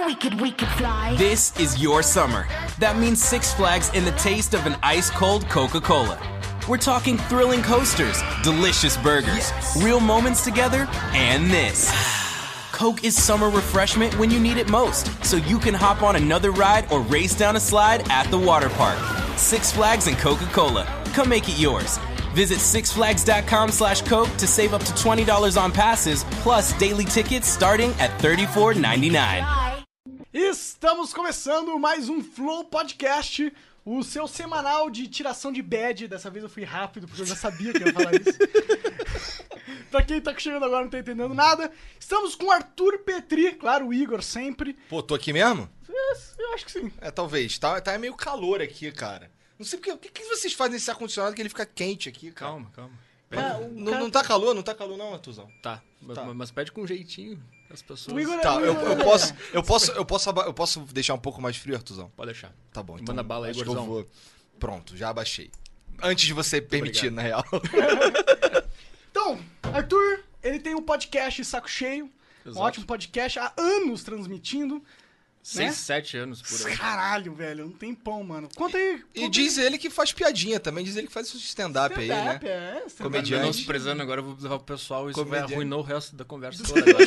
we could fly. This is your summer. That means Six Flags and the taste of an ice-cold Coca-Cola. We're talking thrilling coasters, delicious burgers, real moments together, and this. Coke is summer refreshment when you need it most, so you can hop on another ride or race down a slide at the water park. Six Flags and Coca-Cola. Come make it yours. Visit sixflags.com/Coke to save up to $20 on passes, plus daily tickets starting at $34.99. Estamos começando mais um Flow Podcast, o seu semanal de tiração de bad. Dessa vez eu fui rápido, porque eu já sabia que eu ia falar isso. Pra quem tá chegando agora e não tá entendendo nada, estamos com o Arthur Petri, claro, o Igor sempre. Pô, tô aqui mesmo? Eu acho que sim. É, talvez. Tá meio calor aqui, cara. Não sei porque. O que vocês fazem nesse ar-condicionado que ele fica quente aqui, cara? Calma. Não tá calor? Não tá calor não, Artuzão? Tá, mas pede com jeitinho as pessoas. O Igor Tá, eu posso deixar um pouco mais frio, Artuzão? Pode deixar. Tá bom, então. Manda bala aí, acho que eu Igorzão. vou. Pronto, já abaixei. Antes de você permitir, na real. Então, Arthur, ele tem um podcast Saco Cheio, Exato. um ótimo podcast, há anos transmitindo. 6, 7 anos por aí. Caralho, velho, um tempão, mano. Conta aí. E diz ele que faz piadinha também, diz ele que faz stand-up aí, né? Stand-up. Comediante. Menosprezando, agora eu vou levar pro pessoal e isso vai Comediante. arruinar o resto da conversa toda agora.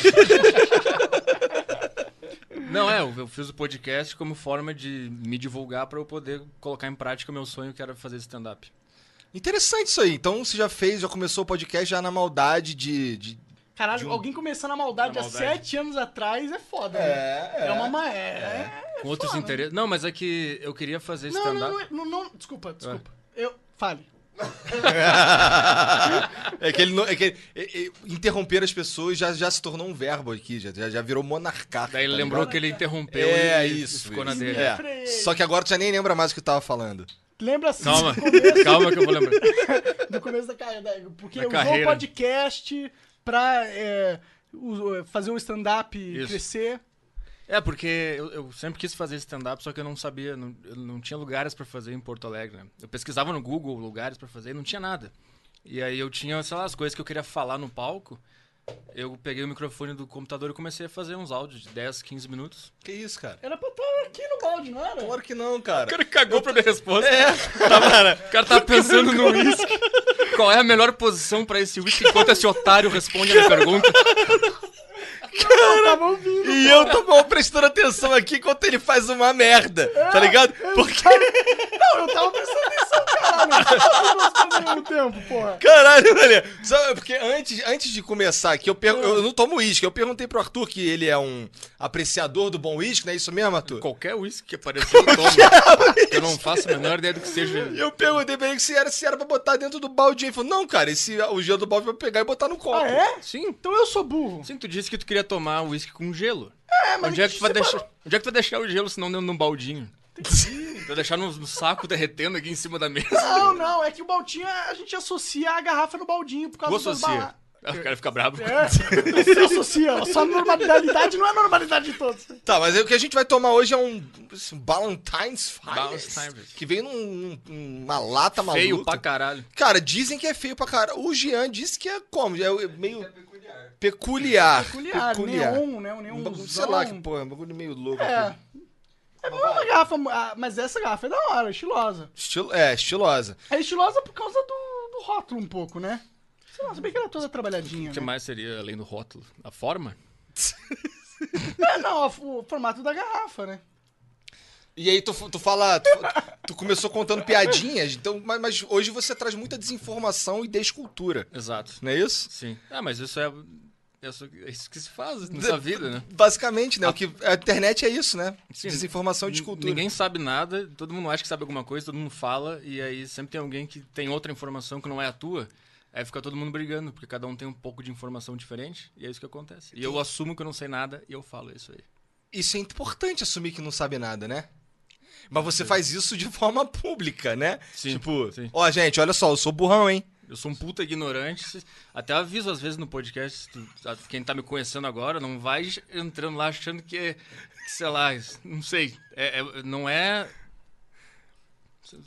Não, eu fiz o podcast como forma de me divulgar pra eu poder colocar em prática o meu sonho, que era fazer stand-up. Interessante isso aí. Então você já começou o podcast já na maldade de Caralho, alguém começando a maldade Na há maldade. 7 anos atrás é foda, né? É uma Com outros foda, interesses. Não, mas é que eu queria fazer stand-up. Não, desculpa. Fale. interromper as pessoas já se tornou um verbo aqui, já virou monarcar. Daí ele lembrou que ele interrompeu e ficou na dele. É. Só que agora tu já nem lembra mais o que tu tava falando. Lembra assim Calma que eu vou lembrar. do começo da carreira. Porque Da usou o carreira. podcast pra fazer o stand-up Isso. crescer. É, porque eu sempre quis fazer stand-up, só que eu não sabia, eu não tinha lugares pra fazer em Porto Alegre, né? Eu pesquisava no Google lugares pra fazer e não tinha nada. E aí eu tinha, sei lá, as coisas que eu queria falar no palco, eu peguei o microfone do computador e comecei a fazer uns áudios de 10, 15 minutos. Que isso, cara? Era pra estar aqui no balde, não era? Claro que não, cara. O cara cagou pra minha resposta. O cara tava pensando no uísque. Qual é a melhor posição pra esse uísque enquanto esse otário responde a minha pergunta? Eu tava ouvindo. E eu tô mal prestando atenção aqui enquanto ele faz uma merda, tá ligado? Porque, Não, eu tava prestando atenção, caralho. Eu tava duas coisas ao mesmo tempo, porra. caralho, velho. Porque antes de começar aqui, eu não tomo uísque. Eu perguntei pro Arthur que ele é um apreciador do bom uísque, não é isso mesmo, Arthur? Qualquer uísque que aparecer, eu tomo. Eu não faço a menor ideia do que seja. Eu perguntei pra ele se era pra botar dentro do balde. Ele falou, não, cara, o gelo do balde vai pegar e botar no copo. Ah, é? Sim. Então eu sou burro. Sim, tu disse que tu queria tomar uísque com gelo. Mas Onde é que tu vai você deixar? Onde é que tu vai deixar o gelo se não dentro de um baldinho? Tu vai deixar no saco derretendo aqui em cima da mesa? Não, é que o baldinho a gente associa a garrafa no baldinho por Tu causa das associa. O cara fica bravo. Você associa, só a normalidade não é a normalidade de todos. Tá, mas o que a gente vai tomar hoje é um Valentine's Finest, Valentine's. que veio numa lata maluca. Feio pra caralho. Cara, dizem que é feio pra caralho. O Jean disse que é como? É meio peculiar. Neon, né? Um neonzão. Sei lá, que porra, é um bagulho meio louco. É. É uma garrafa, mas essa garrafa é da hora, estilosa. Estilosa. É estilosa por causa do rótulo um pouco, né? Sei lá, sabia que ela é toda trabalhadinha, O que né? mais seria além do rótulo? A forma? O formato da garrafa, né? E aí tu fala, tu começou contando piadinhas, então, mas hoje você traz muita desinformação e descultura, Exato. não é isso? Sim. Mas isso é isso que se faz nessa vida, né? Basicamente, né? A internet é isso, né? Sim. Desinformação e descultura. Ninguém sabe nada, todo mundo acha que sabe alguma coisa, todo mundo fala, e aí sempre tem alguém que tem outra informação que não é a tua. Aí fica todo mundo brigando, porque cada um tem um pouco de informação diferente, e é isso que acontece. E eu assumo que eu não sei nada, e eu falo isso aí. Isso é importante, assumir que não sabe nada, né? Mas você faz isso de forma pública, né? Sim, Tipo, sim. ó, gente, olha só, eu sou burrão, hein? Eu sou um puta ignorante, até aviso às vezes no podcast, quem tá me conhecendo agora, não vai entrando lá achando que sei lá, não sei, não é...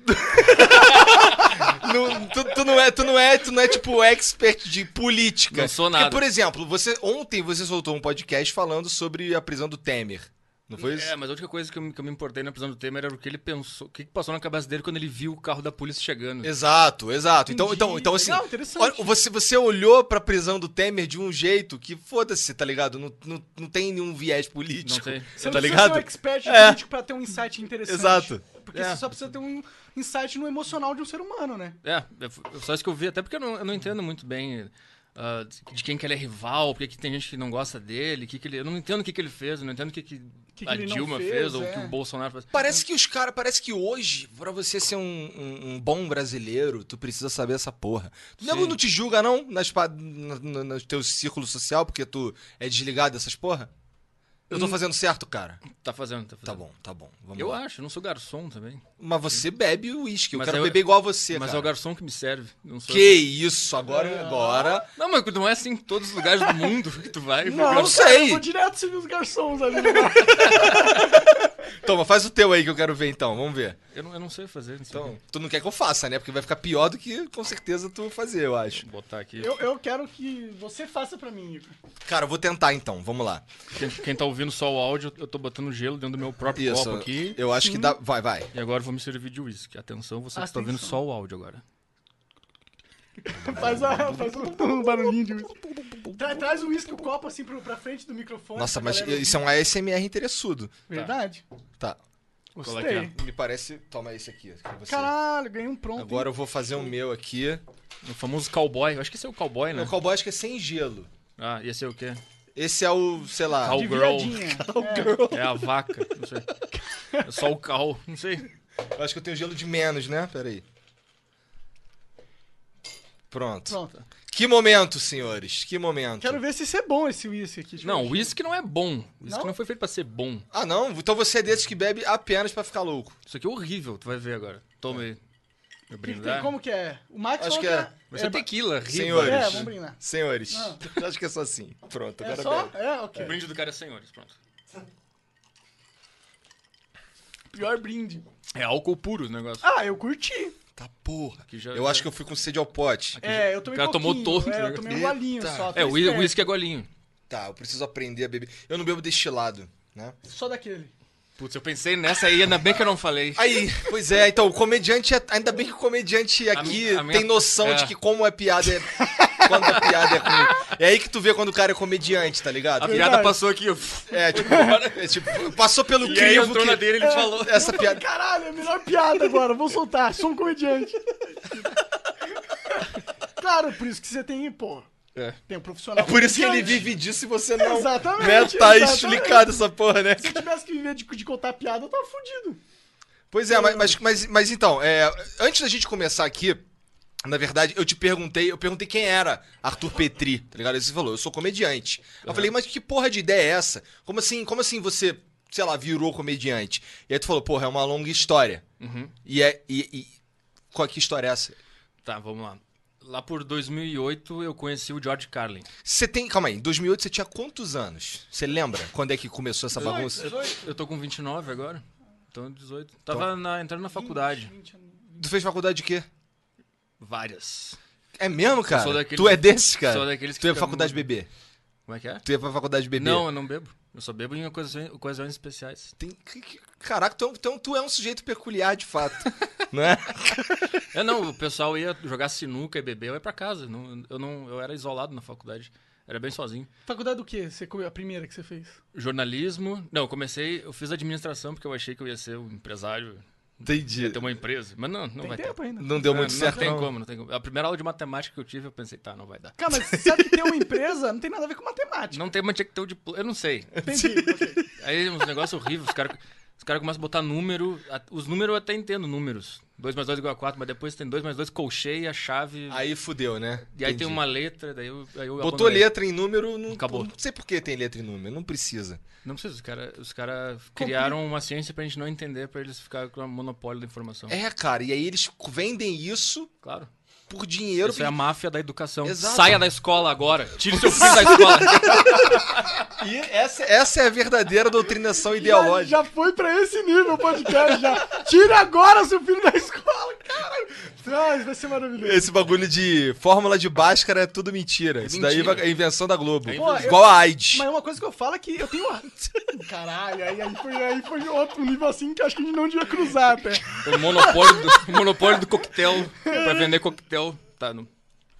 Tu não é tipo expert de política. Não sou nada. Porque, por exemplo, ontem você soltou um podcast falando sobre a prisão do Temer. Não foi isso? Mas a única coisa que eu me importei na prisão do Temer era o que ele pensou, o que passou na cabeça dele quando ele viu o carro da polícia chegando. Exato. Então assim, Legal, interessante. olha, você olhou pra prisão do Temer de um jeito que, foda-se, tá ligado? Não tem nenhum viés político. Não tem. Você tá não ligado? precisa ser um expert de político pra ter um insight interessante. Exato. Porque você só precisa ter um insight no emocional de um ser humano, né? Só isso que eu vi, até porque eu não entendo muito bem de quem que ele é rival, porque que tem gente que não gosta dele, eu não entendo o que ele fez, eu não entendo o que a ele não Dilma fez, ou o que o Bolsonaro fez. Parece que hoje, pra você ser um bom brasileiro, tu precisa saber essa porra. Tu não te julga, não, no teu círculo social, porque tu é desligado dessas porra? Eu tô fazendo certo, cara? Tá fazendo. Tá bom. Vamos Eu lá. acho, eu não sou garçom também. Mas você bebe o uísque, eu Mas quero eu- beber igual a você, Mas cara. é o garçom que me serve. Não sou Que isso, agora... Não, mas não é assim em todos os lugares do mundo que tu vai. Não, sei. cara, eu vou direto servir os garçons ali. Né? Toma, faz o teu aí que eu quero ver então, vamos ver. Eu não sei fazer. Não sei. Então, tu não quer que eu faça, né? Porque vai ficar pior do que com certeza tu fazer, eu acho. Vou botar aqui. Eu quero que você faça pra mim, Igor. Cara, eu vou tentar então, vamos lá. Quem tá ouvindo só o áudio, eu tô botando gelo dentro do meu próprio Isso, copo aqui. eu acho que dá... Vai. E agora eu vou me servir de uísque. Atenção, você que está ouvindo Atenção. só o áudio agora. Faz um barulhinho de uísque. Traz o uísque, o copo assim pra frente do microfone. Nossa, pra mas galera isso é um ASMR interessudo. ouvir. Verdade. Tá. Gostei. Qual é Me parece... Toma esse aqui. Que você... Caralho, ganhei um pronto. Agora eu vou fazer o meu aqui. O famoso cowboy. Eu acho que esse é o cowboy, né? O cowboy acho que é sem gelo. Ah, e esse é o quê? Esse é o, sei lá... Cow- de Girl. viradinha. É a vaca. Não sei. É só o cal. Não sei. Eu acho que eu tenho gelo de menos, né? Pera aí. Pronto. Pronto. Que momento, senhores. Que momento. Quero ver se isso é bom, esse uísque aqui. Deixa eu Não, ver o aqui. uísque não é bom. O uísque Não? não foi feito pra ser bom. Ah, não? Então você é desses que bebe apenas pra ficar louco. Isso aqui é horrível, tu vai ver agora. Toma aí. Meu O que que brindar. tem? Como que é? O Max Acho falou que é. Vai ser tequila, riba. Senhores. É, vamos brindar. Senhores. Não. Eu acho que é só assim. Pronto, É agora só? bebe. É, ok. O brinde do cara é senhores, pronto. Pior brinde. É álcool puro o negócio. Ah, eu curti. Tá porra. Aqui já- Eu acho que eu fui com sede ao pote. É, eu tomei O cara tomou pouquinho. todo, É, né? eu tomei um golinho Eita. só. É, o esperto. uísque é golinho. Tá, eu preciso aprender a beber. Eu não bebo destilado, né? Só daquele. Putz, eu pensei nessa aí, ainda bem que eu não falei. Aí, pois é, então, o comediante, ainda bem que o comediante aqui a minha- tem noção é. de que como é piada é... quando a piada é ruim. É aí que tu vê quando o cara é comediante, tá ligado? A Verdade. piada passou aqui, ó. Tipo, passou pelo E aí crivo entrou na que... dele, ele falou. Essa piada... Caralho, é a melhor piada agora. Vou soltar. Sou um comediante. Claro, por isso que você tem, pô. É. Tem um profissional. É por isso que ele comediante. vive disso e você não... Exatamente, Né, tá exatamente. explicado essa porra, né? Se eu tivesse que viver de contar piada, eu tava fudido. Pois é, mas então, antes da gente começar aqui, na verdade, eu perguntei quem era Arthur Petri, tá ligado? Aí você falou, eu sou comediante. Eu falei, mas que porra de ideia é essa? Como assim você, sei lá, virou comediante? E aí tu falou, porra, é uma longa história. Uhum. Que história é essa? Tá, vamos lá. Lá por 2008 eu conheci o George Carlin. Calma aí, em 2008 você tinha quantos anos? Você lembra quando é que começou essa bagunça? Eu tô com 29 agora. Então 18. Tava entrando na faculdade. 20 anos. Tu fez faculdade de quê? Várias. É mesmo, cara? sou daqueles- Tu é desses, cara? sou daqueles que Tu ia pra ficam faculdade de muito- bebê? Como é que é? Tu ia pra faculdade de bebê? Não, eu não bebo. Eu só bebo em ocasiões especiais. Caraca, tu é um sujeito peculiar, de fato. Não é? Não, o pessoal ia jogar sinuca e beber, eu ia pra casa. Eu era isolado na faculdade. Era bem sozinho. Faculdade do quê? A primeira que você fez? Jornalismo. Não, eu fiz administração porque eu achei que eu ia ser um empresário, Entendi. ter uma empresa. Mas não Tem vai ter. tempo ainda. Não deu muito não certo, tem não. como, não tem como. A primeira aula de matemática que eu tive, eu pensei, tá, não vai dar. Cara, mas sabe que ter uma empresa não tem nada a ver com matemática. Não tem, mas tinha que ter o diploma. Eu não sei. Entendi. ok. Aí uns negócios horríveis, os caras começam a botar número. Os números eu até entendo números. 2 mais 2 igual a 4, mas depois tem 2 mais 2 colcheia, chave. Aí fudeu, né? E aí Entendi. tem uma letra, daí eu Botou abandonei. letra em número, não, Acabou. não sei por que tem letra em número, não precisa. Não precisa, os cara criaram uma ciência pra gente não entender, pra eles ficarem com o monopólio da informação. É, cara, e aí eles vendem isso Claro. por dinheiro. Isso é a máfia da educação. Exato. Saia da escola agora. Tire seu filho da escola. E essa é a verdadeira doutrinação ideológica. Já foi pra esse nível o podcast, já. Tira agora seu filho da escola. Ah, isso vai ser maravilhoso. Esse bagulho de fórmula de Bhaskara é tudo mentira. Isso daí mentira. é invenção da Globo. Pô, Igual a AIDS. Mas uma coisa que eu falo é que eu tenho... Caralho, aí foi outro nível assim que eu acho que a gente não devia cruzar até. O monopólio do coquetel pra vender coquetel. Tá, não.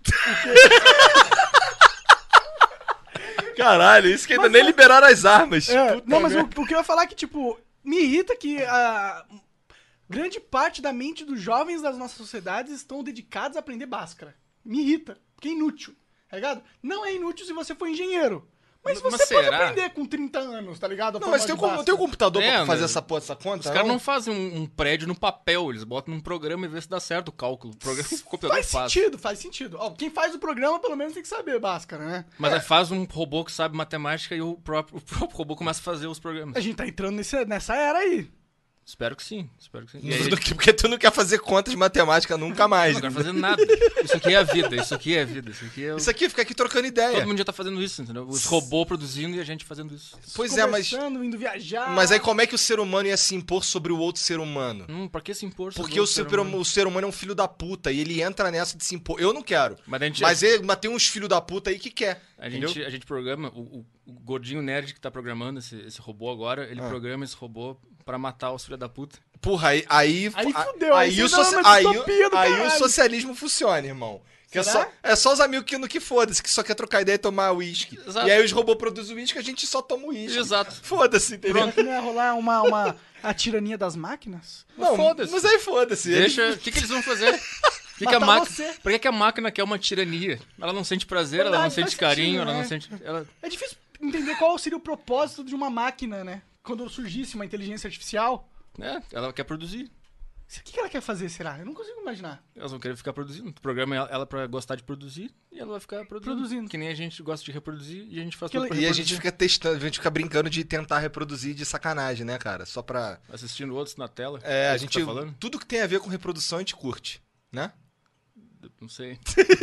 Caralho, isso que ainda nem liberaram as armas. Não, mas o que eu ia falar é que, tipo, me irrita que a grande parte da mente dos jovens das nossas sociedades estão dedicados a aprender Bhaskara. Me irrita, porque é inútil, tá ligado? Não é inútil se você for engenheiro. Mas Mas você pode será? aprender com 30 anos, tá ligado? A Não, mas fórmula tem de o tem um Bhaskara. computador pra É, fazer mas essa porra dessa conta? Os caras não fazem um prédio no papel, eles botam num programa e vê se dá certo o cálculo. O programa, o computador Faz sentido. Ó, quem faz o programa, pelo menos, tem que saber Bhaskara, né? Mas aí faz um robô que sabe matemática e o próprio robô começa a fazer os programas. A gente tá entrando nessa era aí. Espero que sim. E aí, Porque tu não quer fazer contas de matemática nunca mais. não quero fazer nada. Isso aqui é a vida, isso aqui é o... Isso aqui fica aqui trocando ideia. Todo mundo já tá fazendo isso, entendeu? Os robôs produzindo e a gente fazendo isso. Pois é, mas... Conversando, indo viajar. Mas aí como é que o ser humano ia se impor sobre o outro ser humano? Pra que se impor? sobre Porque o outro ser humano é um filho da puta e ele entra nessa de se impor. Eu não quero. Mas a gente, Mas tem uns filhos da puta aí que quer. a entendeu? gente programa, o gordinho nerd que tá programando esse robô agora, ele programa esse robô pra matar os filhos da puta. Porra, aí fudeu, aí o você dá uma distopia do aí o caralho. socialismo funciona, irmão. Que Será? é só os amigos que foda-se, que só quer trocar ideia e tomar uísque. Exato. E aí os robôs produzem uísque, a gente só toma uísque. Exato. Foda-se, entendeu? Será que não ia rolar a tirania das máquinas? Não, Foda-se. mas aí foda-se. Deixa. O que eles vão fazer? Matar você. Por que a máquina quer uma tirania? Ela não sente prazer, ela não Verdade, sente faz carinho, sentido, ela não né? sente. É difícil entender qual seria o propósito de uma máquina, né? Quando surgisse uma inteligência artificial. Ela quer produzir. O que ela quer fazer, será? Eu não consigo imaginar. Elas vão querer ficar produzindo. Tu programa ela pra gostar de produzir e ela vai ficar produzindo. Que nem a gente gosta de reproduzir e a gente faz tudo pra E a reproduzir. gente fica testando, a gente fica brincando de tentar reproduzir de sacanagem, né, cara? Só pra... Assistindo outros na tela. É, a isso que gente... tá falando? Tudo que tem a ver com reprodução a gente curte, né? Não sei.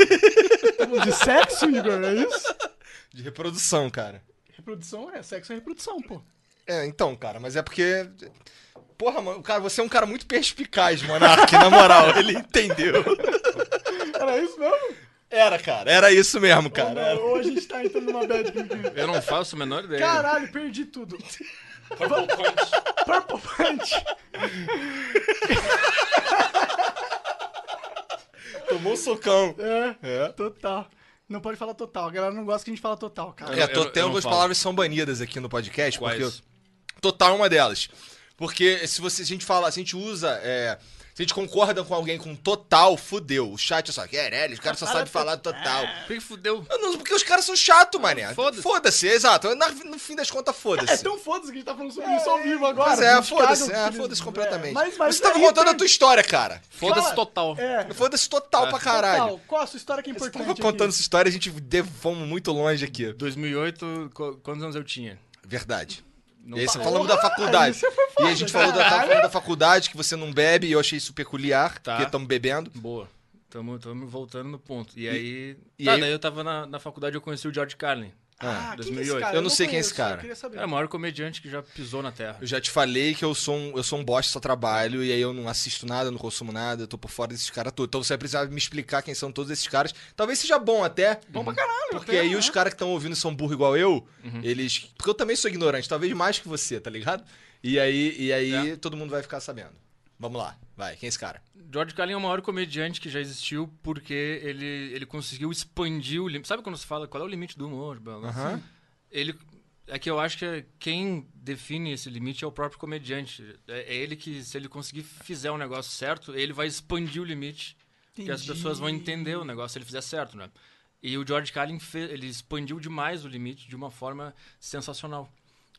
Estamos de sexo, Igor, é isso? De reprodução, cara. Reprodução sexo é reprodução, pô. É, então, cara, mas é porque... Porra, mano, cara, você é um cara muito perspicaz, Monark, na moral. Ele entendeu. Era isso mesmo? Era, cara. Era isso mesmo, cara. Era. Ou a gente tá entrando numa bad aqui. Eu não faço a menor ideia. Caralho, perdi tudo. Purple Punch. Purple Punch. Tomou um socão. É, total. Não pode falar total. A galera não gosta que a gente fala total, cara. É, Eu tem não algumas falo. palavras que são banidas aqui no podcast, Quais? porque total é uma delas. Porque se a gente fala, se a gente usa, se a gente concorda com alguém com total, fudeu. O chat é só, os caras só sabem falar total. Por que fudeu? Porque os caras são chatos, mané. Foda-se. Foda-se, exato. No fim das contas, É foda-se. tão foda-se que a gente tá falando sobre isso ao vivo agora. Mas A gente foda-se, caga o que foda-se eles- completamente. Mas Você tava aí contando a tem- tua história, cara. Foda-se Fala. total. É, Foda-se total pra caralho. total. Qual a sua história que é Você importante tava contando aqui? essa história, a gente fomos muito longe aqui. 2008, quantos anos eu tinha? Verdade. Não E aí você fa- falamos da faculdade. Aí você foi E foda, a gente falou caralho. tava falando da faculdade, que você não bebe, e eu achei isso peculiar, Tá. porque estamos bebendo. Boa. Tamo voltando no ponto. E aí... e Tá, aí- daí eu tava na faculdade e eu conheci o George Carlin. Ah, quem que é esse 2008. cara? Eu não sei quem é esse conheço, cara. Eu queria saber. É o maior comediante que já pisou na Terra. Eu já te falei que eu sou um bosta, só trabalho, e aí eu não assisto nada, não consumo nada, eu tô por fora desses caras todos. Então você vai precisar me explicar quem são todos esses caras. Talvez seja bom até. Bom pra caralho. Porque até, aí né? os caras que estão ouvindo são burro igual eu, eles... Porque eu também sou ignorante, talvez mais que você, tá ligado? E aí todo mundo vai ficar sabendo. Vamos lá, vai, quem é esse cara? George Carlin é o maior comediante que já existiu porque ele conseguiu expandir o limite. Sabe quando se fala qual é o limite do humor? Bela? Aham. Ele... É que eu acho que quem define esse limite é o próprio comediante. É ele que, se ele conseguir fizer um negócio certo, ele vai expandir o limite. Que as Entendi. pessoas vão entender o negócio se ele fizer certo, né? E o George Carlin ele expandiu demais o limite de uma forma sensacional.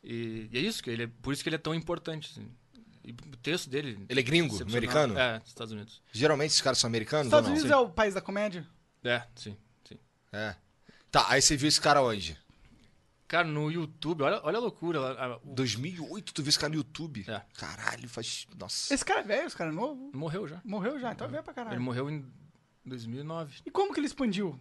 E é isso, por isso que ele é tão importante. Assim. E o texto dele... Ele é gringo, excepcional. americano? É, Estados Unidos. Geralmente esses caras são americanos Estados ou não? Unidos é o país da comédia? É, sim. É. Tá, aí você viu esse cara onde? Cara, no YouTube, olha a loucura. 2008, tu viu esse cara no YouTube? É. Caralho, faz... Nossa. Esse cara é velho, esse cara é novo? Morreu já. Morreu já, então é velho pra caralho. Ele morreu em 2009. E como que ele expandiu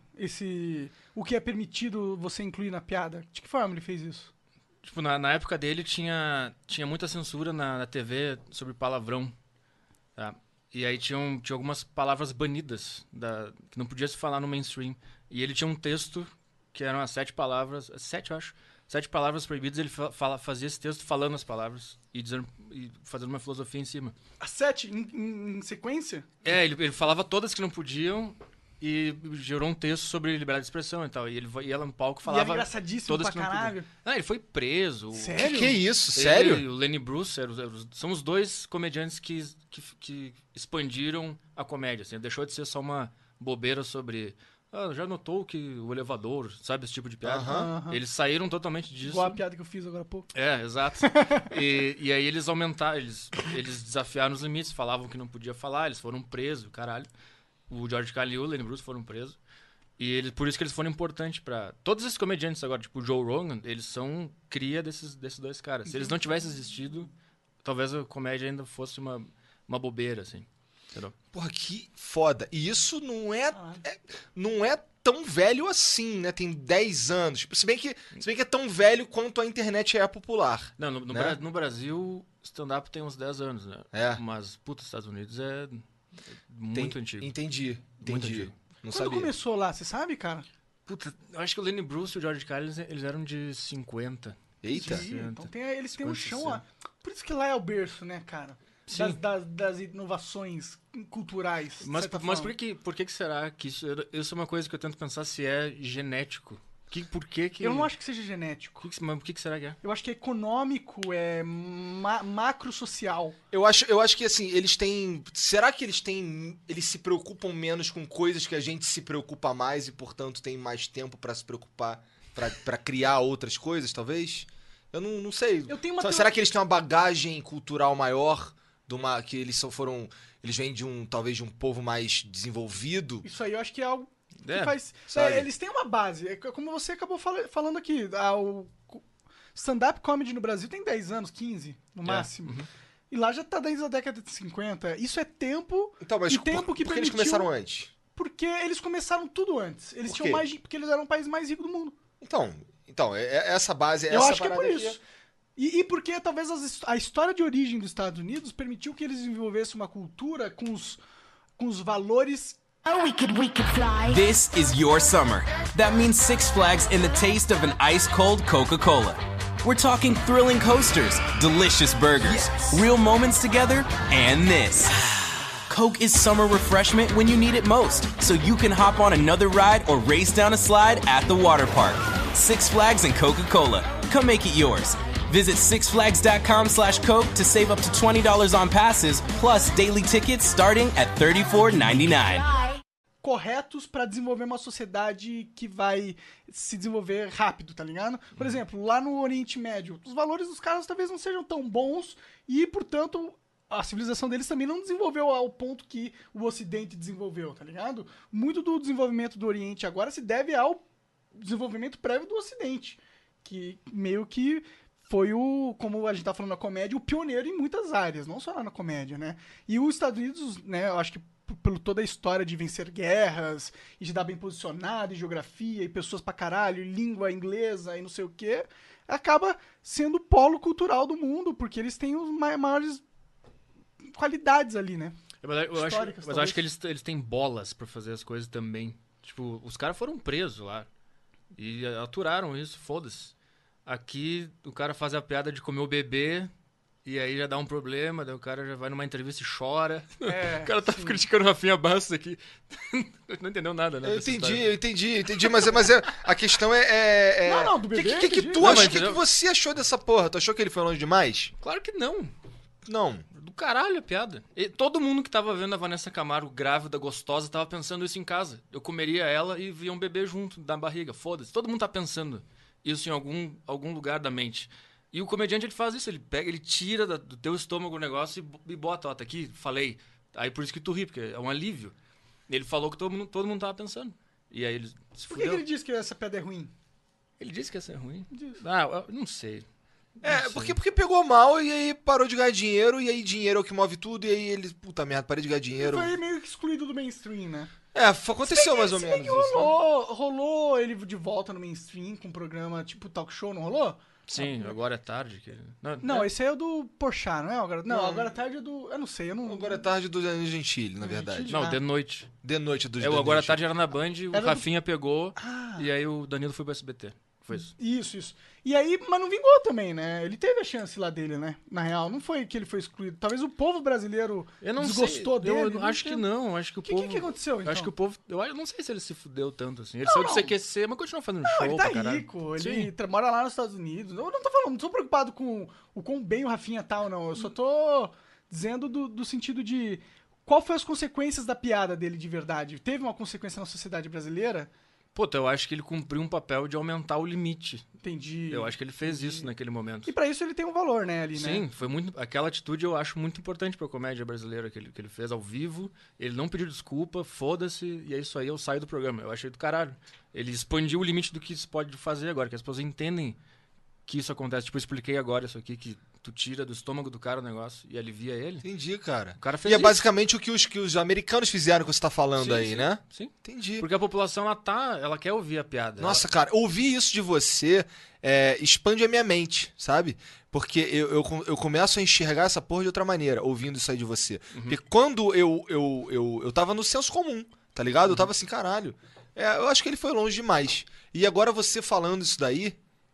o que é permitido você incluir na piada? De que forma ele fez isso? Tipo, na época dele tinha muita censura na TV sobre palavrão. Tá? E aí tinha algumas palavras banidas, que não podia se falar no mainstream. E ele tinha um texto que eram as 7 palavras, 7 eu acho, 7 palavras proibidas, ele fazia esse texto falando as palavras e fazendo uma filosofia em cima. As 7 em sequência? Ele falava todas que não podiam e gerou um texto sobre liberdade de expressão e tal. E ele ia lá no palco e falava... E era engraçadíssimo todas pra que não podiam. caralho. Ele foi preso. Sério? Que isso? Sério? Ele e o Lenny Bruce são os 2 comediantes que expandiram a comédia. Assim, deixou de ser só uma bobeira sobre... já notou que o elevador, sabe, esse tipo de piada? Aham. Eles saíram totalmente disso. Igual a piada que eu fiz agora há pouco. Exato. e aí eles aumentaram, eles desafiaram os limites, falavam que não podia falar, eles foram presos, caralho. O George Carlin e o Lenny Bruce foram presos. E por isso que eles foram importantes pra... Todos esses comediantes agora, tipo o Joe Rogan, eles são cria desses 2 caras. Se eles não tivessem existido, talvez a comédia ainda fosse uma bobeira, assim. Entendeu? Porra, que foda. E isso não é tão velho assim, né? Tem 10 anos. Tipo, se bem que é tão velho quanto a internet é popular. Não, né? no Brasil, stand-up tem uns 10 anos, né? Mas, puta, Estados Unidos é muito antigo. Entendi. Muito antigo. Não Quando sabia. começou lá, você sabe, cara? Puta, eu acho que o Lenny Bruce e o George Carlin, eles eram de 50. Eita. Então eles têm um 50, chão lá. Por isso que lá é o berço, né, cara? Sim. Das inovações culturais. de Mas certa por forma. que será que isso é uma coisa que eu tento pensar se é genético? Por que Eu não acho que seja genético. Mas por que será que é? Eu acho que é econômico, é macro-social. Eu acho que assim, eles têm. Será que eles se preocupam menos com coisas que a gente se preocupa mais e, portanto, tem mais tempo pra se preocupar, pra criar outras coisas, talvez? Eu não sei. Eu tenho uma Será que eles têm uma bagagem cultural maior? Que eles foram. Eles vêm talvez de um povo mais desenvolvido? Isso aí eu acho que é algo que É, faz... sabe? eles têm uma base. É como você acabou falando aqui. O stand-up comedy no Brasil tem 10 anos, 15 no máximo. E lá já tá desde a década de 50. Isso é tempo Então, mas e tempo que por que eles permitiu... começaram antes? Porque eles começaram tudo antes. Eles Por tinham quê? mais... Porque eles eram o país mais rico do mundo. Então essa base, Eu essa acho que é por parada isso. E porque talvez a história de origem dos Estados Unidos permitiu que eles desenvolvessem uma cultura com os valores. Oh, we could fly. This is your summer. That means Six Flags and the taste of an ice-cold Coca-Cola. We're talking thrilling coasters, delicious burgers, real moments together, and this. Coke is summer refreshment when you need it most, so you can hop on another ride or race down a slide at the water park. Six Flags and Coca-Cola. Come make it yours. Visit sixflags.com/Coke to save up to $20 on passes, plus daily tickets starting at $34.99. Corretos pra desenvolver uma sociedade que vai se desenvolver rápido, tá ligado? Por exemplo, lá no Oriente Médio, os valores dos caras talvez não sejam tão bons e, portanto, a civilização deles também não desenvolveu ao ponto que o Ocidente desenvolveu, tá ligado? Muito do desenvolvimento do Oriente agora se deve ao desenvolvimento prévio do Ocidente, que meio que foi como a gente tá falando na comédia, o pioneiro em muitas áreas, não só lá na comédia, né? E os Estados Unidos, né, eu acho que por toda a história de vencer guerras e de estar bem posicionado em geografia e pessoas pra caralho, e língua inglesa e não sei o quê, acaba sendo o polo cultural do mundo, porque eles têm os maiores qualidades ali, né? Mas eu acho que eles têm bolas pra fazer as coisas também. Tipo, os caras foram presos lá e aturaram isso, foda-se. Aqui o cara faz a piada de comer o bebê e aí já dá um problema, daí o cara já vai numa entrevista e chora. O cara tá criticando o Rafinha Bastos aqui. Não entendeu nada, né? Eu entendi, mas a questão é... Não, do bebê, O que você achou dessa porra? Tu achou que ele foi longe demais? Claro que não. Não. Do caralho a piada. E todo mundo que tava vendo a Vanessa Camargo grávida, gostosa, tava pensando isso em casa. Eu comeria ela e via um bebê junto na barriga. Foda-se. Todo mundo tá pensando isso em algum lugar da mente. E o comediante, ele faz isso. Ele pega, ele tira do teu estômago o negócio e bota, ó, tá aqui, falei. Aí por isso que tu ri, porque é um alívio. Ele falou que todo mundo tava pensando. E aí ele se Por que fudeu. ele disse que essa pedra é ruim? Ele disse que ia ser ruim? Disse. Ah, eu não sei. Porque pegou mal e aí parou de ganhar dinheiro, e aí dinheiro é o que move tudo, e aí ele, puta merda, parei de ganhar dinheiro. Ele foi meio que excluído do mainstream, né? Aconteceu mais ou menos isso. Rolou ele de volta no mainstream com um programa tipo talk show, não rolou? Sim, Agora é Tarde. Não, esse aí é o do Porchat, não é? Agora é Tarde é do... Eu não sei, eu não... Agora é Tarde do Danilo Gentili, na verdade. Não, De Noite. De Noite do O Danilo Agora é Gentili. Tarde era na Band, o Era do- Rafinha pegou, e aí o Danilo foi pro SBT. Foi isso. Isso. E aí, mas não vingou também, né? Ele teve a chance lá dele, né? Na real, não foi que ele foi excluído. Talvez o povo brasileiro Eu não desgostou sei, dele. eu acho que não, acho que o O que, povo... que aconteceu, então? Eu acho que o povo... Eu não sei se ele se fudeu tanto assim. Ele saiu do CQC, mas continuou fazendo show Ele tá pra caralho. rico, Sim. ele mora lá nos Estados Unidos. Eu não tô falando, não tô preocupado com o quão bem o Rafinha tá ou não. Eu só tô dizendo do sentido de... Qual foi as consequências da piada dele de verdade? Teve uma consequência na sociedade brasileira? Puta, eu acho que ele cumpriu um papel de aumentar o limite. Entendi. Eu acho que ele fez isso naquele momento. E pra isso ele tem um valor, né, ali, né? Sim, foi muito. Aquela atitude eu acho muito importante pra comédia brasileira que ele fez ao vivo. Ele não pediu desculpa, foda-se, e é isso aí, eu saio do programa. Eu achei do caralho. Ele expandiu o limite do que se pode fazer agora, que as pessoas entendem que isso acontece. Tipo, eu expliquei agora isso aqui, que tu tira do estômago do cara o negócio e alivia ele. Entendi, cara. O cara fez E é isso. basicamente o que os americanos fizeram que você tá falando Sim, aí, sim, né? Sim. Entendi. Porque a população, ela quer ouvir a piada. Nossa, cara, ouvir isso de você expande a minha mente, sabe? Porque eu começo a enxergar essa porra de outra maneira, ouvindo isso aí de você. Porque quando eu tava no senso comum, tá ligado? Eu tava assim, caralho, eu acho que ele foi longe demais. E agora você falando isso daí,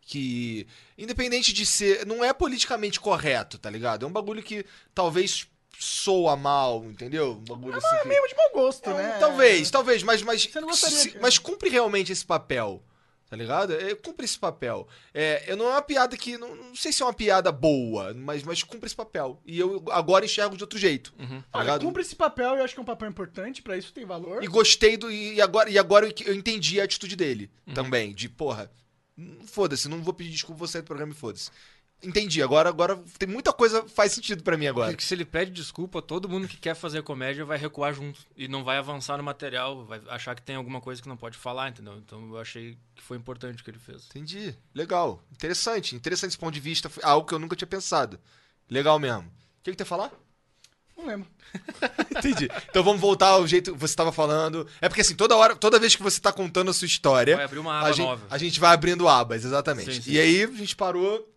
que independente de ser, não é politicamente correto, tá ligado? É um bagulho que talvez soa mal, entendeu? Um bagulho assim É que... meio de mau gosto, né? Talvez, mas Você não gostaria que- mas cumpre realmente esse papel, tá ligado? Cumpre esse papel. Não é uma piada que, não sei se é uma piada boa, mas cumpre esse papel. E eu agora enxergo de outro jeito, tá Olha, ligado? cumpre esse papel e eu acho que é um papel importante, pra isso tem valor. E gostei e agora eu entendi a atitude dele também, de porra, foda-se, não vou pedir desculpa, vou sair do programa e foda-se. Entendi, agora tem muita coisa que faz sentido pra mim agora. Porque se ele pede desculpa, todo mundo que quer fazer comédia vai recuar junto. E não vai avançar no material, vai achar que tem alguma coisa que não pode falar, entendeu? Então eu achei que foi importante o que ele fez. Entendi, legal, interessante esse ponto de vista, foi algo que eu nunca tinha pensado. Legal mesmo. O que tu ia falar? Não lembro. Entendi. Então vamos voltar ao jeito que você estava falando. É porque assim, toda vez que você tá contando a sua história, Vai abrir uma aba nova. a gente vai abrindo abas, exatamente. Sim, sim. E aí a gente parou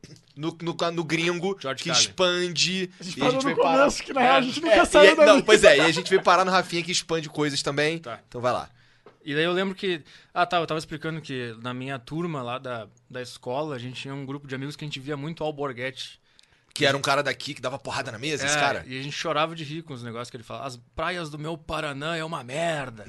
no gringo, George que Carlin. expande. A gente e parou no veio parar. começo, que na real a gente nunca saiu e, dali. não, pois é, e a gente veio parar no Rafinha que expande coisas também. Tá. Então vai lá. E daí eu lembro que... eu tava explicando que na minha turma lá da escola, a gente tinha um grupo de amigos que a gente via muito Alborguete. Que era um cara daqui que dava porrada na mesa, esse cara. E a gente chorava de rir com os negócios que ele falava. As praias do meu Paraná é uma merda.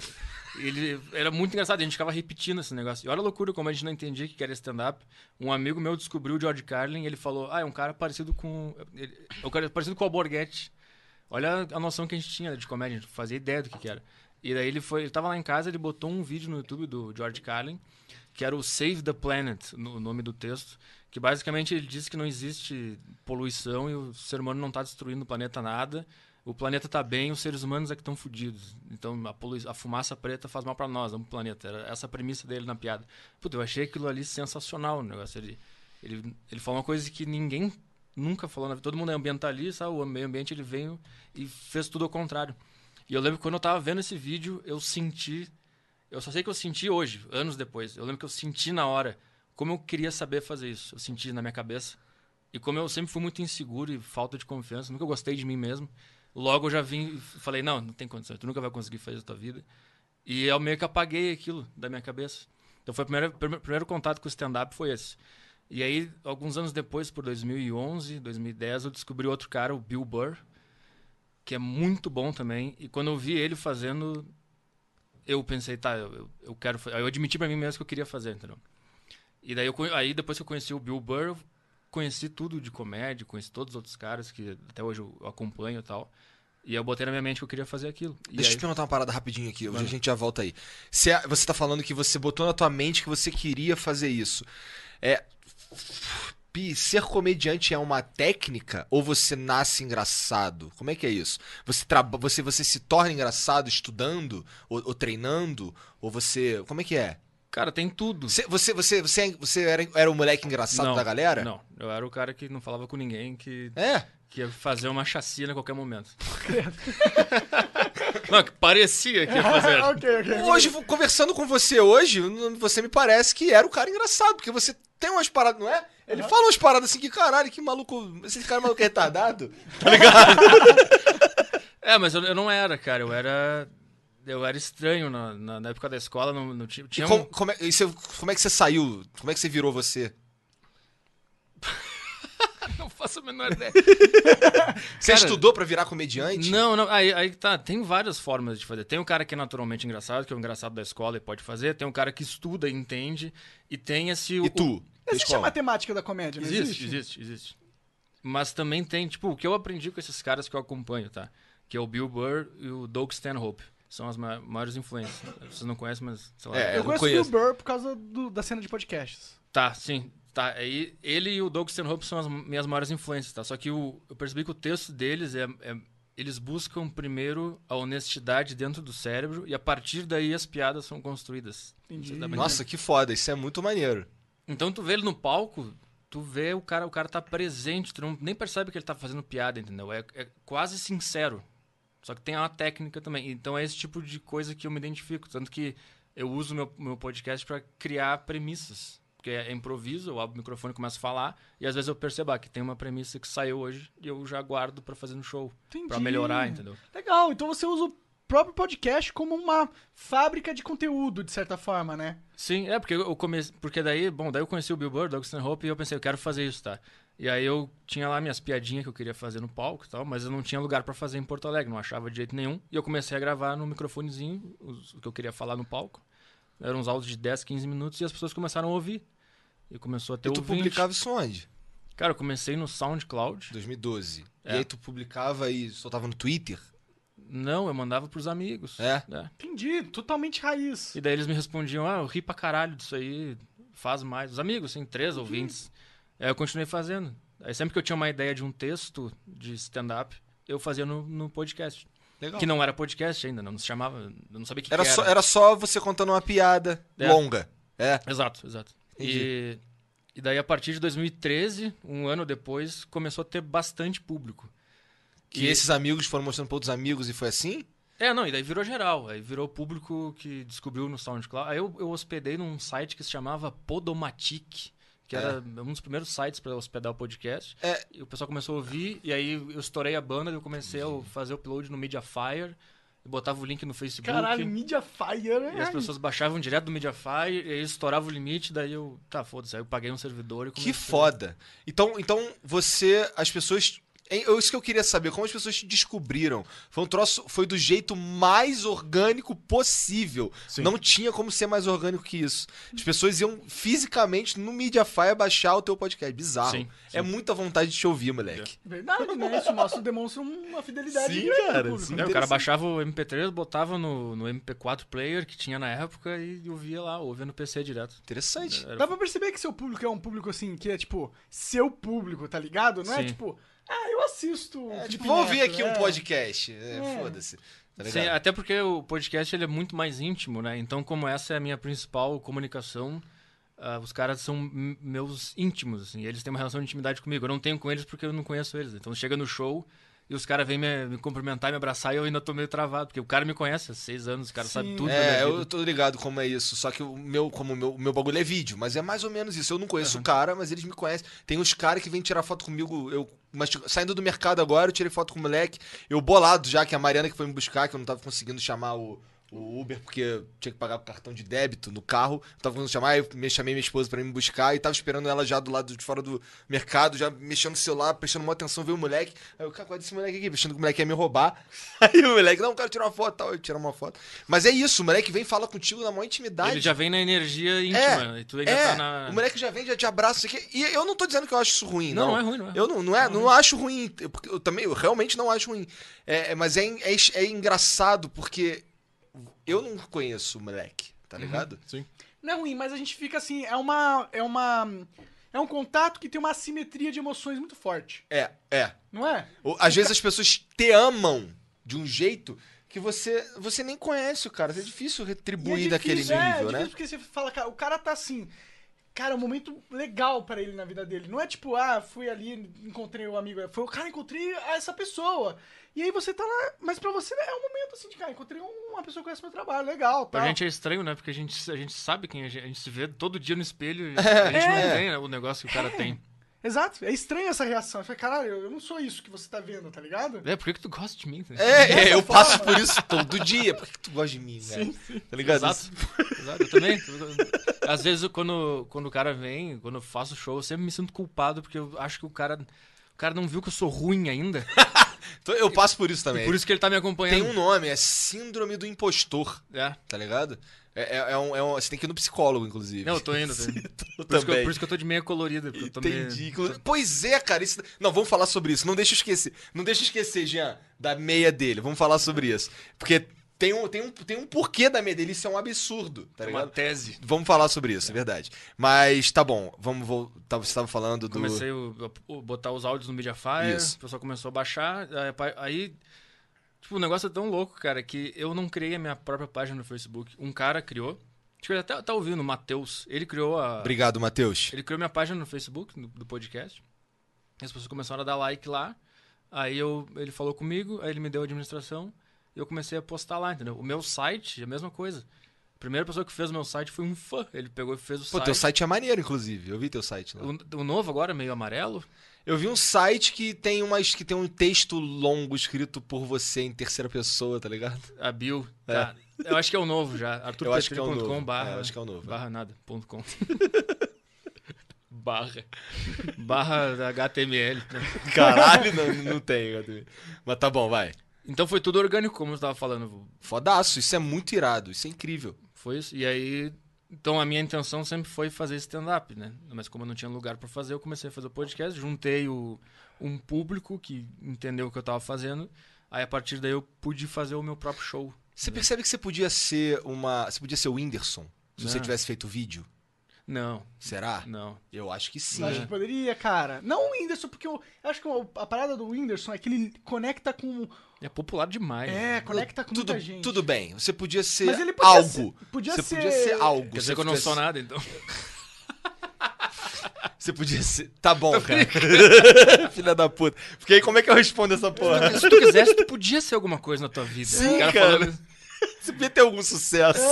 Ele era muito engraçado, a gente ficava repetindo esse negócio. E olha a loucura como a gente não entendia que era stand-up. Um amigo meu descobriu o George Carlin e ele falou, é um cara parecido com... É um cara parecido com o Alborguete. Olha a noção que a gente tinha de comédia, a gente fazia ideia do que era. E daí ele tava lá em casa, ele botou um vídeo no YouTube do George Carlin, que era o Save the Planet, no nome do texto, que basicamente ele disse que não existe poluição e o ser humano não tá destruindo o planeta nada. O planeta tá bem, os seres humanos é que estão fodidos. Então a fumaça preta faz mal pra nós, não pro planeta. Era essa a premissa dele na piada. Puta, eu achei aquilo ali sensacional o negócio. Ele falou uma coisa que ninguém nunca falou na vida. Todo mundo é ambientalista, o meio ambiente ele veio e fez tudo ao contrário. E eu lembro que quando eu tava vendo esse vídeo, eu só sei que eu senti hoje, anos depois. Eu lembro que eu senti na hora como eu queria saber fazer isso. Eu senti na minha cabeça. E como eu sempre fui muito inseguro e falta de confiança, nunca gostei de mim mesmo. Logo eu já vim e falei, não tem condição, tu nunca vai conseguir fazer a tua vida. E eu meio que apaguei aquilo da minha cabeça. Então foi o primeiro contato com o stand-up foi esse. E aí, alguns anos depois, por 2011, 2010, eu descobri outro cara, o Bill Burr, que é muito bom também. E quando eu vi ele fazendo, eu pensei, tá, eu quero fazer. Eu admiti pra mim mesmo que eu queria fazer, entendeu? E daí, aí depois que eu conheci o Bill Burr, eu conheci tudo de comédia, conheci todos os outros caras que até hoje eu acompanho e tal. E eu botei na minha mente que eu queria fazer aquilo. Deixa eu te perguntar uma parada rapidinho aqui, hoje a gente já volta aí. Você tá falando que você botou na tua mente que você queria fazer isso. Ser comediante é uma técnica ou você nasce engraçado? Como é que é isso? Você se torna engraçado estudando ou treinando? Ou você... Como é que é? Cara, tem tudo. Você era o moleque engraçado da galera? Não, eu era o cara que não falava com ninguém, que ia fazer uma chacina a qualquer momento. Não, que parecia que ia fazer. Ok. Hoje, conversando com você hoje, você me parece que era o cara engraçado, porque você tem umas paradas, não é? Ele fala umas paradas assim que, caralho, que maluco. Esse cara maluco é retardado, tá ligado? Mas eu não era, cara. Eu era estranho na época da escola. Não tinha Como é que você saiu? Como é que você virou você? Não faço a menor ideia. Você Cara, estudou pra virar comediante? Não. Aí tá. Tem várias formas de fazer. Tem um cara que é naturalmente engraçado, que é o engraçado da escola e pode fazer. Tem um cara que estuda e entende. E tem esse... E tu? Existe a matemática da comédia, não existe? Existe. Mas também tem, tipo, o que eu aprendi com esses caras que eu acompanho, tá? Que é o Bill Burr e o Doug Stanhope. São as maiores influências. Vocês não conhecem, mas sei lá. Eu conheço o Bill Burr por causa da cena de podcasts. Tá, sim. Tá, aí ele e o Doug Stanhope são as minhas maiores influências, tá? Só que eu percebi que o texto deles eles buscam primeiro a honestidade dentro do cérebro e a partir daí as piadas são construídas. Entendi. Nossa, que foda, isso é muito maneiro. Então tu vê ele no palco, tu vê o cara tá presente, tu nem percebe que ele tá fazendo piada, entendeu? É quase sincero. Só que tem uma técnica também. Então é esse tipo de coisa que eu me identifico. Tanto que eu uso meu podcast pra criar premissas. Porque é improviso, eu abro o microfone e começo a falar. E às vezes eu percebo que tem uma premissa que saiu hoje e eu já guardo pra fazer no show. Entendi. Pra melhorar, entendeu? Legal, então você usa o próprio podcast como uma fábrica de conteúdo, de certa forma, né? Sim, porque eu comecei. Porque daí eu conheci o Bill Burr, Doug Stanhope, e eu pensei, eu quero fazer isso, tá? E aí eu tinha lá minhas piadinhas que eu queria fazer no palco e tal, mas eu não tinha lugar pra fazer em Porto Alegre, não achava de jeito nenhum. E eu comecei a gravar no microfonezinho o que eu queria falar no palco. Eram uns áudios de 10, 15 minutos e as pessoas começaram a ouvir. E começou a ter E tu ouvinte. publicava isso onde? Cara, eu comecei no SoundCloud. 2012. É. E aí tu publicava e soltava no Twitter? Não, eu mandava pros amigos. É? Entendi, totalmente raiz. E daí eles me respondiam, eu ri pra caralho disso aí, faz mais. Os amigos, assim, 3 ouvintes. Aí eu continuei fazendo. Aí sempre que eu tinha uma ideia de um texto de stand-up, eu fazia no podcast. Legal. Que não era podcast ainda, não se chamava, eu não sabia o que Era, que só, era só você contando uma piada longa. É. Exato. E daí a partir de 2013, um ano depois, começou a ter bastante público. E esses amigos foram mostrando pra outros amigos e foi assim? E daí virou geral. Aí virou público que descobriu no SoundCloud. Aí eu hospedei num site que se chamava Podomatic, que era um dos primeiros sites para hospedar o podcast. E o pessoal começou a ouvir, e aí eu estourei a banda, eu comecei a fazer o upload no Mediafire, eu botava o link no Facebook. Caralho, Mediafire, né? E as pessoas baixavam direto do Mediafire, e aí estourava o limite, daí foda-se, aí eu paguei um servidor e comecei. Que foda. Então as pessoas... Isso que eu queria saber, como as pessoas te descobriram. Foi do jeito mais orgânico possível. Sim. Não tinha como ser mais orgânico que isso. As pessoas iam fisicamente no Mediafire baixar o teu podcast. Bizarro. Sim. É muita vontade de te ouvir, moleque. Verdade, né? Isso demonstra uma fidelidade Sim, grande cara, do público. sim. O cara baixava o MP3, botava no MP4 player que tinha na época e ouvia lá, ouvia no PC direto. Interessante. Dá pra perceber que seu público é um público assim, que é tipo, seu público, tá ligado? Não é Sim. tipo, eu assisto. Tipo, vou ouvir aqui um podcast. Foda-se. Tá Sim, ligado? até porque o podcast ele é muito mais íntimo, né? Então, como essa é a minha principal comunicação, os caras são meus íntimos, assim. Eles têm uma relação de intimidade comigo. Eu não tenho com eles porque eu não conheço eles. Então, chega no show e os caras vêm me cumprimentar, me abraçar e eu ainda tô meio travado. Porque o cara me conhece há 6 anos, o cara sabe tudo da minha vida. Eu tô ligado como é isso. Só que o meu bagulho é vídeo. Mas é mais ou menos isso. Eu não conheço o cara, mas eles me conhecem. Tem uns caras que vêm tirar foto comigo. Mas saindo do mercado agora, eu tirei foto com o moleque. Eu bolado já, que a Mariana que foi me buscar, que eu não tava conseguindo chamar o Uber, porque eu tinha que pagar o cartão de débito no carro. Eu tava conseguindo chamar, eu chamei minha esposa pra me buscar e tava esperando ela já do lado de fora do mercado, já mexendo no celular, prestando uma atenção, veio o moleque. Aí eu, cara, qual é desse moleque aqui? Achando que o moleque ia me roubar. Aí o moleque, não, quero tirar uma foto, tal. Eu tiro uma foto. Mas é isso, o moleque vem falar contigo na maior intimidade. Ele já vem na energia íntima. E tu ainda tá na... O moleque já vem, já te abraça. Isso aqui. E eu não tô dizendo que eu acho isso ruim, não. Não é ruim, não é. Eu não acho ruim. Porque eu realmente não acho ruim. Mas é engraçado porque eu não conheço o moleque, tá ligado? Sim. Não é ruim, mas a gente fica assim, é um contato que tem uma assimetria de emoções muito forte. Não é? Às vezes as pessoas te amam de um jeito que você nem conhece o cara. É difícil retribuir daquele nível, É né? difícil porque você fala, cara, o cara tá assim... cara, um momento legal pra ele na vida dele. Não é tipo, fui ali, encontrei o amigo. Foi, cara, encontrei essa pessoa. E aí você tá lá, mas pra você é um momento assim de, cara, encontrei uma pessoa que conhece meu trabalho, legal, Pra tal. gente é estranho, né? Porque a gente sabe quem a gente se vê todo dia no espelho e a gente não tem, né, o negócio que o cara tem. Exato, é estranho essa reação. Eu falei, caralho, eu não sou isso que você tá vendo, tá ligado? Por que tu gosta de mim? Eu passo por isso todo dia. Por que tu gosta de mim, velho? Tá ligado? Exato. Exato, eu também. Às vezes, quando o cara vem, quando eu faço show, eu sempre me sinto culpado, porque eu acho que o cara não viu que eu sou ruim ainda. Então, eu passo por isso também. Por isso que ele tá me acompanhando. Tem um nome, é síndrome do impostor, tá ligado? Você tem que ir no psicólogo, inclusive. Não, eu tô indo. Também. Por isso que eu tô de meia colorida. Porque eu tô Entendi. Pois é, cara. Não, vamos falar sobre isso. Não deixa eu esquecer, Jean, da meia dele. Vamos falar sobre isso. Porque tem um porquê da meia dele. Isso é um absurdo, tá ligado? uma tese. Vamos falar sobre isso, é verdade. Mas tá bom, vamos voltar. Você tava falando do... Comecei a botar os áudios no Mediafire, Isso. o pessoal começou a baixar, aí... Tipo, o negócio é tão louco, cara, que eu não criei a minha própria página no Facebook. Um cara criou. Acho que ele até tá ouvindo, o Matheus. Ele criou a... Obrigado, Matheus. Ele criou minha página no Facebook, do podcast. E as pessoas começaram a dar like lá. Aí ele falou comigo, aí ele me deu a administração. E eu comecei a postar lá, entendeu? O meu site, a mesma coisa. A primeira pessoa que fez o meu site foi um fã. Ele pegou e fez o site. Pô, teu site é maneiro, inclusive. Eu vi teu site lá. O novo agora, meio amarelo. Eu vi um site que tem um texto longo escrito por você em terceira pessoa, tá ligado? A bio. Tá. Eu acho que é o novo já. Eu acho que é o novo. barra, eu acho que é o novo. Barra nada. .com. barra HTML. Caralho, não tem. Mas tá bom, vai. Então foi tudo orgânico, como eu estava falando. Fodaço, isso é muito irado, isso é incrível. Foi isso. E aí... Então a minha intenção sempre foi fazer stand-up, né? Mas como eu não tinha lugar pra fazer, eu comecei a fazer o podcast, juntei um público que entendeu o que eu tava fazendo, aí a partir daí eu pude fazer o meu próprio show. Você percebe que você podia ser o Whindersson se você Não. tivesse feito vídeo? Não, Será? não. Eu acho que sim. Eu acho que poderia, cara. Não o Whindersson, porque eu acho que a parada do Whindersson é que ele conecta com... É popular demais. né? Conecta com muita gente. Tudo bem, você podia ser Mas ele podia algo. ser- podia você ser- podia ser algo. Quer Se dizer que eu não tivesse- sou nada, então. Você podia ser... Tá bom, cara. Filha da puta. Porque aí como é que eu respondo essa porra? Se tu quisesse, tu podia ser alguma coisa na tua vida. Sim, O cara. falando- Você podia ter algum sucesso.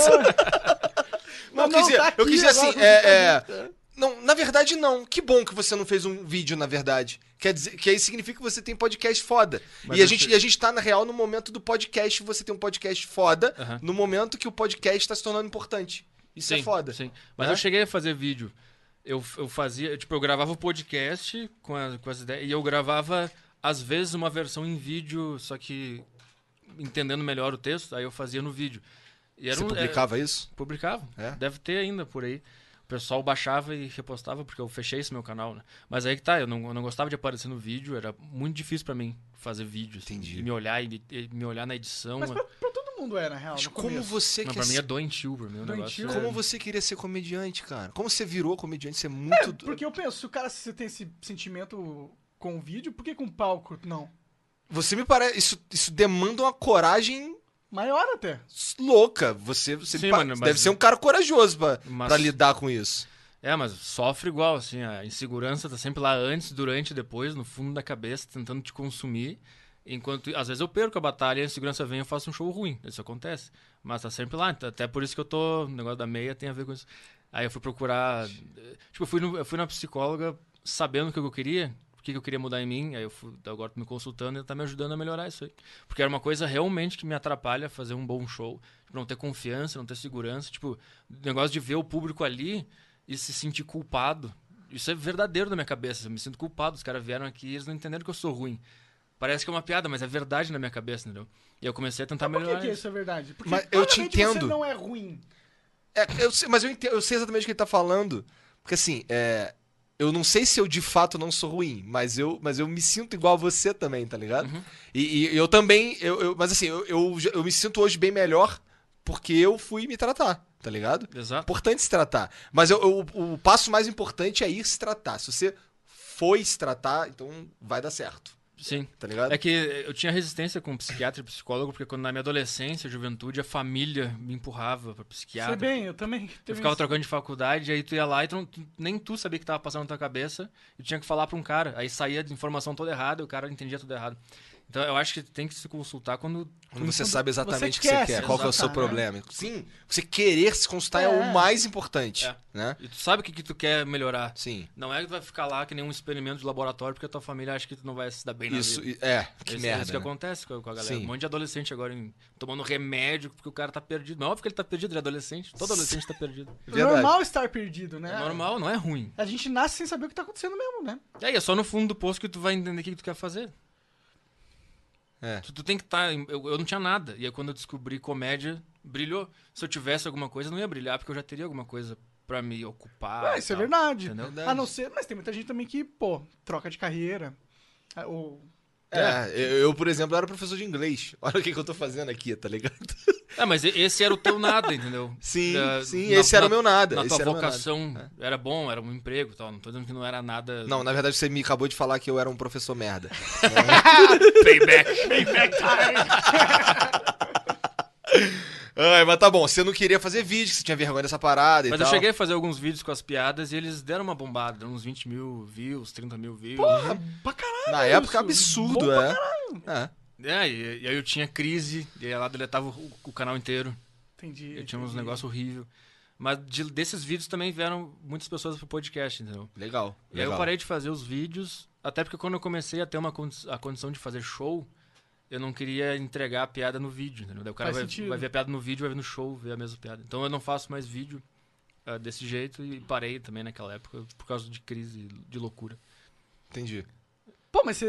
Não, Mas não, eu tá quis dizer aqui assim, agora, Não, na verdade não. Que bom que você não fez um vídeo, na verdade. Quer dizer, que aí significa que você tem podcast foda. Mas E a eu gente, sei- e a gente tá, na real, no momento do podcast, você tem um podcast foda, Aham. no momento que o podcast tá se tornando importante. Isso é foda. Sim. Mas Né? eu cheguei a fazer vídeo. Eu fazia, tipo, eu gravava o podcast com as ideias, e eu gravava, às vezes, uma versão em vídeo, só que entendendo melhor o texto, aí eu fazia no vídeo. E era Você publicava isso? Publicava. É? Deve ter ainda por aí. O pessoal baixava e repostava, porque eu fechei esse meu canal, né? Mas aí que tá, eu não gostava de aparecer no vídeo, era muito difícil pra mim fazer vídeo. Assim, Entendi. E me olhar e me olhar na edição. Mas pra todo mundo é, na real, Mas no como começo. você Não, quer pra mim é ser... doentio, pra mim o Doentio? negócio. Como você queria ser comediante, cara? Como você virou comediante? Você é muito... Porque eu penso, se o cara se tem esse sentimento com o vídeo, por que com o palco não? Você me parece... Isso demanda uma coragem Maior até. louca. Você Sim, me mano, mas- deve ser um cara corajoso Mas- pra lidar com isso. Mas sofre igual, assim, a insegurança tá sempre lá antes, durante e depois, no fundo da cabeça, tentando te consumir. Enquanto, às vezes eu perco a batalha e a insegurança vem e eu faço um show ruim. Isso acontece. Mas tá sempre lá. Até por isso que o negócio da meia tem a ver com isso. Aí eu fui procurar... Tipo, eu fui na psicóloga sabendo o que eu queria, o que eu queria mudar em mim. Aí agora tô me consultando e ela tá me ajudando a melhorar isso aí. Porque era uma coisa realmente que me atrapalha fazer um bom show. Tipo, não ter confiança, não ter segurança. Tipo, o negócio de ver o público ali e se sentir culpado. Isso é verdadeiro na minha cabeça. Eu me sinto culpado. Os caras vieram aqui e eles não entenderam que eu sou ruim. Parece que é uma piada, mas é verdade na minha cabeça, entendeu? E eu comecei a tentar Mas por melhorar que isso. isso é verdade? Porque Mas eu te claramente entendo. você não é ruim. Mas eu sei exatamente o que ele tá falando. Porque assim, eu não sei se eu de fato não sou ruim, mas eu me sinto igual a você também, tá ligado? Uhum. E eu também, mas assim, eu me sinto hoje bem melhor porque eu fui me tratar, tá ligado? Exato. Importante se tratar. Mas o passo mais importante é ir se tratar. Se você foi se tratar, então vai dar certo. Sim. Tá ligado? É que eu tinha resistência com psiquiatra e psicólogo, porque quando na minha adolescência, juventude, a família me empurrava pra psiquiatra. Sei bem, eu também. Eu ficava trocando de faculdade, aí tu ia lá e nem tu sabia o que tava passando na tua cabeça, e tu tinha que falar pra um cara. Aí saía de informação toda errada e o cara entendia tudo errado. Então eu acho que tem que se consultar quando você sabe exatamente o que você você quer quer, qual que é o seu exatar, né? problema. Sim, você querer se consultar é o mais importante, né? E tu sabe o que tu quer melhorar. Sim. Não é que tu vai ficar lá que nem um experimento de laboratório porque a tua família acha que tu não vai se dar bem na Isso, vida. que Isso merda. é isso que acontece com a galera. Sim. Um monte de adolescente agora tomando remédio porque o cara tá perdido. Não é óbvio que ele tá perdido, ele é adolescente. Todo adolescente tá perdido. Verdade. Normal estar perdido, né? É normal, não é ruim. A gente nasce sem saber o que tá acontecendo mesmo, né? E é só no fundo do poço que tu vai entender o que tu quer fazer. É. Tu tem que estar... Eu não tinha nada. E aí quando eu descobri comédia, brilhou. Se eu tivesse alguma coisa, não ia brilhar, porque eu já teria alguma coisa pra me ocupar. Isso é tal. verdade. Entendeu? A não ser, mas tem muita gente também que, pô, troca de carreira. Ou Eu, por exemplo, era professor de inglês. Olha o que eu tô fazendo aqui, tá ligado? Mas esse era o teu nada, entendeu? Sim, esse era o meu nada. Na esse tua era o meu vocação nada. era bom, era um emprego e tal. Não tô dizendo que não era nada... Não, na verdade você me acabou de falar que eu era um professor merda. Payback. Ai, mas tá bom, você não queria fazer vídeo, você tinha vergonha dessa parada e Mas tal. eu cheguei a fazer alguns vídeos com as piadas e eles deram uma bombada. Uns 20 mil views, 30 mil views. porra, pra caralho. Na época, isso. absurdo, Bom pra é. E aí eu tinha crise, e aí ela deletava o canal inteiro. Entendi. Eu tinha uns entendi. negócios horríveis. Mas desses vídeos também vieram muitas pessoas pro podcast, entendeu? Legal. E aí eu parei de fazer os vídeos, até porque quando eu comecei a ter a condição de fazer show, eu não queria entregar a piada no vídeo, entendeu? Daí o cara Faz vai sentido. ver a piada no vídeo, vai ver no show, ver a mesma piada. Então eu não faço mais vídeo desse jeito e parei também naquela época por causa de crise, de loucura. Entendi. Pô, mas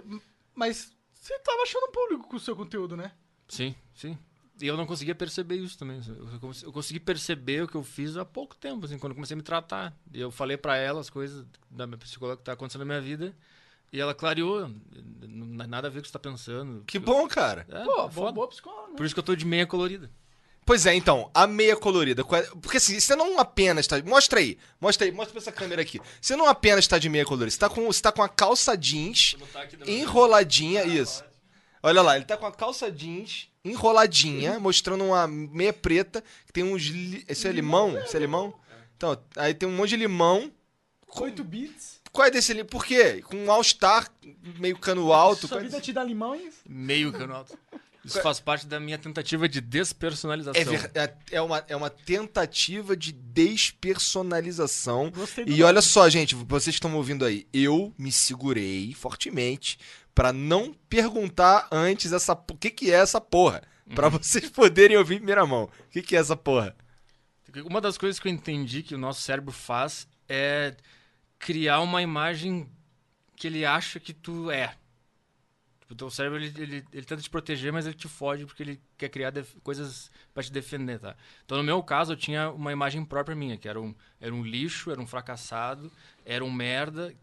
você tava achando um público com o seu conteúdo, né? Sim, sim. E eu não conseguia perceber isso também. Eu consegui perceber o que eu fiz há pouco tempo, assim, quando eu comecei a me tratar. E eu falei pra ela as coisas da minha psicóloga que tá acontecendo na minha vida. E ela clareou. Não é nada a ver com o que você tá pensando. Que bom, cara. Pô, Foda. boa psicóloga, né? Por isso que eu tô de meia colorida. Pois é, então, a meia colorida. Porque assim, você não apenas tá. Mostra pra essa câmera aqui. Você não apenas tá de meia colorida, você tá com a calça jeans enroladinha. Isso. Olha lá, ele tá com a calça jeans enroladinha, mostrando uma meia preta, que tem uns. Esse é limão? Esse é limão? Então, aí tem um monte de limão. 8 bits. Qual é desse limão? Por quê? Com um All-Star meio cano alto. Sua vida te dá limões? Meio cano alto. Isso faz parte da minha tentativa de despersonalização. É uma tentativa de despersonalização. Gostei do E nome. olha só, gente, vocês que estão me ouvindo aí, eu me segurei fortemente pra não perguntar antes o que é essa porra. Pra vocês poderem ouvir em primeira mão. O que é essa porra? Uma das coisas que eu entendi que o nosso cérebro faz é criar uma imagem que ele acha que tu é. O teu cérebro, ele tenta te proteger, mas ele te fode porque ele quer criar coisas pra te defender, tá? Então, no meu caso, eu tinha uma imagem própria minha, que era um lixo, era um fracassado, era um merda,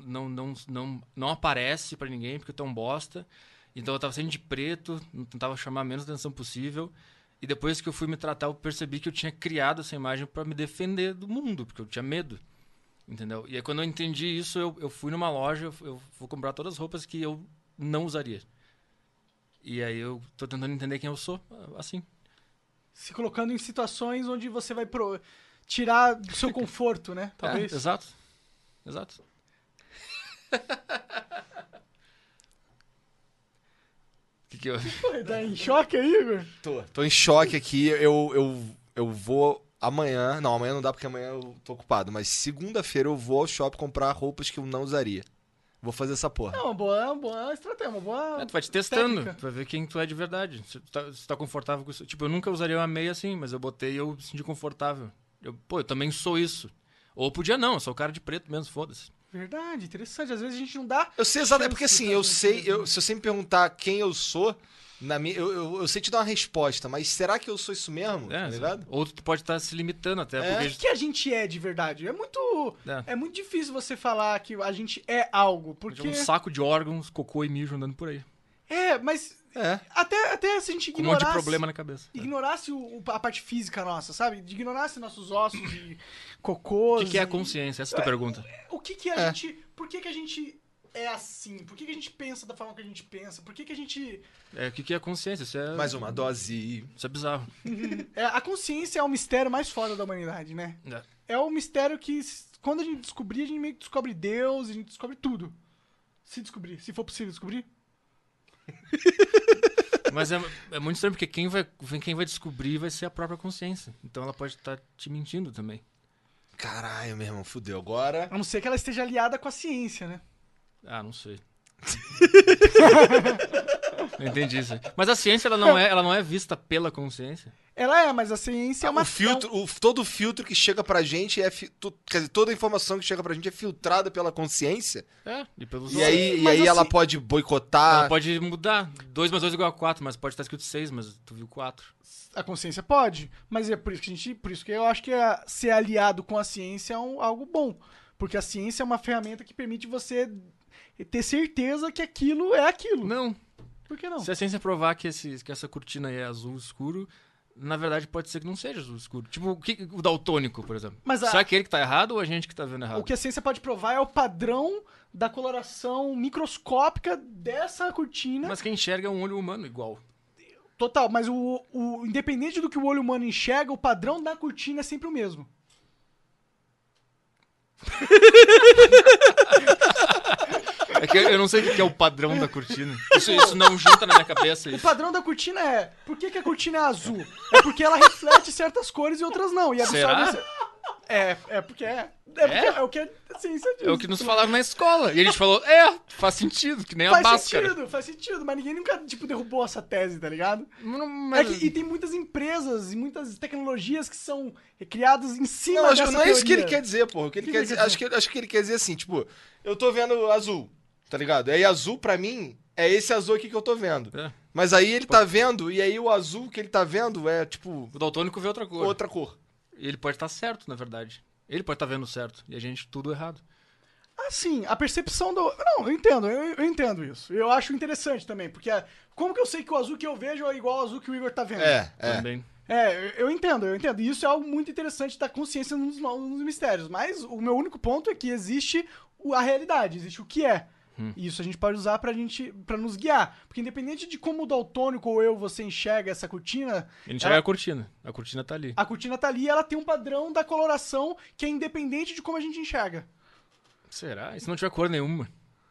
não aparece pra ninguém porque tu é um bosta. Então, eu tava sempre de preto, tentava chamar a menos atenção possível. E depois que eu fui me tratar, eu percebi que eu tinha criado essa imagem pra me defender do mundo, porque eu tinha medo. Entendeu? E aí, quando eu entendi isso, eu fui numa loja, eu vou comprar todas as roupas que eu não usaria. E aí eu tô tentando entender quem eu sou, assim. Se colocando em situações onde você vai tirar do seu conforto, né? Talvez. Exato. Que eu... Pô, tá em choque aí, Igor? Tô em choque aqui. Eu vou amanhã. Não, amanhã não dá porque amanhã eu tô ocupado. Mas segunda-feira eu vou ao shopping comprar roupas que eu não usaria. Vou fazer essa porra. É uma boa estratégia, uma boa. tu vai te testando técnica. pra ver quem tu é de verdade. Se tu tá confortável com isso. Tipo, eu nunca usaria uma meia assim, mas eu botei e eu me senti confortável. Eu também sou isso. Ou podia não, eu sou o cara de preto mesmo, foda-se. Verdade, interessante. Às vezes a gente não dá. Eu sei exatamente, porque assim, eu sei, eu se você me perguntar quem eu sou, eu sei te dar uma resposta, mas será que eu sou isso mesmo? Tá ligado? Ou tu pode estar se limitando até. O Porque que a gente é de verdade? É muito difícil você falar que a gente é algo, porque... um saco de órgãos, cocô e mijo andando por aí. Mas É. até se a gente Com um monte ignorasse... de problema na cabeça. Ignorasse a parte física nossa, sabe? De ignorasse nossos ossos e cocôs. O que é a consciência? Essa é a tua pergunta. O que a gente... Por que a gente é assim? Por que a gente pensa da forma que a gente pensa? Por que a gente... O que é consciência? Isso é... Mais uma dose. Isso é bizarro. a consciência é o mistério mais foda da humanidade, né? É o mistério que, quando a gente descobrir, a gente meio que descobre Deus, a gente descobre tudo. Se descobrir, se for possível descobrir. Mas é muito estranho, porque quem vai descobrir vai ser a própria consciência. Então ela pode estar te mentindo também. Caralho, meu irmão, fudeu. Agora... A não ser que ela esteja aliada com a ciência, né? Ah, não sei. Não entendi isso aí. Mas a ciência, ela não é vista pela consciência. Ela é, mas a ciência é uma... Todo filtro que chega pra gente quer dizer, toda a informação que chega pra gente é filtrada pela consciência. E pelos E aí ela pode boicotar. Ela pode mudar. 2 mais 2 é igual a 4, mas pode estar escrito 6, mas tu viu 4. A consciência pode, mas é por isso que eu acho que ser aliado com a ciência é algo bom. Porque a ciência é uma ferramenta que permite você ter certeza que aquilo é aquilo. Não. Por que não? Se a ciência provar que essa cortina aí é azul escuro, na verdade pode ser que não seja azul escuro. Tipo, o daltônico, por exemplo. Será que ele que tá errado ou a gente que tá vendo errado? O que a ciência pode provar é o padrão da coloração microscópica dessa cortina. Mas quem enxerga é um olho humano igual. Total, mas independente do que o olho humano enxerga, o padrão da cortina é sempre o mesmo. É que eu não sei o que é o padrão da cortina. Isso não junta na minha cabeça. O padrão da cortina é... Por que a cortina é azul? É porque ela reflete certas cores e outras não. E Será? É porque é o que a ciência diz. É o que nos falaram na escola. E a gente falou, faz sentido, que nem a Bhaskara. Faz sentido, mas ninguém nunca, derrubou essa tese, tá ligado? Mas... E tem muitas empresas e muitas tecnologias que são criadas em cima não, dessa não é isso que ele quer dizer, porra. Acho que ele quer dizer assim, tipo, eu tô vendo azul, tá ligado? Aí azul, pra mim, é esse azul aqui que eu tô vendo. Mas aí ele tá vendo, e aí o azul que ele tá vendo é, tipo... O daltônico vê outra cor. Outra cor. E ele pode estar certo, na verdade. Ele pode estar vendo certo. E a gente tudo errado. Assim, a percepção do... Não, eu entendo isso. Eu acho interessante também, porque como que eu sei que o azul que eu vejo é igual ao azul que o Igor tá vendo? Também. Eu entendo. E isso é algo muito interessante da consciência nos mistérios. Mas o meu único ponto é que existe a realidade, existe o que é. E isso a gente pode usar pra nos guiar. Porque independente de como o daltônico ou você enxerga essa cortina... Ele enxerga a cortina. A cortina tá ali. A cortina tá ali e ela tem um padrão da coloração que é independente de como a gente enxerga. Será? E se não tiver cor nenhuma?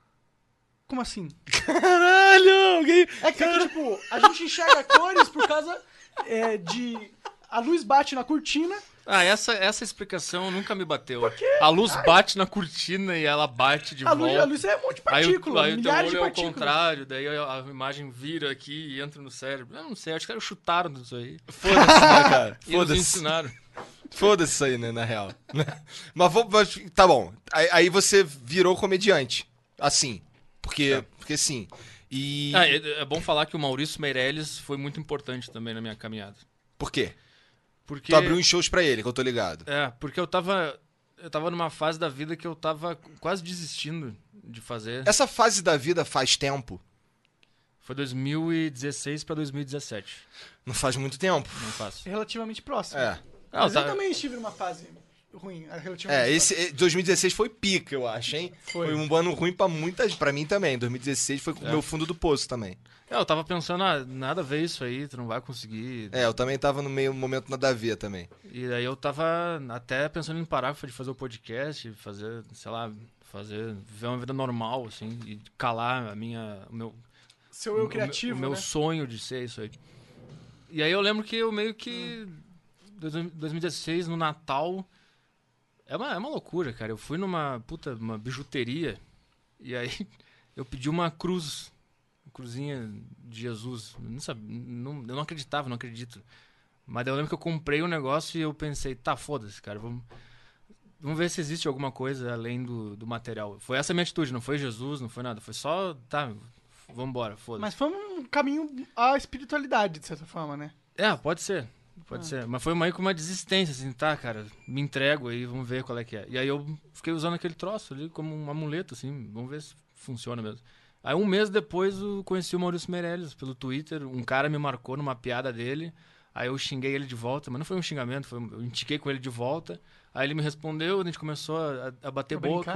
Como assim? Caralho! É que, tipo, a gente enxerga cores por causa de... A luz bate na cortina... Essa explicação nunca me bateu. A luz bate na cortina e ela bate de volta. A luz é um monte de partícula, aí o teu milhares olho de é ao partículas. contrário, daí a imagem vira aqui e entra no cérebro. Eu não sei, acho que eles chutaram isso aí. Foda-se, né, cara? E nos ensinaram. Foda-se isso aí, né, na real. Mas tá bom. Aí você virou comediante. Assim. Porque sim. E... É bom falar que o Maurício Meirelles foi muito importante também na minha caminhada. Por quê? Porque... Tu abriu uns shows pra ele, que eu tô ligado. Porque eu tava numa fase da vida que eu tava quase desistindo de fazer. Essa fase da vida faz tempo? Foi 2016 pra 2017. Não faz muito tempo. Não faço. Relativamente próximo. Não, Mas eu também estive numa fase ruim, relativamente esse 2016 foi pica, eu acho, hein? Foi um ano ruim pra mim também. 2016 foi com o meu fundo do poço também. Eu tava pensando, nada a ver isso aí, tu não vai conseguir. Eu também tava no meio momento nada a ver também. E daí eu tava até pensando em parar de fazer o podcast, fazer, sei lá, viver uma vida normal, assim, e calar o meu... Seu eu criativo, o meu sonho de ser isso aí. E aí eu lembro que eu meio que... 2016, no Natal... É uma loucura, cara. Eu fui uma bijuteria e aí eu pedi uma cruzinha de Jesus. Eu não sabia, eu não acreditava, não acredito. Mas daí eu lembro que eu comprei um negócio e eu pensei, foda-se, cara, vamos ver se existe alguma coisa além do material. Foi essa a minha atitude, não foi Jesus, não foi nada. Foi só, vambora, foda-se. Mas foi um caminho à espiritualidade, de certa forma, né? Pode ser. Pode ser. Mas foi meio que uma desistência, assim, cara, me entrego aí, vamos ver qual é que é. E aí eu fiquei usando aquele troço ali como um amuleto, assim, vamos ver se funciona mesmo. Aí um mês depois eu conheci o Maurício Meirelles pelo Twitter, um cara me marcou numa piada dele, aí eu xinguei ele de volta, mas não foi um xingamento, eu indiquei com ele de volta, aí ele me respondeu, a gente começou a bater boca,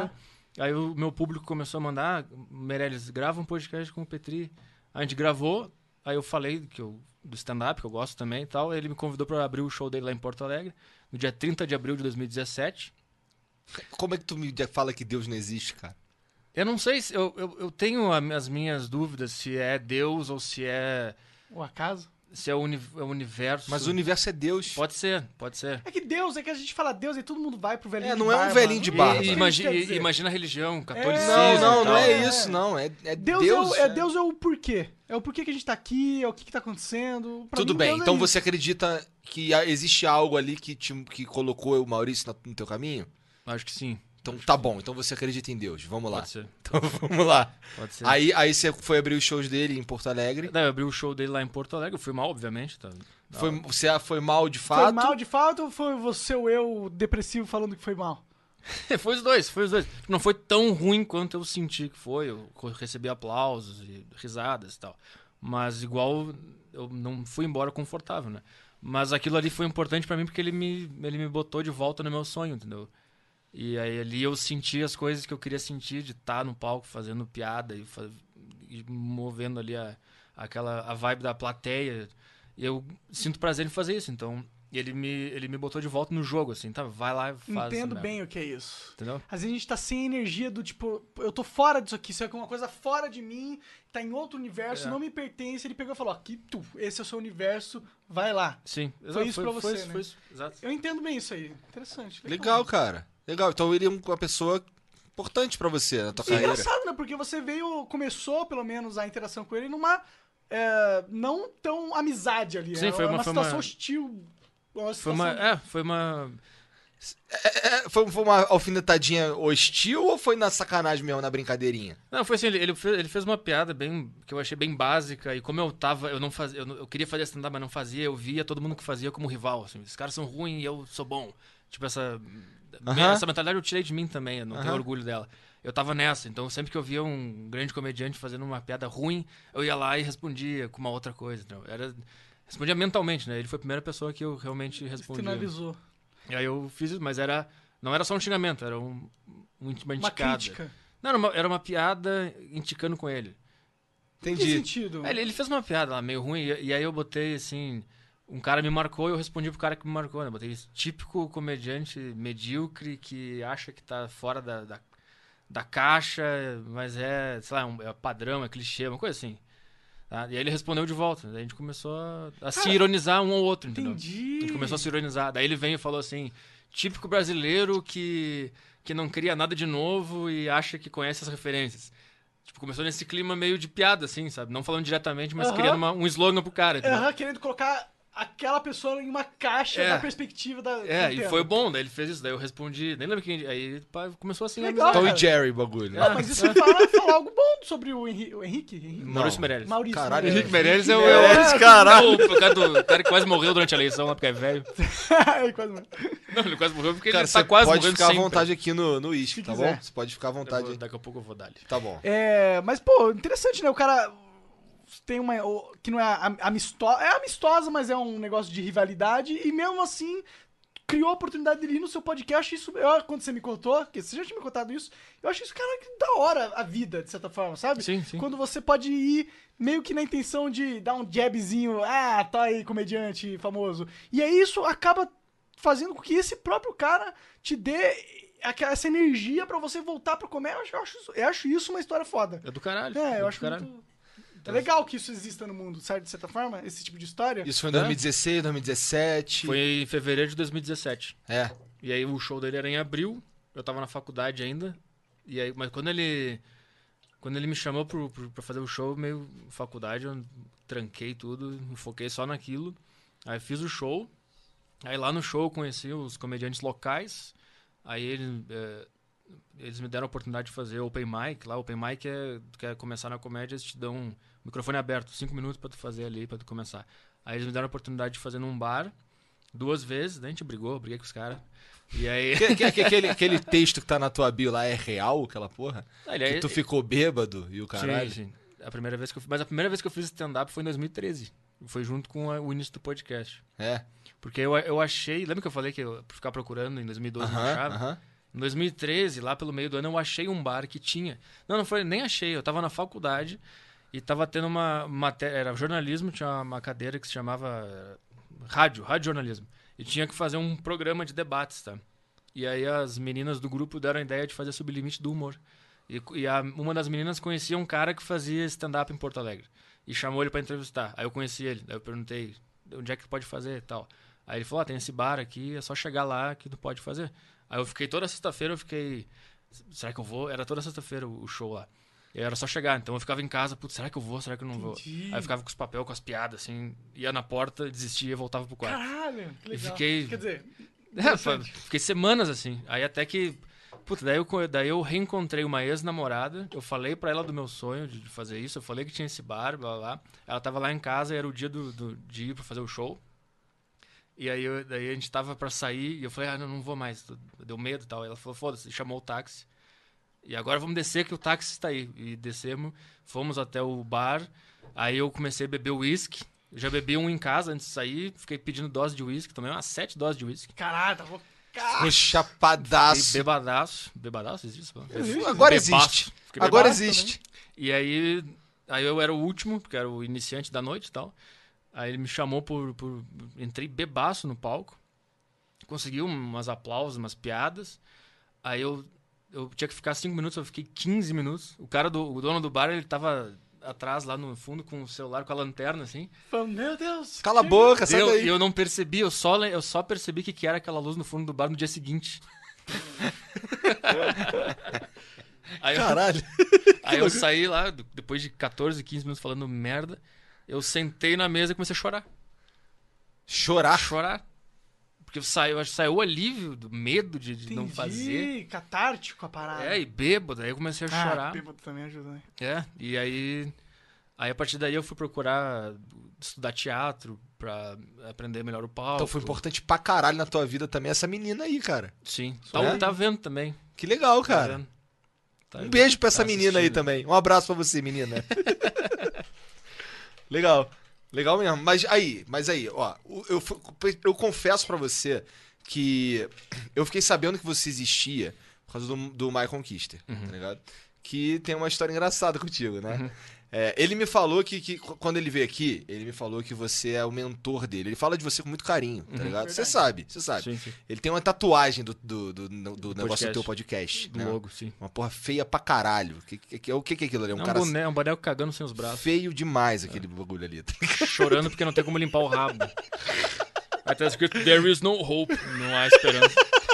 Aí o meu público começou a mandar, Meirelles, grava um podcast com o Petri. A gente gravou, aí eu falei do stand-up, que eu gosto também e tal. Ele me convidou pra abrir o show dele lá em Porto Alegre, no dia 30 de abril de 2017. Como é que tu me fala que Deus não existe, cara? Eu não sei, eu tenho as minhas dúvidas se é Deus ou se é O acaso? o universo. Mas o universo é Deus. Pode ser. É que Deus, é que a gente fala Deus e todo mundo vai pro velhinho de não é um barba. velhinho de barba. E Não é isso que quer dizer. imagina a religião, catolicismo. Não e tal. é isso, não. É Deus, Deus. Deus é o porquê. É o porquê que a gente tá aqui, é o que tá acontecendo. Pra Tudo mim, bem, Deus é então isso. você acredita que existe algo ali que colocou o Maurício no teu caminho? Acho que sim. Então tá bom, então você acredita em Deus. Vamos lá. Pode ser. Então vamos lá. Pode ser. Aí você foi abrir os shows dele em Porto Alegre. Daí eu abri o show dele lá em Porto Alegre. Eu fui mal, obviamente. Tá. Você foi mal de fato? Foi mal de fato ou foi você ou eu depressivo falando que foi mal? Foi os dois. Não foi tão ruim quanto eu senti que foi. Eu recebi aplausos e risadas e tal. Mas igual, eu não fui embora confortável, né? Mas aquilo ali foi importante pra mim porque ele me botou de volta no meu sonho, entendeu? E aí ali eu senti as coisas que eu queria sentir, de estar no palco fazendo piada e movendo ali a vibe da plateia. E eu sinto prazer em fazer isso, então ele me botou de volta no jogo, assim, tá? Vai lá e faz. Entendo essa bem merda. o que é isso. Entendeu? Às vezes a gente tá sem energia do tipo, eu tô fora disso aqui, isso é uma coisa fora de mim, tá em outro universo, não me pertence. Ele pegou e falou, aqui esse é o seu universo, vai lá. Sim. Foi isso pra você, né? Foi isso, exato. Eu entendo bem isso aí. Interessante. Legal, cara. Legal. Então ele é uma pessoa importante pra você na tua E carreira. engraçado, né? Porque você começou pelo menos a interação com ele numa não tão amizade ali. Sim, né? foi uma situação hostil. Foi uma. Foi uma alfinetadinha hostil ou foi na sacanagem mesmo, na brincadeirinha? Não, foi assim, ele fez uma piada que eu achei bem básica, e como eu queria fazer stand-up, mas não fazia, eu via todo mundo que fazia como rival, assim, esses caras são ruins e eu sou bom. Tipo, essa mentalidade eu tirei de mim também, eu não tenho orgulho dela. Eu tava nessa, então sempre que eu via um grande comediante fazendo uma piada ruim, eu ia lá e respondia com uma outra coisa, entendeu? Respondia mentalmente, né? Ele foi a primeira pessoa que eu realmente respondia. Finalizou. E aí eu fiz isso, mas não era só um xingamento, era uma Uma indicada. crítica. Não, era uma piada indicando com ele. Que Entendi. sentido? Ele fez uma piada lá meio ruim, e aí eu botei assim. Um cara me marcou e eu respondi pro cara que me marcou, né? Botei típico comediante medíocre que acha que tá fora da caixa, mas sei lá, é padrão, é clichê, uma coisa assim. Tá? E aí ele respondeu de volta. Daí a gente começou a se ironizar um ao outro, entendeu? Entendi. A gente começou a se ironizar. Daí ele veio e falou assim: típico brasileiro que não cria nada de novo e acha que conhece as referências. Tipo, começou nesse clima meio de piada, assim, sabe? Não falando diretamente, mas criando um slogan pro cara, entendeu? Querendo colocar aquela pessoa em uma caixa da perspectiva da. E foi bom, daí ele fez isso, daí eu respondi, nem lembro quem. Aí pá, começou assim, Legal, amizade. Tom cara. e Jerry, bagulho. Não, mas isso fala algo bom sobre o Henrique. Maurício Meirelles. Maurício. Caralho, né? Henrique Meirelles é o caralho. o cara que quase morreu durante a eleição lá, porque é velho. Ele quase morreu. Não, ele quase morreu porque Cara, ele tá você quase pode morrendo ficar à sempre. vontade aqui no uísque, Se tá quiser. bom? Você pode ficar à vontade. Daqui a pouco eu vou dar ali. Tá bom. Mas, pô, interessante, né? O cara tem uma. Que não é amistosa. É amistosa, mas é um negócio de rivalidade. E mesmo assim, criou a oportunidade dele ir no seu podcast. Isso, quando você me contou, que você já tinha me contado isso, eu acho isso, cara, que da hora a vida, de certa forma, sabe? Sim, sim. Quando você pode ir meio que na intenção de dar um jabzinho. Tá aí, comediante famoso. E aí isso acaba fazendo com que esse próprio cara te dê essa energia pra você voltar pro comédia. Eu acho isso uma história foda. É do caralho. Eu do acho caralho. muito. É legal que isso exista no mundo, certo? De certa forma, esse tipo de história. Isso foi em 2016, 2017. Foi em fevereiro de 2017. É. E aí o show dele era em abril, eu tava na faculdade ainda. E aí, mas quando ele me chamou pra fazer o show, meio faculdade, eu tranquei tudo, me foquei só naquilo. Aí fiz o show. Aí lá no show eu conheci os comediantes locais. Aí eles me deram a oportunidade de fazer open mic. Lá, open mic tu quer começar na comédia, eles te dão um microfone aberto, 5 minutos pra tu fazer ali, pra tu começar. Aí eles me deram a oportunidade de fazer num bar 2 vezes, daí a gente briguei com os caras. E aí... aquele texto que tá na tua bio lá é real, aquela porra? Que tu ficou bêbado e o caralho? Sim. Mas a primeira vez que eu fiz stand-up foi em 2013. Foi junto com o início do podcast. É. Porque eu achei... Lembra que eu falei que eu ficar procurando em 2012 não achava? Em 2013, lá pelo meio do ano, eu achei um bar que tinha... Não foi, nem achei. Eu tava na faculdade e tava tendo uma matéria... Era jornalismo, tinha uma cadeira que se chamava rádio jornalismo. E tinha que fazer um programa de debates, tá? E aí as meninas do grupo deram a ideia de fazer Sob o Limite do Humor. Uma das meninas conhecia um cara que fazia stand-up em Porto Alegre. E chamou ele pra entrevistar. Aí eu conheci ele. Aí eu perguntei, onde é que pode fazer e tal. Aí ele falou, tem esse bar aqui, é só chegar lá que tu pode fazer. Aí eu fiquei toda sexta-feira, será que eu vou? Era toda sexta-feira o show lá. E era só chegar, então eu ficava em casa, putz, será que eu vou? Será que eu não vou? Aí eu ficava com os papéis, com as piadas, assim, ia na porta, desistia e voltava pro quarto. Caralho, que legal. E fiquei... Quer dizer, fiquei semanas assim. Aí até que... Putz, daí eu reencontrei uma ex-namorada, eu falei pra ela do meu sonho de fazer isso, eu falei que tinha esse bar, blá, blá, blá. Ela tava lá em casa, era o dia de ir pra fazer o show. E aí daí a gente tava pra sair e eu falei, não vou mais, deu medo e tal. Ela falou, foda-se, chamou o táxi. E agora vamos descer que o táxi está aí. E descemos, fomos até o bar, aí eu comecei a beber uísque. Eu já bebi um em casa antes de sair, fiquei pedindo dose de uísque, tomei umas 7 doses de uísque. caralho, tá bom. Um chapadaço. Fiquei bebadaço. Bebadaço existe? Agora Bebaço. existe. Fiquei Agora bebaço existe. E aí eu era o último, porque era o iniciante da noite e tal. Aí ele me chamou entrei bebaço no palco. Consegui umas aplausos, umas piadas. Aí eu tinha que ficar 5 minutos, eu fiquei 15 minutos. O dono do bar, ele tava atrás, lá no fundo, com o celular, com a lanterna, assim. Meu Deus. Cala a boca, sai daí. E eu não percebi, eu só percebi que era aquela luz no fundo do bar no dia seguinte. Caralho. Aí eu saí lá, depois de 14, 15 minutos falando merda, eu sentei na mesa e comecei a chorar. Chorar. Porque acho que saiu o alívio do medo de não fazer. Catártico a parada. E bêbado, aí eu comecei a chorar. Bêbado também ajuda, né? E aí a partir daí eu fui procurar estudar teatro pra aprender melhor o palco. Então foi importante pra caralho na tua vida também essa menina aí, cara. Sim. É? Tá vendo também. Que legal, cara. Vendo. Um beijo pra essa menina aí também. Um abraço pra você, menina. Legal. Legal mesmo. Mas aí, ó, eu confesso pra você que eu fiquei sabendo que você existia por causa do Michael Kister, tá ligado? Que tem uma história engraçada contigo, né? Ele me falou que quando ele veio aqui, ele me falou que você é o mentor dele. Ele fala de você com muito carinho, tá ligado? Você sabe. Sim. Ele tem uma tatuagem do negócio do teu podcast. Do né? logo, sim. Uma porra feia pra caralho. O que é aquilo ali? É um boneco cagando sem os braços. Feio demais aquele bagulho ali. Chorando porque não tem como limpar o rabo. Aí tá escrito, there is no hope. Não há esperança.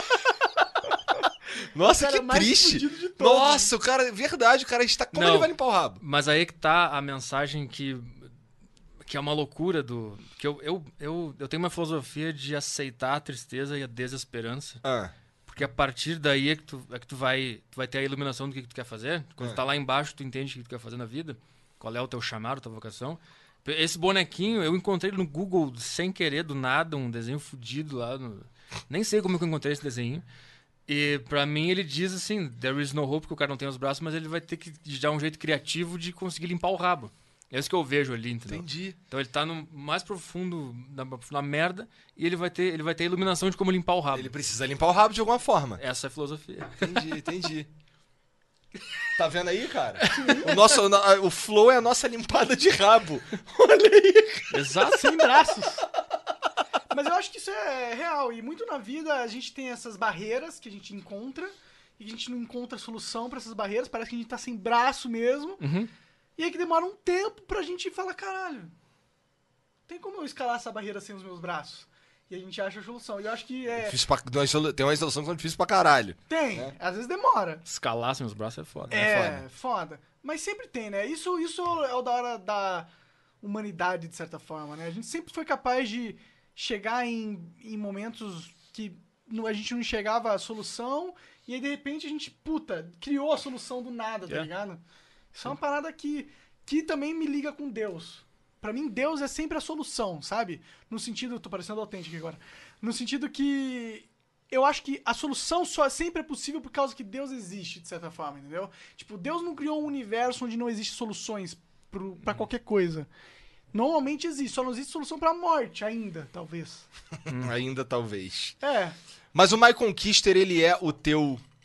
Nossa, que mais triste. fudido de todos. Nossa, o cara, verdade, o cara está... Como Não, ele vai limpar o rabo? Mas aí que tá a mensagem que é uma loucura do... Que eu tenho uma filosofia de aceitar a tristeza e a desesperança. Porque a partir daí é que tu vai ter a iluminação do que tu quer fazer. Quando tu tá lá embaixo, tu entende o que tu quer fazer na vida. Qual é o teu chamado, a tua vocação. Esse bonequinho, eu encontrei no Google sem querer, do nada, um desenho fudido lá. Nem sei como que eu encontrei esse desenho. E pra mim ele diz assim, there is no hope, que o cara não tem os braços, mas ele vai ter que dar um jeito criativo de conseguir limpar o rabo. É isso que eu vejo ali, entendeu? Entendi. Então ele tá no mais profundo, na merda, e ele vai ter a iluminação de como limpar o rabo. Ele precisa limpar o rabo de alguma forma. Essa é a filosofia. Entendi. Tá vendo aí, cara? O flow é a nossa limpada de rabo. Olha aí. Exato. Sem braços. Mas eu acho que isso é real. E muito na vida a gente tem essas barreiras que a gente encontra. E a gente não encontra solução pra essas barreiras. Parece que a gente tá sem braço mesmo. E aí que demora um tempo pra gente falar, caralho, tem como eu escalar essa barreira sem os meus braços? E a gente acha a solução. E eu acho que é... Tem uma solução que é difícil pra caralho. Tem. Às vezes demora. Escalar sem os braços é foda. É foda. Mas sempre tem, né? Isso é o da hora da humanidade, de certa forma, né? A gente sempre foi capaz de chegar em momentos que a gente não enxergava a solução e aí, de repente, a gente, criou a solução do nada, tá ligado? Isso é uma parada que também me liga com Deus. Pra mim, Deus é sempre a solução, sabe? No sentido... Tô parecendo autêntico agora. No sentido que... Eu acho que a solução só sempre é possível por causa que Deus existe, de certa forma, entendeu? Tipo, Deus não criou um universo onde não existem soluções pra qualquer coisa. Normalmente existe, só não existe solução pra morte ainda, talvez. Ainda talvez. É. Mas o Michael Kister, ele é o teu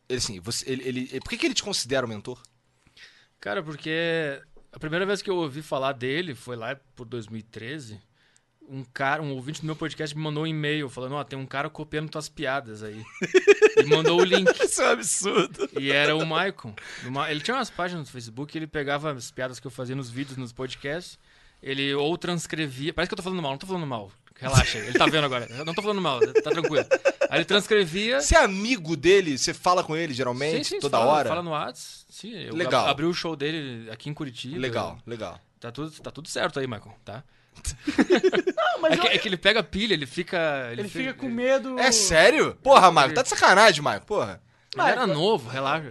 Ele, assim, por que ele te considera um mentor? Cara, porque a primeira vez que eu ouvi falar dele foi lá por 2013. Um ouvinte do meu podcast me mandou um e-mail falando, ó, tem um cara copiando tuas piadas aí. E mandou o link. Isso é um absurdo. E era o Maicon. Ele tinha umas páginas no Facebook, ele pegava as piadas que eu fazia nos vídeos, nos podcasts, ele ou transcrevia... Parece que eu tô falando mal, não tô falando mal. Relaxa, ele tá vendo agora. Eu não tô falando mal, tá tranquilo. Aí ele transcrevia... Você é amigo dele? Você fala com ele geralmente, sim, toda hora? Fala no WhatsApp. Sim, eu Legal. abri o show dele aqui em Curitiba. Legal. Tá tudo certo aí, Maicon, tá? Não, mas É que ele pega pilha, ele fica... ele fica com medo... É sério? Porra, Maicon, tá de sacanagem, Maicon, porra. Ele era novo, relaxa.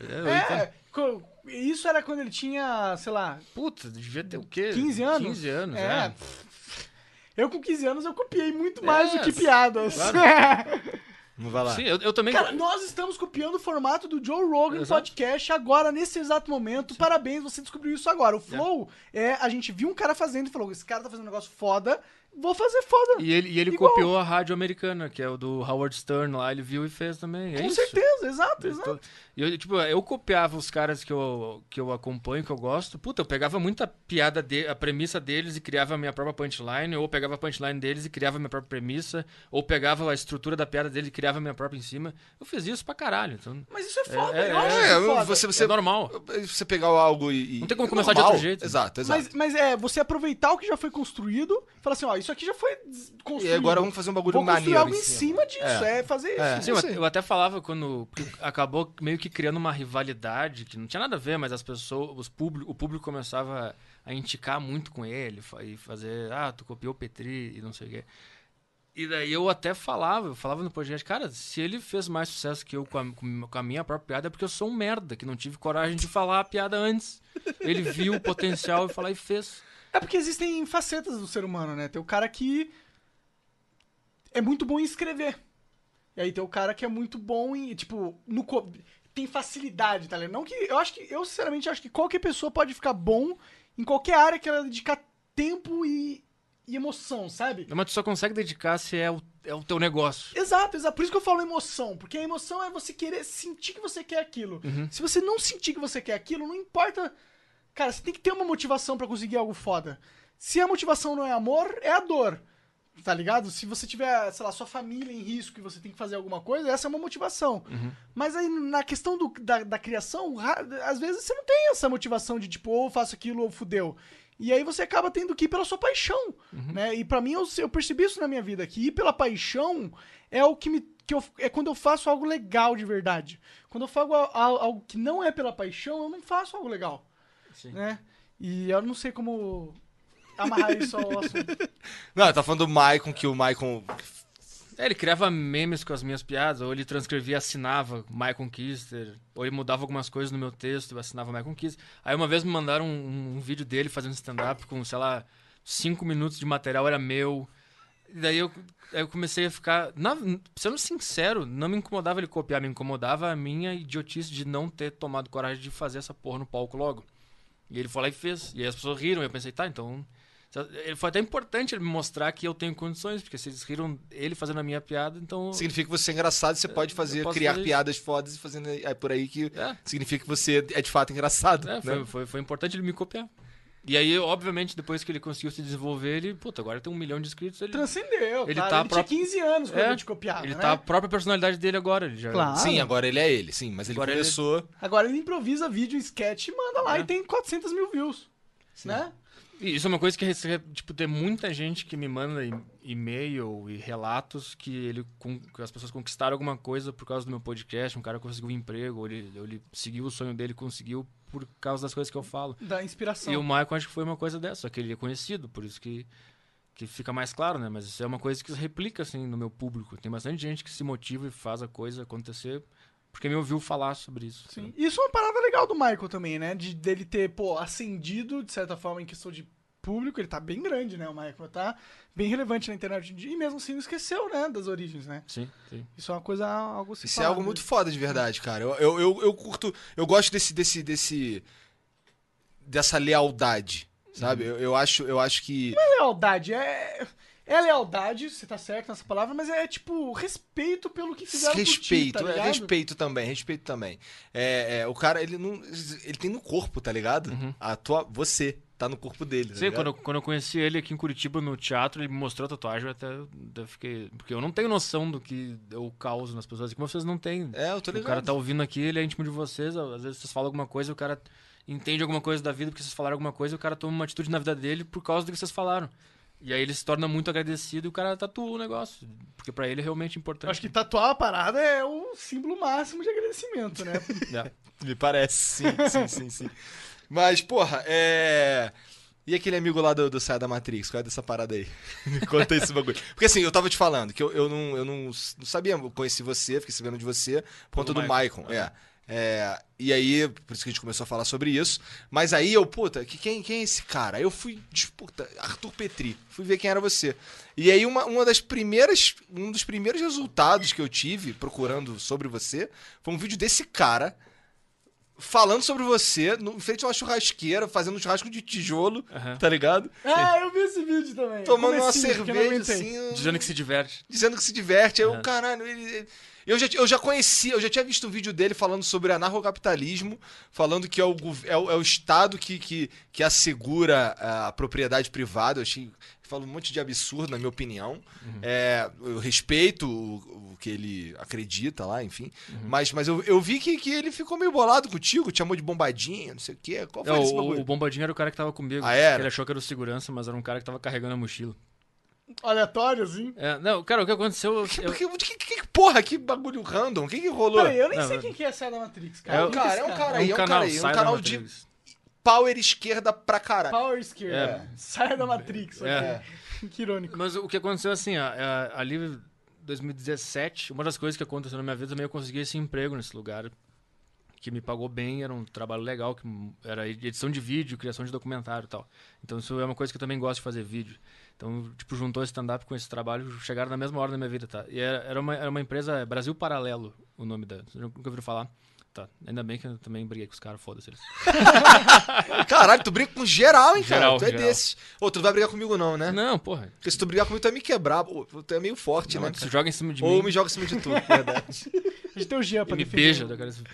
Isso era quando ele tinha, sei lá... Puta, devia ter o quê? 15 anos? 15 anos, é. Eu com 15 anos eu copiei muito mais do que piadas. Claro. Não vai lá. Sim, eu também... Cara, nós estamos copiando o formato do Joe Rogan Exato. Podcast agora, nesse exato momento. Sim. Parabéns, você descobriu isso agora. O Flow a gente viu um cara fazendo e falou, esse cara tá fazendo um negócio foda, vou fazer foda. E ele Igual. copiou a rádio americana, que é o do Howard Stern lá, ele viu e fez também. Com certeza, exato. E eu copiava os caras que eu acompanho, que eu gosto. Puta, eu pegava muita piada, a premissa deles e criava a minha própria punchline, ou pegava a punchline deles e criava a minha própria premissa, ou pegava a estrutura da piada deles e criava a minha própria em cima. Eu fiz isso pra caralho. Então, mas isso é foda, eu acho isso foda. Você é normal. Você pegar algo e... Não tem como começar de outro jeito. Exato. Mas você aproveitar o que já foi construído, falar assim, ó, isso aqui já foi construído. E agora vamos fazer um bagulho maneiro. Vou construir algo em cima disso, fazer isso. Sim, eu até falava quando acabou meio que criando uma rivalidade, que não tinha nada a ver, mas as pessoas, o público começava a indicar muito com ele, e fazer, tu copiou o Petri e não sei o quê. E daí eu até falava no podcast, cara, se ele fez mais sucesso que eu com a minha própria piada, é porque eu sou um merda, que não tive coragem de falar a piada antes. Ele viu o potencial e falou e fez. É porque existem facetas do ser humano, né? Tem o cara que é muito bom em escrever. E aí tem o cara que é muito bom em, tipo, tem facilidade, tá ligado? Não que eu sinceramente acho que qualquer pessoa pode ficar bom em qualquer área que ela dedicar tempo e emoção, sabe? Mas tu só consegue dedicar se é o teu negócio. Exato. Por isso que eu falo emoção. Porque a emoção é você querer sentir que você quer aquilo. Uhum. Se você não sentir que você quer aquilo, não importa. Cara, você tem que ter uma motivação pra conseguir algo foda. Se a motivação não é amor, é a dor. Tá ligado? Se você tiver, sei lá, sua família em risco e você tem que fazer alguma coisa, essa é uma motivação. Uhum. Mas aí, na questão da criação, às vezes você não tem essa motivação de, tipo, ou faço aquilo ou fudeu. E aí você acaba tendo que ir pela sua paixão, né? E pra mim, eu percebi isso na minha vida, que ir pela paixão é o é quando eu faço algo legal de verdade. Quando eu faço algo que não é pela paixão, eu não faço algo legal. Sim. Né? E eu não sei como amarrar isso ao assunto. Não, tá falando do Maicon, que o Maicon... Ele criava memes com as minhas piadas, ou ele transcrevia, assinava Maicon Kister, ou ele mudava algumas coisas no meu texto e assinava Maicon Kister. Aí uma vez me mandaram um vídeo dele fazendo stand-up com, sei lá, 5 minutos de material, era meu. E daí eu comecei a ficar... Sendo sincero, não me incomodava ele copiar, me incomodava a minha idiotice de não ter tomado coragem de fazer essa porra no palco logo. E ele foi lá e fez. E aí as pessoas riram, e eu pensei, tá, então... Foi até importante ele me mostrar que eu tenho condições, porque se eles riram ele fazendo a minha piada, então... Significa que você é engraçado, você pode criar piadas fodas e fazendo... É por aí que significa que você é de fato engraçado. Né? Foi importante ele me copiar. E aí, obviamente, depois que ele conseguiu se desenvolver, ele... Puta, agora tem 1 milhão de inscritos. Ele transcendeu, ele tá? Ele tinha 15 anos quando ele te copiava, Ele né? tá a própria personalidade dele agora. Ele já... Claro. Sim, agora ele é ele, sim. Mas ele começou... Agora ele improvisa vídeo, sketch e manda lá e tem 400 mil views. Sim. Né? E isso é uma coisa que tipo, tem muita gente que me manda e-mail e relatos que as pessoas conquistaram alguma coisa por causa do meu podcast, um cara conseguiu um emprego, ou ele seguiu o sonho dele, conseguiu por causa das coisas que eu falo. Da inspiração. E o Michael acho que foi uma coisa dessa, só que ele é conhecido, por isso que fica mais claro, né? Mas isso é uma coisa que se replica, assim, no meu público. Tem bastante gente que se motiva e faz a coisa acontecer porque me ouviu falar sobre isso. Sim. Isso é uma parada legal do Michael também, né? Dele ter, ascendido, de certa forma, em questão de público. Ele tá bem grande, né? O Michael tá bem relevante na internet. E mesmo assim não esqueceu, né? Das origens, né? Sim, sim. Isso é uma coisa, algo se Isso é algo muito foda de verdade, cara. Eu curto... Eu gosto dessa lealdade, sabe? Eu acho que... Não é lealdade, É lealdade, você tá certo nessa palavra, mas é tipo respeito pelo que fizeram por ti, tá ligado? Respeito também. O cara, ele tem no corpo, tá ligado? Você tá no corpo dele, tá Sim, ligado? quando eu conheci ele aqui em Curitiba, no teatro, ele me mostrou a tatuagem, eu fiquei... Porque eu não tenho noção do que eu causo nas pessoas, como vocês não têm. Eu tô ligado. O cara tá ouvindo aqui, ele é íntimo de vocês, às vezes vocês falam alguma coisa, o cara entende alguma coisa da vida porque vocês falaram alguma coisa, o cara toma uma atitude na vida dele por causa do que vocês falaram. E aí ele se torna muito agradecido e o cara tatua o negócio, porque pra ele é realmente importante. Acho que tatuar a parada é o símbolo máximo de agradecimento, né? Me parece, sim. Mas, porra, E aquele amigo lá do Saia da Matrix? Qual é dessa parada aí? Me conta esse bagulho. Porque assim, eu tava te falando que eu não sabia, eu conheci você, fiquei sabendo de você por conta do Maicon. E aí, por isso que a gente começou a falar sobre isso. Mas aí eu, quem é esse cara? Aí eu fui, Arthur Petri. Fui ver quem era você. E aí um dos primeiros resultados que eu tive procurando sobre você foi um vídeo desse cara falando sobre você, em frente a uma churrasqueira, fazendo um churrasco de tijolo, tá ligado? Eu vi esse vídeo também. Tomando uma cerveja, assim... Dizendo que se diverte. Aí eu, caralho, eu já conhecia, eu já tinha visto um vídeo dele falando sobre anarcocapitalismo, falando que é o Estado que assegura a propriedade privada. Eu achei... Fala um monte de absurdo, na minha opinião. Eu respeito o que ele acredita lá, enfim. Mas eu vi que ele ficou meio bolado contigo, te chamou de bombadinha, não sei o quê. Qual foi esse bagulho? O bombadinho era o cara que tava comigo. Era? Ele achou que era o segurança, mas era um cara que tava carregando a mochila. Aleatório, assim? Não, cara, o que aconteceu... Porra, que bagulho random, o que rolou? Peraí, eu nem sei quem que é Saia da Matrix, cara. É um canal de power esquerda pra caralho. Power esquerda. Saia da Matrix. Que irônico. Mas o que aconteceu assim, ali em 2017, uma das coisas que aconteceu na minha vida também, eu consegui esse emprego nesse lugar, que me pagou bem, era um trabalho legal, que era edição de vídeo, criação de documentário e tal. Então isso é uma coisa que eu também gosto de fazer, vídeo. Então, juntou esse stand-up com esse trabalho, chegaram na mesma hora da minha vida, tá? E era uma empresa, Brasil Paralelo, o nome da... Você nunca ouviu falar? Tá, ainda bem que eu também briguei com os caras, foda-se eles. Caralho, tu briga com geral, hein, cara? Geral, tu é desses. Tu não vai brigar comigo não, né? Não, porra. Porque se tu brigar comigo, tu vai me quebrar. Tu é meio forte, né? Você joga em cima de Ou mim. me joga em cima de tu, verdade. A gente tem o Jean pra Me defender. beija.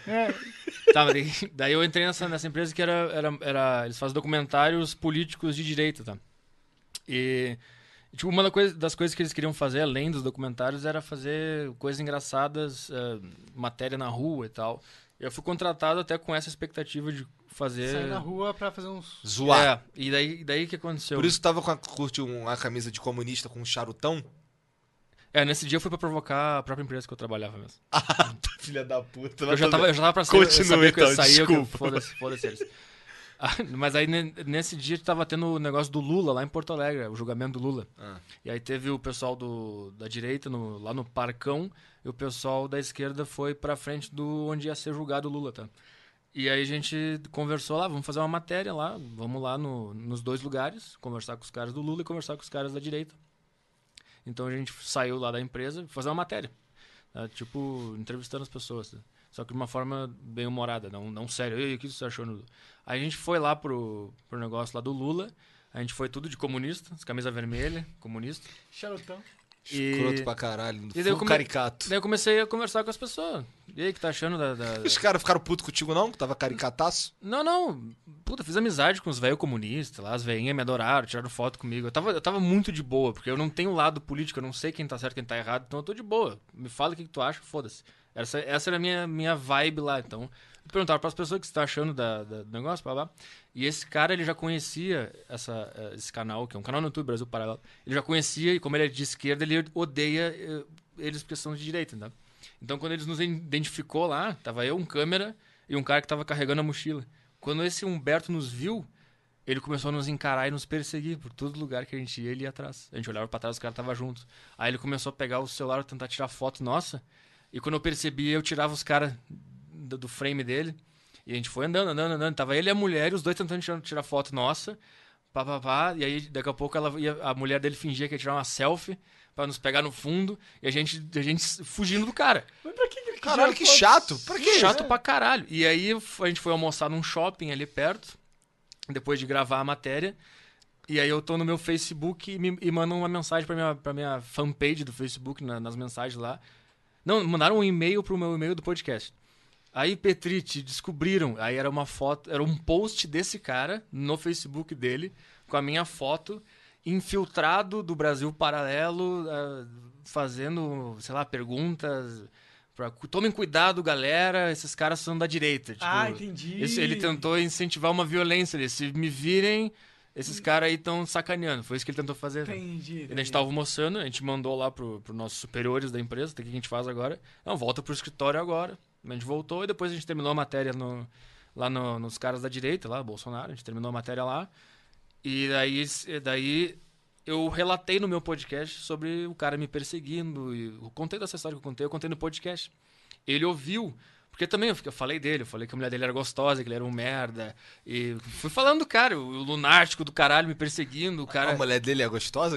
Tá, mas daí eu entrei nessa empresa que era eles fazem documentários políticos de direita, tá? E tipo, uma das coisas que eles queriam fazer, além dos documentários, era fazer coisas engraçadas, matéria na rua e tal. Eu fui contratado até com essa expectativa de fazer... Sair na rua pra fazer uns... Zoar. E daí que aconteceu? Por isso tu tava curtiu uma camisa de comunista com um charutão? Nesse dia eu fui pra provocar a própria empresa que eu trabalhava mesmo. Filha da puta. Eu já tava pra Continua, saber que eu ia então, sair, desculpa. foda-se eles. Mas aí nesse dia tava tendo o negócio do Lula lá em Porto Alegre, o julgamento do Lula. E aí teve o pessoal da direita lá no Parcão e o pessoal da esquerda foi pra frente onde ia ser julgado o Lula, tá? E aí a gente conversou lá, vamos fazer uma matéria lá, vamos lá nos dois lugares, conversar com os caras do Lula e conversar com os caras da direita. Então a gente saiu lá da empresa fazer uma matéria, tá? Tipo, entrevistando as pessoas, tá? Só que de uma forma bem humorada, não sério. E aí, o que você achou? Aí a gente foi lá pro negócio lá do Lula, a gente foi tudo de comunista, camisa vermelha, comunista. Charutão. Escroto pra caralho, E daí eu caricato. Daí eu comecei a conversar com as pessoas. E aí, o que tá achando Os caras ficaram putos contigo não? Que tava caricataço? Não. Puta, fiz amizade com os velhos comunistas lá, as velhinhas me adoraram, tiraram foto comigo. Eu tava muito de boa, porque eu não tenho lado político, eu não sei quem tá certo, quem tá errado, então eu tô de boa. Me fala o que tu acha, foda-se. Essa era a minha vibe lá, então... Perguntaram para as pessoas o que você tá achando do negócio, blá, blá. E esse cara, ele já conhecia esse canal, que é um canal no YouTube, Brasil Paralelo. Ele já conhecia, e como ele é de esquerda, ele odeia eles porque são de direita, né? Então, quando eles nos identificou lá, tava eu, um câmera e um cara que tava carregando a mochila. Quando esse Humberto nos viu, ele começou a nos encarar e nos perseguir por todo lugar que a gente ia, ele ia atrás. A gente olhava para trás, os caras estavam juntos. Aí ele começou a pegar o celular e tentar tirar foto nossa. E quando eu percebi, eu tirava os caras do frame dele. E a gente foi andando. Tava ele e a mulher, e os dois tentando tirar foto nossa. E aí, daqui a pouco, a mulher dele fingia que ia tirar uma selfie pra nos pegar no fundo. E a gente fugindo do cara. Mas pra que Caralho, que chato. Pra quê? Chato pra caralho. E aí, a gente foi almoçar num shopping ali perto, depois de gravar a matéria. E aí eu tô no meu Facebook e mandam uma mensagem pra minha fanpage do Facebook, nas mensagens lá. Não, mandaram um e-mail pro meu e-mail do podcast. Aí, Petri, te descobriram. Aí era uma foto, era um post desse cara no Facebook dele, com a minha foto, infiltrado do Brasil Paralelo, fazendo, sei lá, perguntas. Tomem cuidado, galera, esses caras são da direita. Tipo, Entendi. Ele tentou incentivar uma violência ali. Se me virem, esses caras aí estão sacaneando. Foi isso que ele tentou fazer. Entendi. E a gente tava almoçando, a gente mandou lá pro nossos superiores da empresa, o que a gente faz agora. Não, volta pro escritório agora. A gente voltou e depois a gente terminou a matéria lá nos caras da direita, lá, Bolsonaro. A gente terminou a matéria lá. E daí eu relatei no meu podcast sobre o cara me perseguindo. E eu contei dessa história que eu contei no podcast. Ele ouviu, porque também eu falei dele, eu falei que a mulher dele era gostosa, que ele era um merda. E fui falando do cara, o lunático do caralho me perseguindo. O cara... A mulher dele é gostosa?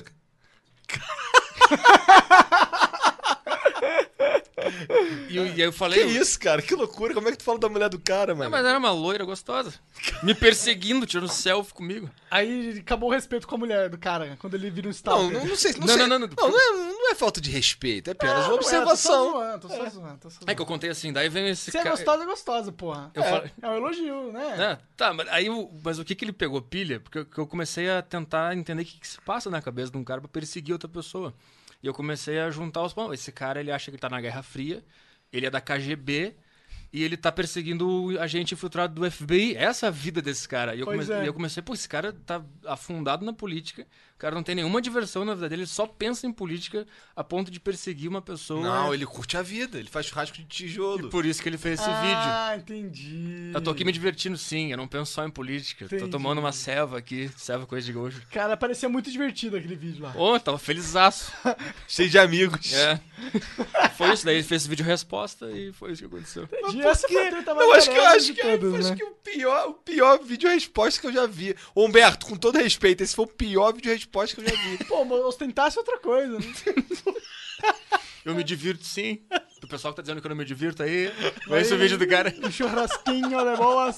E aí eu falei... Que isso, cara? Que loucura. Como é que tu fala da mulher do cara, mano? Mas era uma loira gostosa. Me perseguindo, tirando selfie comigo. Aí acabou o respeito com a mulher do cara, quando ele vira um stalker. Não sei. Não é falta de respeito, é apenas uma observação. Tô só zoando. É que eu contei assim, daí vem esse Se é cara... gostosa, é gostosa, porra. É um elogio, né? Tá, mas o que ele pegou pilha? Porque eu comecei a tentar entender o que se passa na cabeça de um cara pra perseguir outra pessoa. E eu comecei a juntar os pontos. Esse cara, ele acha que ele tá na Guerra Fria, ele é da KGB e ele tá perseguindo o agente infiltrado do FBI. Essa é a vida desse cara. E eu comecei, pô, esse cara tá afundado na política, o cara não tem nenhuma diversão na vida dele, ele só pensa em política a ponto de perseguir uma pessoa. Não, ele curte a vida, ele faz churrasco de tijolo. E por isso que ele fez esse vídeo. Ah, entendi. Eu tô aqui me divertindo, sim, eu não penso só em política. Entendi. Tô tomando uma selva aqui, selva coisa de gojo. Cara, parecia muito divertido aquele vídeo lá. Pô, tava felizaço. Cheio de amigos. É. Foi isso, daí ele fez esse vídeo resposta e foi isso que aconteceu. Entendi. Essa foi a treta mais Eu acho que todas, né? o pior vídeo resposta que eu já vi. Ô, Humberto, com todo respeito, esse foi o pior vídeo resposta que eu já vi. Pô, ostentasse outra coisa, né? Eu me divirto, sim. O pessoal que tá dizendo que eu não me divirto aí, vai esse o vídeo do cara. Um churrasquinho de boas.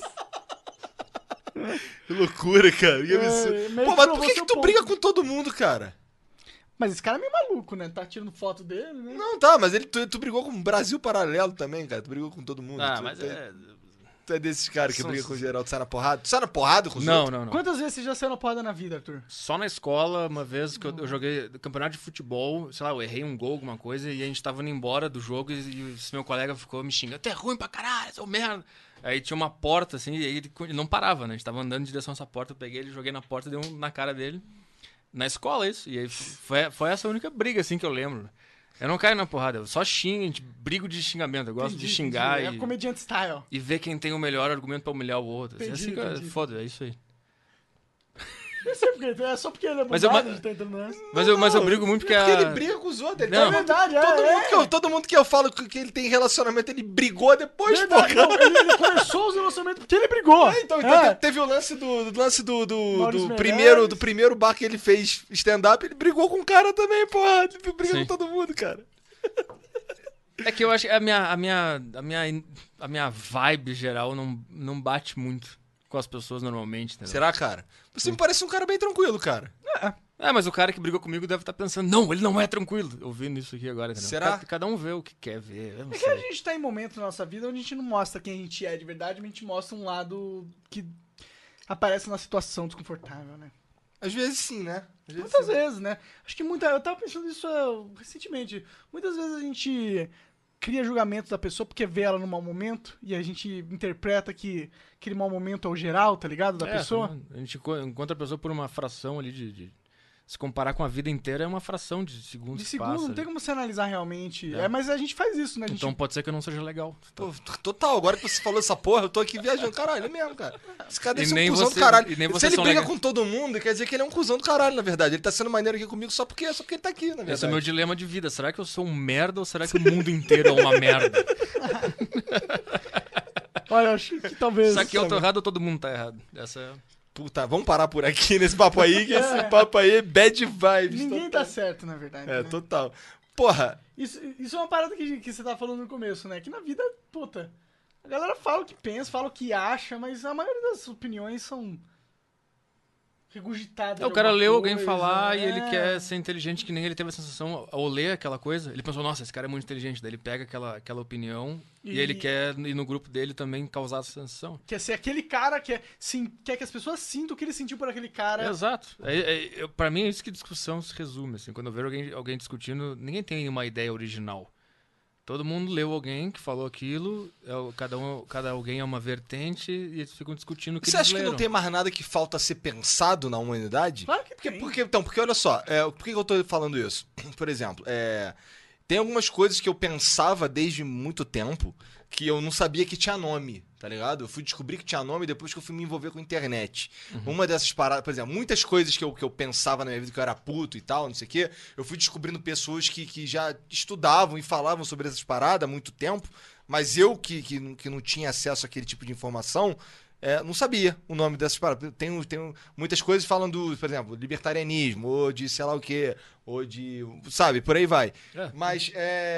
Que loucura, cara. Que absurdo. meio Pô, que mas provou por que seu tu ponto. briga com todo mundo, cara? Mas esse cara é meio maluco, né? Tá tirando foto dele, né? Não, tá, mas tu brigou com o Brasil Paralelo também, cara. Tu brigou com todo mundo. Ah, tu, mas tu é desses caras que São- briga com o geral, tu sai na porrada. Tu sai na porrada com os Não, outros? não, não. Quantas vezes você já saiu na porrada na vida, Arthur? Só na escola, uma vez que eu joguei campeonato de futebol, sei lá, eu errei um gol, alguma coisa, e a gente tava indo embora do jogo e esse meu colega ficou me xingando. Tu é ruim pra caralho, seu merda. Aí tinha uma porta, assim, e aí ele não parava, né? A gente tava andando em direção a essa porta, eu peguei ele, joguei na porta, dei um na cara dele. Na escola, isso. E aí foi essa a única briga, assim, que eu lembro. Eu não caio na porrada, eu só xingo, a gente brigo de xingamento. Eu gosto de xingar É comediante style. e ver quem tem o melhor argumento pra humilhar o outro. Entendi, Assim, cara, entendi. foda, é isso aí. Eu sei porque, é só porque ele é Mas eu- bondade, tá entrando nessa. Mas eu brigo muito porque Porque ele a... briga com os outros. Ele Não. tá- É verdade, todo mundo que eu falo que ele tem relacionamento, ele brigou depois, Verdade, pô. não, ele começou os relacionamentos porque ele brigou. Então É. teve o lance Maurício do Meirelles. primeiro bar que ele fez stand-up, ele brigou com o cara também, porra. Ele briga Sim. com todo mundo, cara. É que eu acho que a minha vibe geral não bate muito com as pessoas normalmente, entendeu? Será, cara? Você me parece um cara bem tranquilo, cara. É, mas o cara que brigou comigo deve estar pensando, não, ele não é tranquilo. Ouvindo isso aqui agora, entendeu? Será? Cada um vê o que quer ver, eu não É que a sei. gente tá em momentos na nossa vida onde a gente não mostra quem a gente é de verdade, mas a gente mostra um lado que aparece na situação desconfortável, né? Às vezes sim, né? Às vezes Muitas sim. vezes, né? Acho que eu tava pensando nisso recentemente. Muitas vezes a gente cria julgamentos da pessoa porque vê ela num mau momento e a gente interpreta que aquele mau momento é o geral, tá ligado? Da pessoa. A gente encontra a pessoa por uma fração ali de se comparar com a vida inteira, é uma fração de segundos De que segundo, passa não tem ali. como se analisar realmente. É. Mas a gente faz isso, né? A gente Então pode ser que eu não seja legal. Pô, total, agora que você falou essa porra, eu tô aqui viajando. Caralho, é mesmo, cara. Esse cara deve E ser nem um cuzão você- do caralho. e nem Se vocês ele são briga legais. com todo mundo, quer dizer que ele é um cuzão do caralho, na verdade. Ele tá sendo maneiro aqui comigo só porque ele tá aqui, na verdade. Esse é o meu dilema de vida. Será que eu sou um merda ou será que o mundo inteiro é uma merda? Olha, acho que talvez. Será que eu tô errado ou todo mundo tá errado? Essa é... Puta, vamos parar por aqui nesse papo aí, que esse papo aí é bad vibes. Ninguém total. tá certo, na verdade. É, né? total. Porra, Isso é uma parada que você tava falando no começo, né? Que na vida, puta, a galera fala o que pensa, fala o que acha, mas a maioria das opiniões são regurgitada. O de cara alguma leu alguém coisa, falar e é. ele quer ser inteligente, que nem ele teve a sensação ao ler aquela coisa. Ele pensou, nossa, esse cara é muito inteligente. Daí ele pega aquela opinião e ele quer ir no grupo dele também causar essa sensação. Quer ser aquele cara que quer que as pessoas sintam o que ele sentiu por aquele cara. Exato. Pra mim é isso que discussão se resume. Assim. Quando eu vejo alguém discutindo, ninguém tem uma ideia original. Todo mundo leu alguém que falou aquilo, cada alguém é uma vertente e eles ficam discutindo o que Você eles acha que leram. não tem mais nada que falta ser pensado na humanidade? Claro que tem. Porque olha só, por que eu tô falando isso? Por exemplo, tem algumas coisas que eu pensava desde muito tempo que eu não sabia que tinha nome, tá ligado? Eu fui descobrir que tinha nome depois que eu fui me envolver com a internet. Uma dessas paradas, por exemplo, muitas coisas que eu pensava na minha vida que eu era puto e tal, não sei o quê, eu fui descobrindo pessoas que já estudavam e falavam sobre essas paradas há muito tempo, mas eu que não tinha acesso àquele tipo de informação, não sabia o nome dessas paradas. Tem muitas coisas falando do, por exemplo, libertarianismo, ou de sei lá o quê, ou de... sabe, por aí vai. Mas,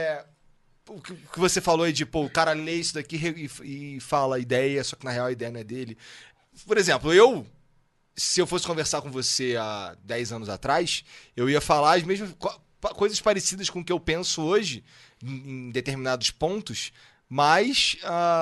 o que você falou aí de, pô, o cara lê isso daqui e fala a ideia, só que na real a ideia não é dele. Por exemplo, se eu fosse conversar com você há 10 anos atrás, eu ia falar as mesmas coisas parecidas com o que eu penso hoje, em determinados pontos, mas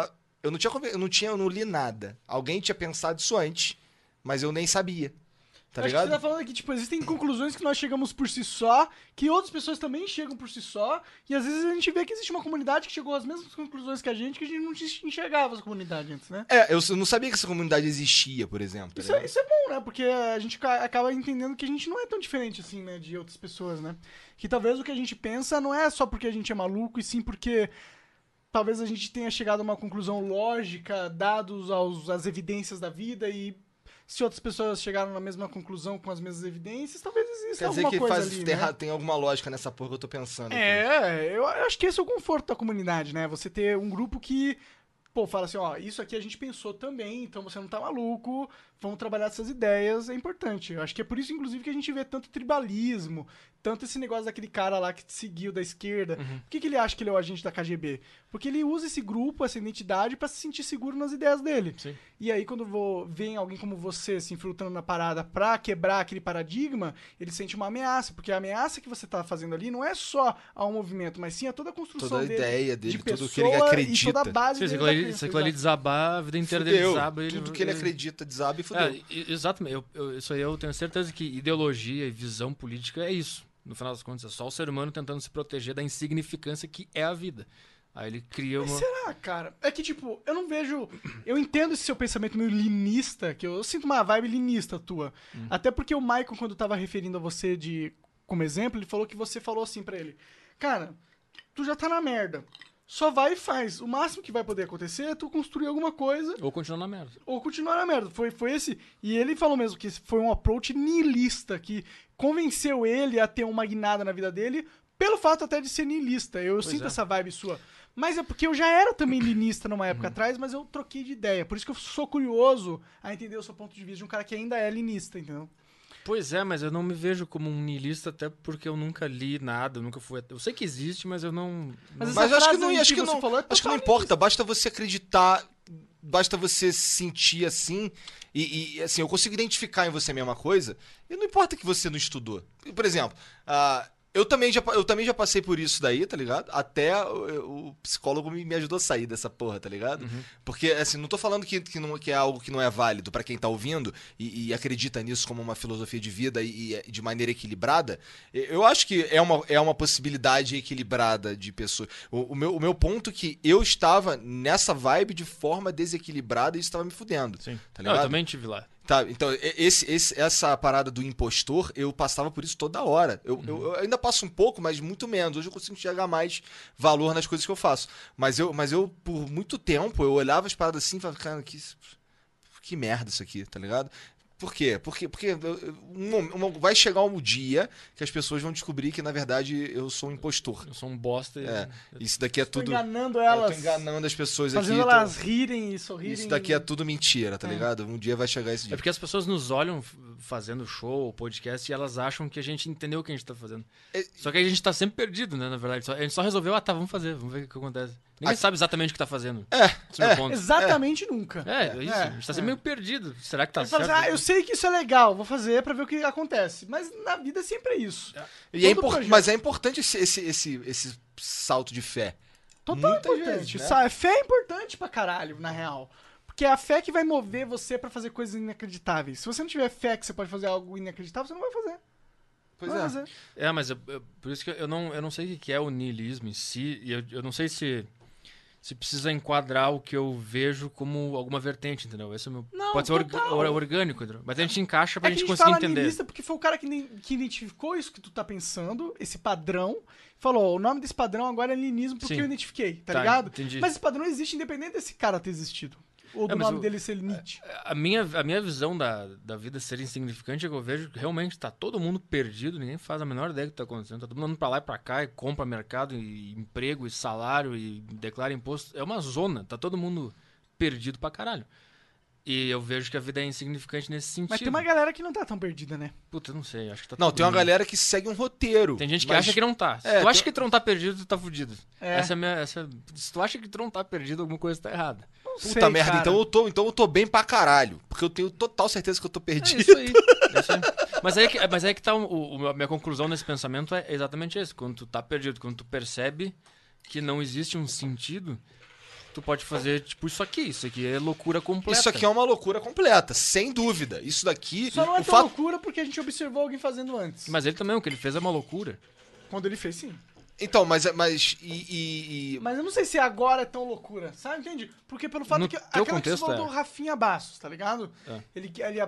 eu não li nada. Alguém tinha pensado isso antes, mas eu nem sabia. Tá Acho ligado? que você tá falando aqui, tipo, existem conclusões que nós chegamos por si só, que outras pessoas também chegam por si só, e às vezes a gente vê que existe uma comunidade que chegou às mesmas conclusões que a gente não enxergava essa comunidade antes, né? Eu não sabia que essa comunidade existia, por exemplo. Tá ligado? Isso é bom, né? Porque a gente acaba entendendo que a gente não é tão diferente assim, né, de outras pessoas, né? Que talvez o que a gente pensa não é só porque a gente é maluco, e sim porque talvez a gente tenha chegado a uma conclusão lógica, dados às evidências da vida, e se outras pessoas chegaram na mesma conclusão com as mesmas evidências, talvez exista Quer dizer alguma que coisa ali, né? tem alguma lógica nessa porra que eu tô pensando. aqui. Eu acho que esse é o conforto da comunidade, né? Você ter um grupo que, pô, fala assim, ó, isso aqui a gente pensou também, então você não tá maluco, vamos trabalhar essas ideias, é importante. Eu acho que é por isso, inclusive, que a gente vê tanto tribalismo, tanto esse negócio daquele cara lá que te seguiu da esquerda. Por que ele acha que ele é o agente da KGB? Porque ele usa esse grupo, essa identidade, pra se sentir seguro nas ideias dele. Sim. E aí, quando vem alguém como você se infiltrando na parada pra quebrar aquele paradigma, ele sente uma ameaça, porque a ameaça que você tá fazendo ali não é só ao movimento, mas sim a toda a construção Toda a dele, ideia dele, de tudo que ele pessoa acredita. E toda a base Se dele. aquilo ali desabar, a vida inteira dele Fudeu. desaba. Tudo que ele acredita desaba e fudeu. Exatamente. Isso aí eu tenho certeza que ideologia e visão política é isso. No final das contas, é só o ser humano tentando se proteger da insignificância que é a vida. Aí ele cria uma... Mas será, cara? É que, tipo, eu não vejo... Eu entendo esse seu pensamento meio linista, que eu sinto uma vibe linista tua. Até porque o Michael, quando tava referindo a você como exemplo, ele falou que você falou assim pra ele: cara, tu já tá na merda. Só vai e faz. O máximo que vai poder acontecer é tu construir alguma coisa Ou continuar na merda. ou continuar na merda. Foi esse. E ele falou mesmo que foi um approach nihilista, que convenceu ele a ter uma guinada na vida dele, pelo fato até de ser nihilista. Eu sinto essa vibe sua. Mas é porque eu já era também linista numa época atrás, mas eu troquei de ideia. Por isso que eu sou curioso a entender o seu ponto de vista de um cara que ainda é linista, entendeu? Pois é, mas eu não me vejo como um niilista, até porque eu nunca li nada, eu nunca fui... Eu sei que existe, mas eu não... Mas Mas essa acho que frase não, aí acho que que você não, falou é acho que não total importa, basta você acreditar, basta você se sentir assim, e assim, eu consigo identificar em você a mesma coisa, e não importa que você não estudou. Por exemplo, eu também já passei por isso daí, tá ligado? Até o psicólogo me ajudou a sair dessa porra, tá ligado? Porque, assim, não tô falando que é algo que não é válido pra quem tá ouvindo e acredita nisso como uma filosofia de vida e de maneira equilibrada. Eu acho que é uma possibilidade equilibrada de pessoa. O meu ponto é que eu estava nessa vibe de forma desequilibrada e isso estava me fudendo. Sim. Tá Não, ligado? eu também estive lá. Tá, então, essa parada do impostor, eu passava por isso toda hora. Eu ainda passo um pouco, mas muito menos. Hoje eu consigo enxergar mais valor nas coisas que eu faço. Mas eu por muito tempo, eu olhava as paradas assim e falava, cara, que merda isso aqui, tá ligado? Por quê? Porque vai chegar um dia que as pessoas vão descobrir que, na verdade, eu sou um impostor. Eu sou um bosta. Isso daqui é Tô tudo... enganando elas. Eu tô enganando as pessoas Fazendo aqui. elas rirem e sorrirem. Isso daqui é tudo mentira, tá ligado? Um dia vai chegar esse dia. É porque as pessoas nos olham fazendo show, podcast, e elas acham que a gente entendeu o que a gente tá fazendo. Só que a gente tá sempre perdido, né, na verdade. A gente só resolveu, vamos fazer, vamos ver o que acontece. Ninguém sabe exatamente o que tá fazendo. Esse é o meu ponto. Exatamente nunca. É isso. A gente tá sempre meio perdido. Será que tá Ele fala certo? assim, eu sei que isso é legal, vou fazer pra ver o que acontece. Mas na vida sempre é isso. Mas é importante esse salto de fé. Total Muitas importante. vezes, né? Sabe? Fé é importante pra caralho, na real. Porque é a fé que vai mover você pra fazer coisas inacreditáveis. Se você não tiver fé que você pode fazer algo inacreditável, você não vai fazer. Pois Não vai é. fazer. Mas por isso que eu não sei o que é o niilismo em si, e eu não sei se precisa enquadrar o que eu vejo como alguma vertente, entendeu? Esse é o meu... Não, Pode ser total. orgânico, entendeu? Mas a gente encaixa pra É que gente a gente conseguir fala entender. niilista porque foi o cara que identificou isso que tu tá pensando, esse padrão, falou, ó, o nome desse padrão agora é niilismo porque Sim. eu identifiquei, tá Tá, ligado? entendi. Mas esse padrão existe independente desse cara ter existido. Ou do mas nome dele ser Nietzsche. A minha visão da vida ser insignificante é que eu vejo que realmente tá todo mundo perdido, ninguém faz a menor ideia do que tá acontecendo. Tá todo mundo andando pra lá e pra cá, e compra mercado, e emprego, e salário, e declara imposto. É uma zona, tá todo mundo perdido pra caralho. E eu vejo que a vida é insignificante nesse sentido. Mas tem uma galera que não tá tão perdida, né? Puta, eu não sei, acho que tá Não, todo tem uma mundo. galera que segue um roteiro. Tem gente que mas- acha que não tá. Se É, tu acha tem- que tu não tá perdido, tu tá fudido. É. Se tu acha que tu não tá perdido, alguma coisa tá errada. Não Puta sei, merda, cara. então eu tô bem pra caralho. Porque eu tenho total certeza que eu tô É perdido. isso aí. É isso aí. Mas aí que tá a minha conclusão nesse pensamento é exatamente esse. Quando tu tá perdido, quando tu percebe que não existe um sentido, tu pode fazer tipo isso aqui é loucura completa. Isso aqui é uma loucura completa, sem dúvida. Isso daqui. Só não é o tão fato... loucura porque a gente observou alguém fazendo antes. Mas ele também, o que ele fez é uma loucura. Quando ele fez, sim. Então, mas Mas eu não sei se agora é tão loucura, sabe? Entende? Porque pelo fato No que... teu Aquela que você contexto, falou é. do Rafinha Bastos, tá ligado? É. Ele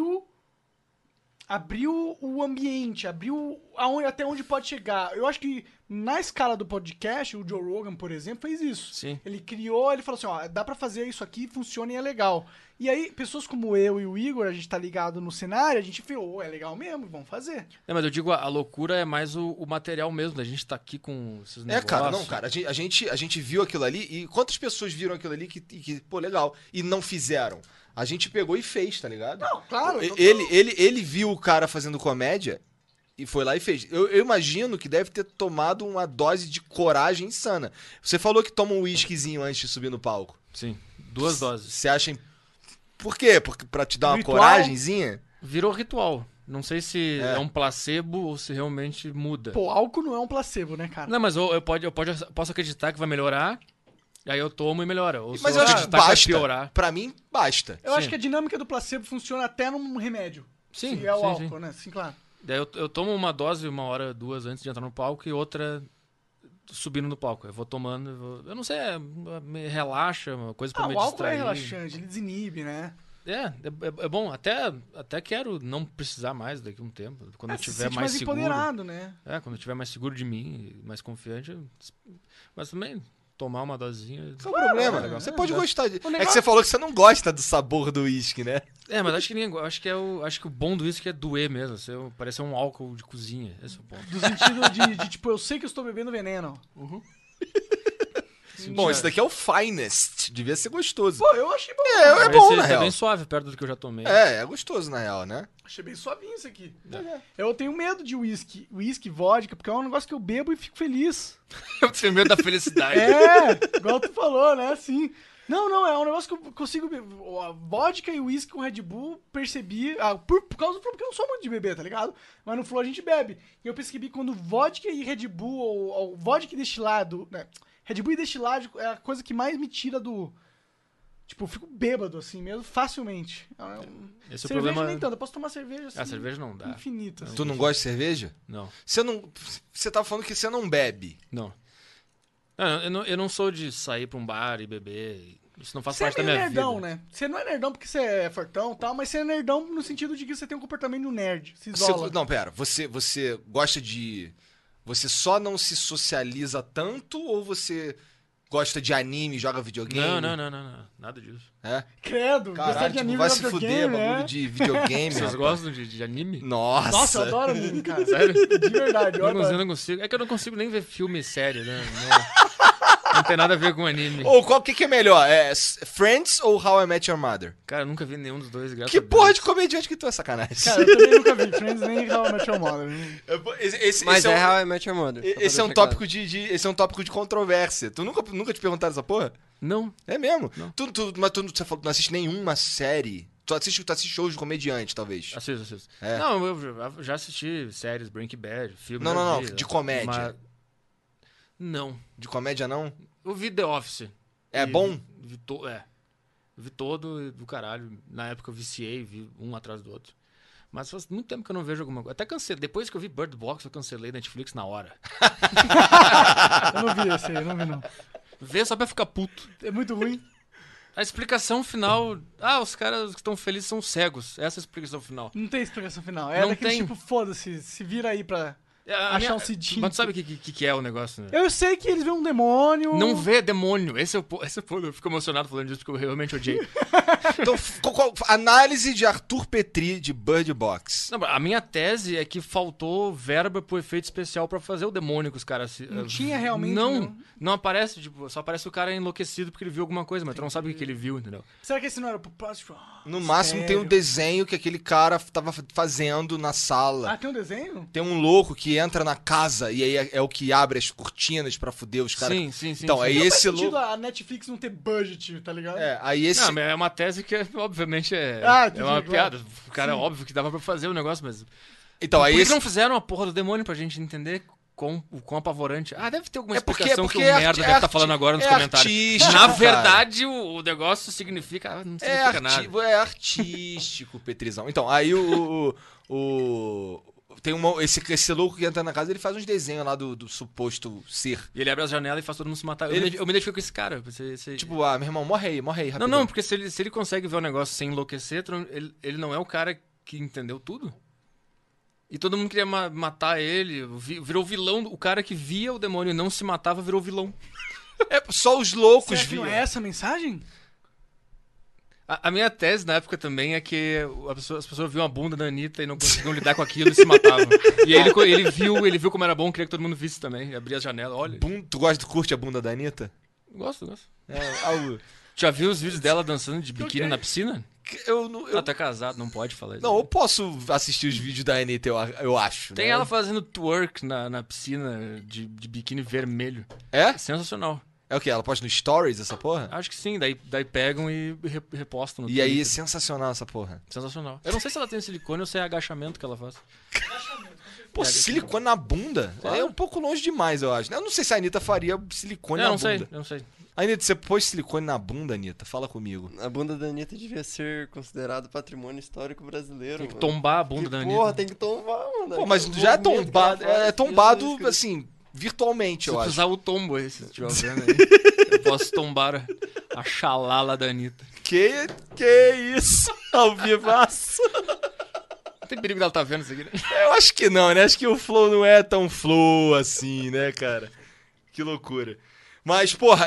abriu o ambiente, abriu até onde pode chegar. Eu acho que na escala do podcast, o Joe Rogan, por exemplo, fez isso. Sim. Ele falou assim, ó, dá pra fazer isso aqui, funciona e é legal. E aí, pessoas como eu e o Igor, a gente tá ligado no cenário, a gente falou, é legal mesmo, vamos fazer. Mas eu digo, a loucura é mais o material mesmo, da gente tá aqui com esses negócios. cara, não, cara. A gente viu aquilo ali e quantas pessoas viram aquilo ali que pô, legal, e não fizeram? A gente pegou e fez, tá ligado? Não, claro. Ele viu o cara fazendo comédia e foi lá e fez. Eu imagino que deve ter tomado uma dose de coragem insana. Você falou que toma um whiskyzinho antes de subir no palco. Sim, 2 doses. Você acha... Por quê? Porque pra te dar uma Ritual? coragemzinha? Virou ritual. Não sei se é um placebo ou se realmente muda. Pô, álcool não é um placebo, né, cara? Não, mas eu posso acreditar que vai melhorar, aí eu tomo e melhora. Ou se Mas eu acho que acreditar vai basta. piorar. Pra mim, basta. Eu acho Sim. que a dinâmica do placebo funciona até num remédio. Sim, Se é o sim, álcool, sim. né? Sim, claro. Daí eu tomo uma dose 1 hora, 2 antes de entrar no palco e outra subindo no palco. Eu vou tomando, eu não sei, me relaxa, uma coisa pra me O álcool é distrair. relaxante, ele desinibe, né? É bom, até quero não precisar mais daqui a um tempo, quando eu Se tiver sente mais seguro. empoderado, né? Quando eu tiver mais seguro de mim, mais confiante, mas também tomar uma dosinha. Qual o problema? legal. Você pode gostar de... negócio- É que você falou que você não gosta do sabor do uísque, né? Mas acho que ninguém, acho que o bom do uísque é doer mesmo, parecer um álcool de cozinha, esse é o ponto. Do sentido de, tipo, eu sei que eu estou bebendo veneno. Bom, esse daqui é o finest. Devia ser gostoso. Pô, eu achei bom. É bom, Esse na é real. bem suave perto do que eu já tomei. É gostoso, na real, né? Achei bem suavinho isso aqui. Eu tenho medo de whisky, vodka, porque é um negócio que eu bebo e fico feliz. Eu tenho medo da felicidade. Igual tu falou, né? Assim. Não, é um negócio que eu consigo beber. A vodka e whisky com Red Bull, percebi. Por causa do Flow, porque eu não sou muito de beber, tá ligado? Mas no Flow a gente bebe. E eu percebi quando vodka e Red Bull, ou vodka e destilado, né? Red Bull e destilado é a coisa que mais me tira do. Tipo, eu fico bêbado, assim, mesmo, facilmente. Esse é o Cerveja problema. nem tanto, eu posso tomar cerveja assim. Cerveja não dá. Infinita. Tu não gosta de cerveja? Não. Você tava falando que você não bebe. Não. Eu não sou de sair pra um bar e beber. Isso não faz Você é parte da meio minha nerdão, vida. né? Você não é nerdão porque você é fortão e tal, mas você é nerdão no sentido de que você tem um comportamento de um nerd. Se isola. Não, pera. Você gosta de... Você só não se socializa tanto ou você gosta de anime, joga videogame? Não. Nada disso. É? Credo, gostar Caralho, de tipo, anime vai jogar se fuder, videogame, bagulho né? de videogame. Vocês rapaz. gostam de anime? Nossa. Nossa, eu adoro anime, cara. Sério? De verdade, eu Eu adoro. não consigo. É que eu não consigo nem ver filme sério, né? Não tem nada a ver com anime. Ou qual que é melhor? Friends ou How I Met Your Mother? Cara, eu nunca vi nenhum dos dois, graças Que a Deus. porra de comediante que tu é, sacanagem? Cara, eu também nunca vi Friends nem How I Met Your Mother. Mas esse é How I Met Your Mother. Esse é um tópico esse é um tópico de controvérsia. Tu nunca te perguntaram essa porra? Não. É mesmo? Não. Mas você falou que não assiste nenhuma série. Tu assiste shows de comediante, talvez. Assisto. É. Não, eu já assisti séries, Breaking Bad, filme. Não, de comédia. Não. De comédia, não? Eu vi The Office. É bom? Vi todo do caralho. Na época eu viciei, vi um atrás do outro. Mas faz muito tempo que eu não vejo alguma coisa. Até cancelei. Depois que eu vi Bird Box, eu cancelei Netflix na hora. Eu não vi esse aí, não vi não. Vê só pra ficar puto. É muito ruim. A explicação final... os caras que estão felizes são cegos. Essa é a explicação final. Não tem explicação final. É Não daquele tem. tipo, foda-se, se vira aí pra achar um cidinho. Mas tu sabe o que é o negócio, né? Eu sei que eles veem um demônio. Não vê demônio. Esse é o ponto. Eu fico emocionado falando disso porque eu realmente odiei. Então, análise de Arthur Petri de Bird Box. Não, a minha tese é que faltou verba pro efeito especial pra fazer o demônio que os caras... Não tinha realmente, não? Não aparece, tipo, só aparece o cara enlouquecido porque ele viu alguma coisa, mas tu não sabe o que ele viu, entendeu? Será que esse não era pro próximo? No máximo tem um desenho que aquele cara tava fazendo na sala. Ah, tem um desenho? Tem um louco que entra na casa e aí é o que abre as cortinas pra fuder os caras. Sim. Então, aí Não faz esse sentido louco... a Netflix não ter budget, tá ligado? Aí esse... Não, mas é uma tese que, obviamente, é entendi, uma claro. piada. O cara, Sim. óbvio que dava pra fazer o negócio, mas... Então, aí Por que esse... não fizeram a porra do demônio pra gente entender o quão apavorante? Deve ter alguma porque explicação que o é merda deve estar falando agora nos comentários. artístico, Na cara. verdade, o negócio significa... não significa nada. É artístico, Petrizão. Então, aí tem esse louco que entra na casa, ele faz uns desenhos lá do suposto ser. E ele abre as janelas e faz todo mundo se matar. Eu me identifico com esse cara. Tipo, meu irmão, morre aí, rapidão. Não, porque se ele consegue ver o negócio sem enlouquecer, ele não é o cara que entendeu tudo. E todo mundo queria matar ele, virou vilão. O cara que via o demônio e não se matava virou vilão. Só os loucos Será que não viam. é essa a mensagem? A minha tese na época também é que as pessoas viam a bunda da Anitta e não conseguiam lidar com aquilo e se matavam. E aí ele viu como era bom, queria que todo mundo visse também. Abria as janelas, olha. Tu curte a bunda da Anitta? Gosto. Algo... Já viu os vídeos dela dançando de biquíni na piscina? Eu Tá casado, não pode falar isso. Não, eu posso assistir os vídeos da Anitta, eu acho. Tem né? ela fazendo twerk na piscina de biquíni vermelho. É? Sensacional. É o quê? Ela posta no Stories, essa porra? Acho que sim, daí pegam e repostam no E aí é Twitter. sensacional essa porra. Sensacional. Eu não sei se ela tem silicone ou se é agachamento que ela faz. Pô, silicone na bunda? Claro. É um pouco longe demais, eu acho. Eu não sei se a Anitta faria silicone na bunda. Eu não sei. Anitta, você pôs silicone na bunda, Anitta? Fala comigo. A bunda da Anitta devia ser considerado patrimônio histórico brasileiro. Tem que mano. tombar a bunda da Anitta. Porra, tem que tombar, mano. Pô, mas Aquele já é movimento que ela tombado. faz, É tombado, Jesus Cristo. assim, virtualmente, Se eu tu acho. usar o tombo aí, se estiver vendo aí. Eu posso tombar a xalala da Anitta. Que isso? Ao vivaço. Não tem perigo dela tá vendo isso aqui, né? Eu acho que não, né? Acho que o flow não é tão flow assim, né, cara? Que loucura. Mas, porra,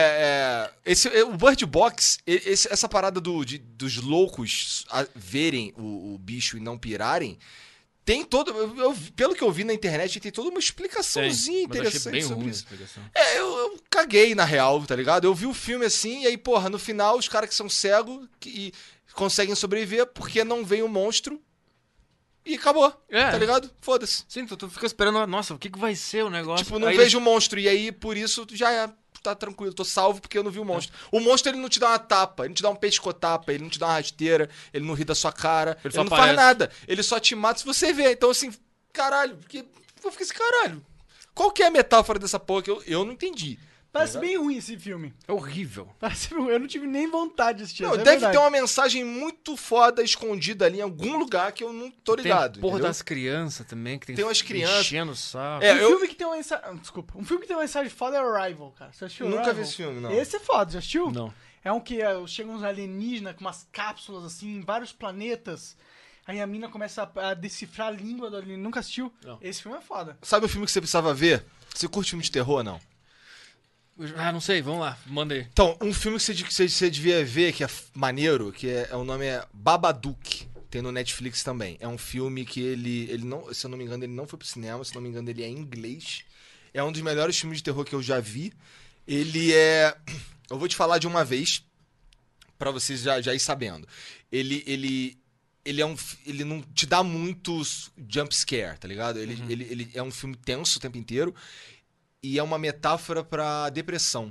o Bird Box, essa parada dos loucos verem o bicho e não pirarem, tem todo... pelo que eu vi na internet, tem toda uma explicaçãozinha Mas eu achei interessante bem sobre ruim a isso. explicação. Eu caguei, na real, tá ligado? Eu vi o filme assim, e aí, porra, no final, os caras que são cegos e conseguem sobreviver porque não vem o monstro e acabou, tá ligado? Foda-se. Sim, tu fica esperando, nossa, o que vai ser o negócio? Tipo, não Aí vejo o monstro, e aí, por isso, tá tranquilo, tô salvo porque eu não vi o monstro. O monstro, ele não te dá uma tapa, ele não te dá um pescotapa, ele não te dá uma rasteira, ele não ri da sua cara, Ele ele só não faz aparece. nada. Ele só te mata se você vê. Então, assim, caralho, eu fiquei assim, caralho. Qual que é a metáfora dessa porra que eu não entendi? Parece bem ruim esse filme. É horrível. Parece ruim. Eu não tive nem vontade de assistir. Não, essa é deve verdade. ter uma mensagem muito foda escondida ali em algum lugar que eu não tô ligado. Tem porra entendeu? das crianças também, que Tem umas crianças. enchendo o saco. É, Um filme que tem uma mensagem... Desculpa. Um filme que tem uma mensagem foda é Arrival, cara. Você assistiu Nunca Arrival? vi esse filme, não. Esse é foda, já assistiu? Não. É um que chegam uns alienígenas com umas cápsulas, assim, em vários planetas. Aí a mina começa a decifrar a língua do alienígena. Nunca assistiu? Não. Esse filme é foda. Sabe o filme que você precisava ver? Você curte filme de terror ou não? Não sei, vamos lá, manda aí. Então, um filme que você devia ver, que é maneiro, o nome é Babadook. Tem no Netflix também. É um filme que ele não, se eu não me engano, ele não foi pro cinema, se eu não me engano, ele é em inglês. É um dos melhores filmes de terror que eu já vi. Ele é... Eu vou te falar de uma vez, pra vocês já ir sabendo. Ele não te dá muitos jump scare, tá ligado? Ele é um filme tenso o tempo inteiro e é uma metáfora pra depressão.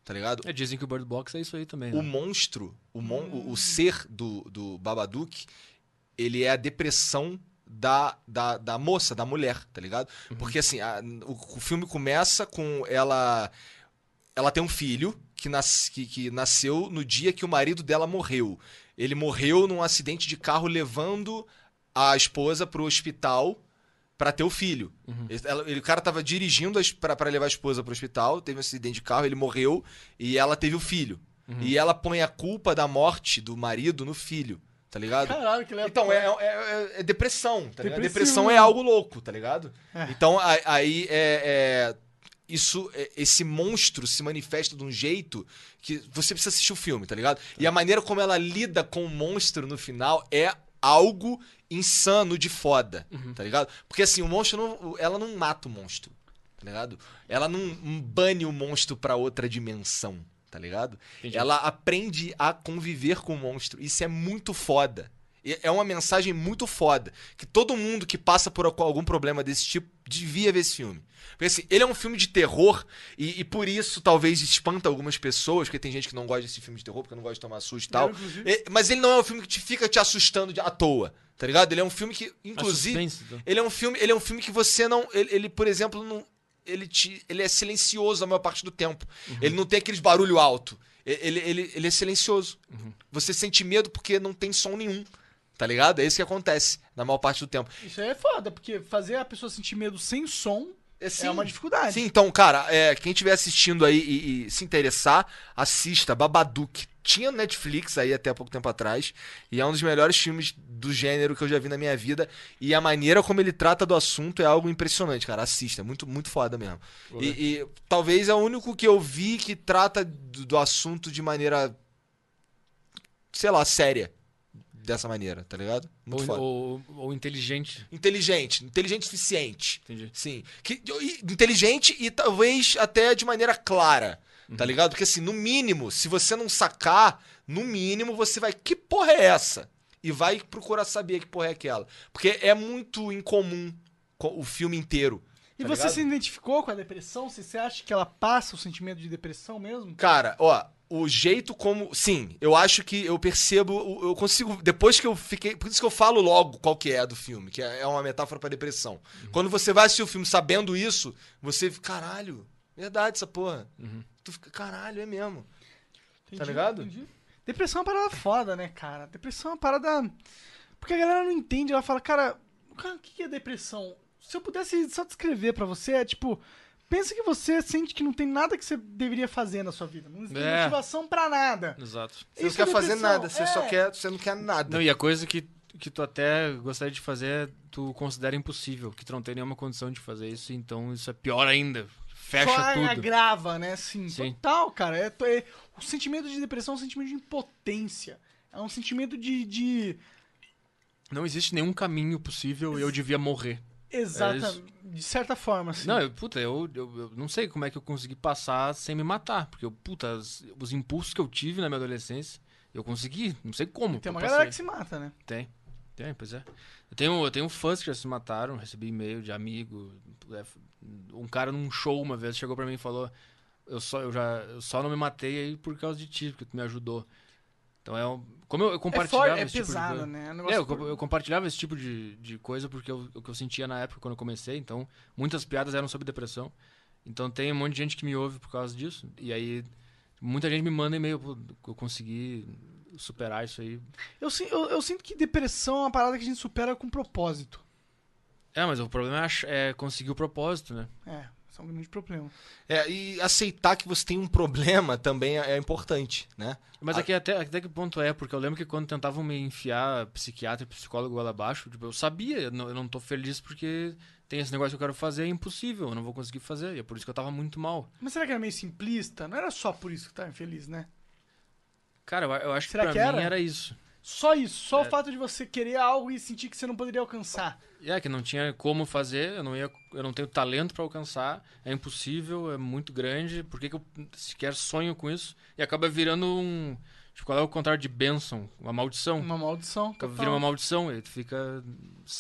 tá ligado? Dizem que o Bird Box é isso aí também, O né? monstro, o ser do Babadook, ele é a depressão da moça, da mulher, tá ligado? Porque assim, o filme começa com ela tem um filho que nasceu no dia que o marido dela morreu. Ele morreu num acidente de carro levando a esposa pro hospital pra ter o filho. O cara tava dirigindo pra levar a esposa pro hospital, teve um acidente de carro, ele morreu e ela teve o filho. E ela põe a culpa da morte do marido no filho, tá ligado? Caralho, que legal. Então, é depressão, tá ligado? Depressivo, Depressão né? é algo louco, tá ligado? Então, aí esse monstro se manifesta de um jeito que você precisa assistir o filme, tá ligado? E a maneira como ela lida com o monstro no final é algo insano de foda, tá ligado? Porque assim, o monstro ela não mata o monstro, tá ligado? Ela não bane o monstro pra outra dimensão, tá ligado? Entendi. Ela aprende a conviver com o monstro. Isso é muito foda. É uma mensagem muito foda. Que todo mundo que passa por algum problema desse tipo devia ver esse filme. Porque assim, ele é um filme de terror e por isso talvez espanta algumas pessoas, porque tem gente que não gosta desse filme de terror, porque não gosta de tomar susto e tal. Mas ele não é um filme que fica te assustando à toa, tá ligado? Ele é um filme que, inclusive... suspense, então. Ele é um filme que você não... Ele por exemplo, não... Ele é silencioso a maior parte do tempo. Ele não tem aqueles barulho alto. Ele é silencioso. Você sente medo porque não tem som nenhum. Tá ligado? É isso que acontece na maior parte do tempo. Isso aí é foda, porque fazer a pessoa sentir medo sem som é uma dificuldade. Sim, então, cara, quem estiver assistindo aí e se interessar, assista Babadook. Tinha no Netflix aí até há pouco tempo atrás. E é um dos melhores filmes do gênero que eu já vi na minha vida. E a maneira como ele trata do assunto é algo impressionante, cara. Assista, é muito, muito foda mesmo. E talvez é o único que eu vi que trata do assunto de maneira, sei lá, séria. Dessa maneira, tá ligado? Muito foda. Ou inteligente. Inteligente o suficiente. Entendi. Sim. Inteligente e talvez até de maneira clara, tá ligado? Porque assim, no mínimo, se você não sacar, no mínimo você vai, que porra é essa? E vai procurar saber que porra é aquela. Porque é muito incomum o filme inteiro. E tá você ligado? se identificou com a depressão? Você acha que ela passa o sentimento de depressão mesmo? Cara, ó, o jeito como... Sim, eu acho que eu percebo, eu consigo... Depois que eu fiquei... Por isso que eu falo logo qual que é do filme, que é uma metáfora pra depressão. Quando você vai assistir o filme sabendo isso, você fica, caralho, verdade essa porra. Tu fica, caralho, é mesmo. Tá ligado? Entendi. Depressão é uma parada foda, né, cara? Depressão é uma parada... Porque a galera não entende, ela fala, cara, o que é depressão? Se eu pudesse só descrever pra você, é tipo... Pensa que você sente que não tem nada que você deveria fazer na sua vida. Não tem motivação pra nada. Exato. Você não Isso é quer fazer depressão, nada, você só quer... Você não quer nada. Não, e a coisa que tu até gostaria de fazer, tu considera impossível, que tu não tem nenhuma condição de fazer isso, então isso é pior ainda. Fecha Só tudo. agrava, né? Sim, Sim. total, cara. O sentimento de depressão é um sentimento de impotência. É um sentimento de... Não existe nenhum caminho possível e eu devia morrer. Exata, isso. de certa forma, assim. Não, eu não sei como é que eu consegui passar sem me matar. Porque, os impulsos que eu tive na minha adolescência, eu consegui. Não sei como. Tem uma eu galera passei. que se mata, né? Tem, pois é. Eu tenho fãs que já se mataram, recebi e-mail de amigo. Um cara num show uma vez chegou pra mim e falou: eu só não me matei aí por causa de ti, porque tu me ajudou. Então como eu compartilhava esse tipo de pesado, coisa. né? É um É, negócio eu compartilhava esse tipo de coisa porque o que eu sentia na época quando eu comecei, então muitas piadas eram sobre depressão. Então tem um monte de gente que me ouve por causa disso. E aí muita gente me manda e-mail, pô, eu consegui superar isso aí. Eu sinto que depressão é uma parada que a gente supera com propósito. Mas o problema é conseguir o propósito, né? Isso é um grande problema. E aceitar que você tem um problema também é importante, né? Mas aqui até que ponto é? Porque eu lembro que quando tentavam me enfiar psiquiatra e psicólogo lá abaixo, tipo, eu sabia, eu não tô feliz porque tem esse negócio que eu quero fazer, é impossível, eu não vou conseguir fazer. E é por isso que eu tava muito mal. Mas será que era meio simplista? Não era só por isso que tava infeliz, né? Cara, eu acho que Será pra que mim era? era isso. Só isso, só o fato de você querer algo e sentir que você não poderia alcançar. Que não tinha como fazer, eu não tenho talento pra alcançar, é impossível, é muito grande, por que eu sequer sonho com isso? E acaba virando tipo, qual é o contrário de bênção? Uma maldição. Uma maldição. Acaba total. virando uma maldição, e tu fica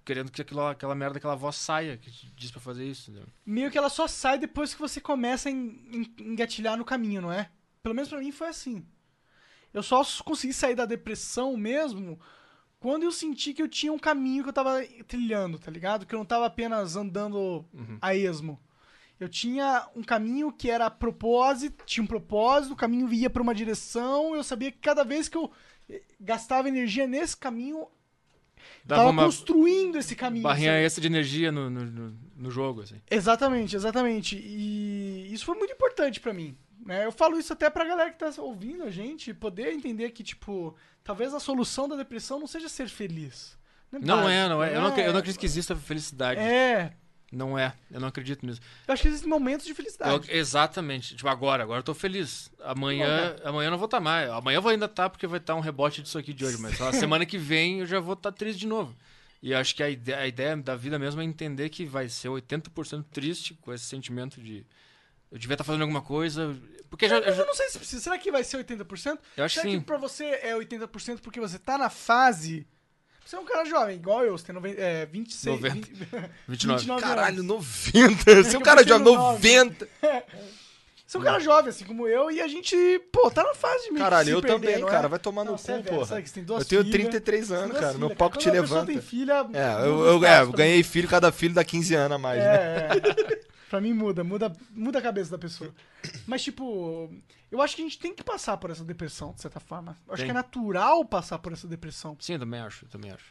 querendo que aquela merda, aquela voz saia, que te diz pra fazer isso, entendeu? Meio que ela só sai depois que você começa a engatilhar no caminho, não é? Pelo menos pra mim foi assim. Eu só consegui sair da depressão mesmo quando eu senti que eu tinha um caminho que eu tava trilhando, tá ligado? Que eu não tava apenas andando a esmo. Eu tinha um caminho que era propósito, tinha um propósito, o caminho ia pra uma direção, eu sabia que cada vez que eu gastava energia nesse caminho, Dava tava uma construindo esse caminho. barrinha sabe? extra de energia no jogo, assim. Exatamente, exatamente. E isso foi muito importante pra mim. Né? Eu falo isso até pra galera que tá ouvindo a gente poder entender que, tipo, talvez a solução da depressão não seja ser feliz. Não é. Eu não é. acredito que exista felicidade. É. Não é. Eu não acredito nisso. Eu acho que existem momentos de felicidade. Exatamente. Tipo, agora eu tô feliz. Amanhã eu não vou estar mais. Amanhã eu vou ainda estar porque vai estar um rebote disso aqui de hoje. Mas a semana que vem eu já vou estar triste de novo. E eu acho que a ideia da vida mesmo é entender que vai ser 80% triste com esse sentimento de... Eu devia estar fazendo alguma coisa... Porque Mas eu não sei se precisa. Será que vai ser 80%? Eu acho Será que sim. que pra você é 80% porque você tá na fase... Você é um cara jovem, igual eu. Você tem 26... 90. 29 Caralho, anos. 90. Você é um cara jovem, 90. Você é um cara jovem, assim como eu, e a gente, pô, tá na fase de meio que Caralho, se eu perder, também, não é? cara. Vai tomar no Não, você é cu, velho, porra. sabe que você tem duas Eu tenho filhas, 33 tem anos, duas cara. Meu filhas. pau que te Quando a pessoa levanta. tem filha, É, muda eu os passos pra ganhei filho, cada filho dá 15 anos a mais, mim. né? Pra mim muda a cabeça da pessoa. Mas, tipo, eu acho que a gente tem que passar por essa depressão, de certa forma. Eu acho Tem. que é natural passar por essa depressão. Sim, eu também acho.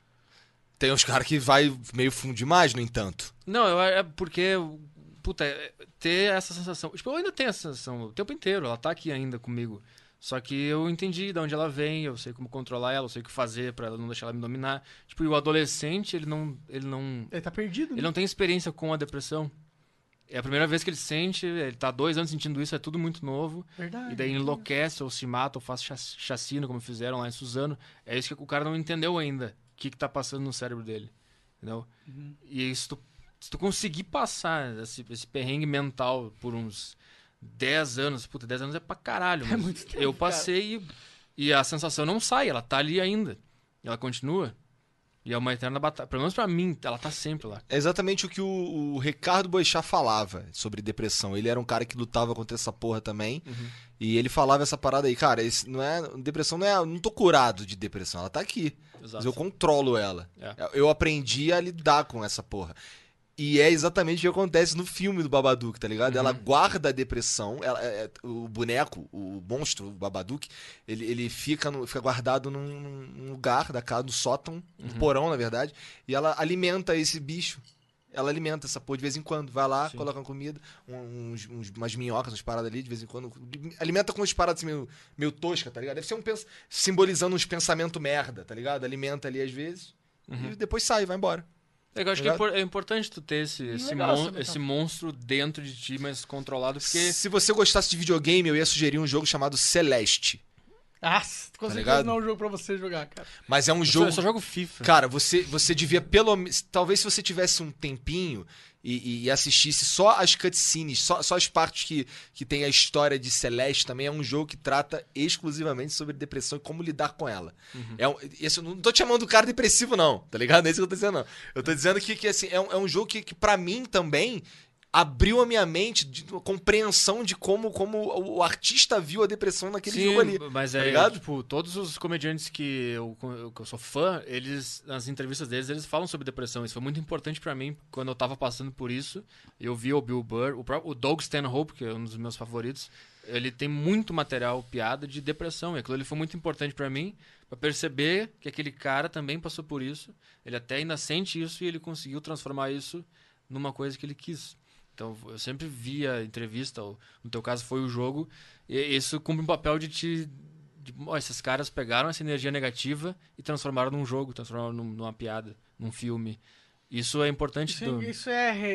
Tem uns caras que vai meio fundo demais, no entanto. Não, é porque... Puta, ter essa sensação... Tipo, eu ainda tenho essa sensação o tempo inteiro. Ela tá aqui ainda comigo. Só que eu entendi de onde ela vem, eu sei como controlar ela, eu sei o que fazer pra ela não deixar ela me dominar. Tipo, e o adolescente, ele não Ele tá perdido, né? Ele não tem experiência com a depressão. É a primeira vez que ele sente, ele tá há 2 anos sentindo isso, é tudo muito novo. Verdade. E daí enlouquece, ou se mata, ou faz chacina, como fizeram lá em Suzano. É isso que o cara não entendeu ainda. O que tá passando no cérebro dele. Entendeu? E se tu conseguir passar esse perrengue mental por uns 10 anos... Puta, 10 anos é pra caralho. Mas muito tempo, eu passei e a sensação não sai, ela tá ali ainda. Ela continua. E é uma eterna batalha. Pelo menos pra mim, ela tá sempre lá. É exatamente o que o Ricardo Boechat falava sobre depressão. Ele era um cara que lutava contra essa porra também. E ele falava essa parada aí. Cara, depressão não é... Eu não tô curado de depressão. Ela tá aqui. Exato. Mas eu controlo ela. É. Eu aprendi a lidar com essa porra. E é exatamente o que acontece no filme do Babadook, tá ligado? Ela guarda a depressão, o boneco, o monstro, o Babadook, ele fica guardado num lugar da casa, no sótão, no porão, na verdade, e ela alimenta esse bicho. Ela alimenta essa porra de vez em quando. Vai lá, coloca uma comida, umas minhocas, umas paradas ali, de vez em quando. Alimenta com umas paradas assim, meio tosca, tá ligado? Deve ser simbolizando uns pensamentos merda, tá ligado? Alimenta ali às vezes, e depois sai, vai embora. Eu acho que é importante tu ter esse monstro dentro de ti, mas controlado, porque... Se você gostasse de videogame, eu ia sugerir um jogo chamado Celeste. Ah, com certeza ligado? não é um jogo pra você jogar, cara. Mas é um jogo... Eu só jogo FIFA. Cara, você devia talvez se você tivesse um tempinho e assistisse só as cutscenes, só as partes que tem a história de Celeste, também é um jogo que trata exclusivamente sobre depressão e como lidar com ela. Eu não tô te chamando do cara depressivo, não, tá ligado? Não é isso que eu tô dizendo, não. Eu tô dizendo que assim, é um jogo que pra mim também abriu a minha mente de compreensão de como o artista viu a depressão naquele jogo ali. Mas tá ligado? tipo, todos os comediantes que eu sou fã, eles, nas entrevistas deles, eles falam sobre depressão. Isso foi muito importante pra mim quando eu tava passando por isso. Eu vi o Bill Burr, o Doug Stanhope, que é um dos meus favoritos. Ele tem muito material, piada de depressão. E aquilo ali foi muito importante pra mim, pra perceber que aquele cara também passou por isso. Ele até ainda sente isso e ele conseguiu transformar isso numa coisa que ele quis. Então, eu sempre via a entrevista, ou no teu caso foi o jogo, e isso cumpre um papel esses caras pegaram essa energia negativa e transformaram num jogo, transformaram numa piada, num filme. Isso é importante. Isso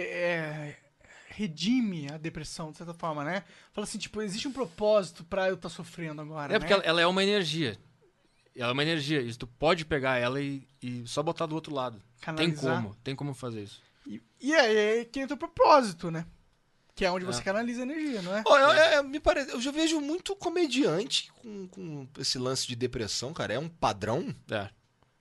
redime a depressão, de certa forma, né? Fala assim, tipo, existe um propósito pra eu estar sofrendo agora, porque né? ela é uma energia. Ela é uma energia. Isso tu pode pegar ela e só botar do outro lado. Canalizar. Tem como fazer isso. E é que entra o propósito, né? Que é onde você canaliza a energia, não é? Me parece, eu já vejo muito comediante com esse lance de depressão, cara. É um padrão? É.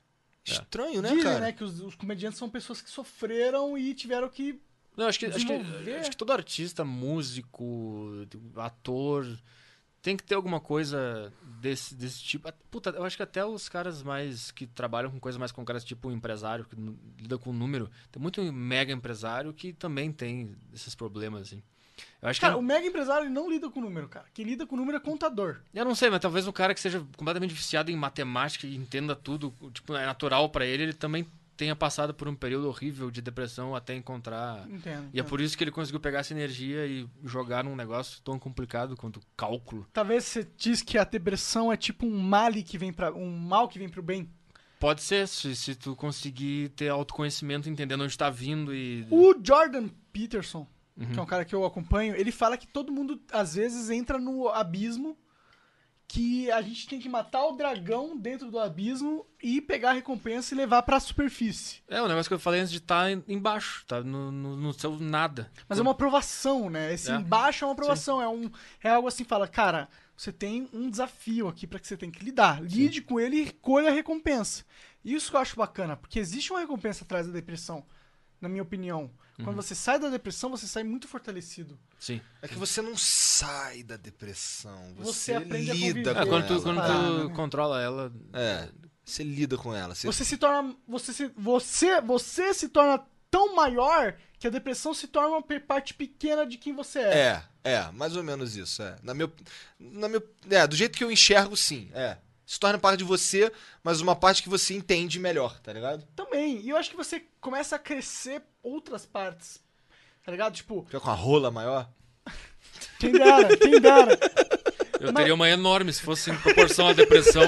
Estranho, né, Dizem, cara? né, que os comediantes são pessoas que sofreram e tiveram que... Não, acho que desenvolver. todo artista, músico, ator, tem que ter alguma coisa desse tipo. Puta, eu acho que até os caras mais que trabalham com coisas mais concretas, tipo um empresário que lida com número, tem muito mega empresário que também tem esses problemas, assim. Eu acho Cara, que o mega empresário ele não lida com número, cara. Quem lida com número é contador. eu não sei, mas talvez um cara que seja completamente viciado em matemática e entenda tudo, tipo, é natural pra ele também tenha passado por um período horrível de depressão até encontrar. Entendo. E é por isso que ele conseguiu pegar essa energia e jogar num negócio tão complicado quanto cálculo. Talvez você diz que a depressão é tipo um mal que vem pro bem. Pode ser, se tu conseguir ter autoconhecimento, entendendo onde tá vindo e... O Jordan Peterson, que é um cara que eu acompanho, ele fala que todo mundo, às vezes, entra no abismo, que a gente tem que matar o dragão dentro do abismo e pegar a recompensa e levar pra superfície. É, o negócio que eu falei antes de estar embaixo, tá no seu nada. Mas é uma aprovação, né? Esse embaixo é uma aprovação, é algo assim, fala, cara, você tem um desafio aqui pra que você tem que lidar. Lide com ele e colha a recompensa. Isso que eu acho bacana, porque existe uma recompensa atrás da depressão, na minha opinião. Quando você sai da depressão, você sai muito fortalecido. Sim. É que você não sai da depressão. Você Você aprende a lida conviver. com Quando ela. tu, quando Parada, tu né? controla ela... Você lida com ela. Você se torna. Você se torna tão maior que a depressão se torna uma parte pequena de quem você é. Mais ou menos isso. Do jeito que eu enxergo, sim. Se torna parte de você, mas uma parte que você entende melhor, tá ligado? Também. E eu acho que você começa a crescer outras partes. Tá ligado? Tipo, Fica com a rola maior. quem dera, quem dera. Eu teria uma enorme se fosse em proporção à depressão.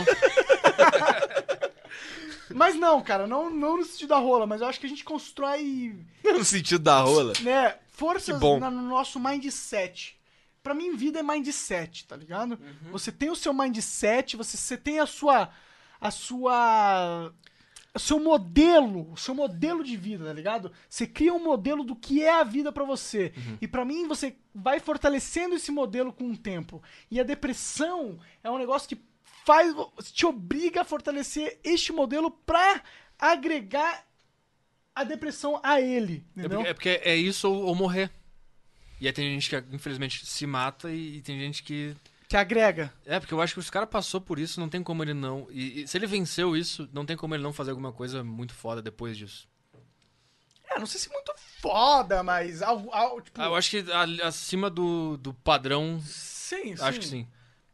Mas não, cara, não no sentido da rola, mas eu acho que a gente constrói, No sentido da rola. né, forças Que bom. no nosso mindset. Pra mim, vida é mindset, tá ligado? Você tem o seu mindset, você tem o seu modelo de vida, tá ligado? Você cria um modelo do que é a vida pra você. E pra mim, você vai fortalecendo esse modelo com o tempo. E a depressão é um negócio que te obriga a fortalecer este modelo pra agregar a depressão a ele, entendeu? É porque é isso ou morrer. E aí tem gente que, infelizmente, se mata e tem gente que... Que agrega. É, porque eu acho que os caras passou por isso, não tem como ele não... E se ele venceu isso, não tem como ele não fazer alguma coisa muito foda depois disso. Não sei se muito foda, mas algo tipo... Eu acho que acima do padrão, Sim, sim. acho que sim.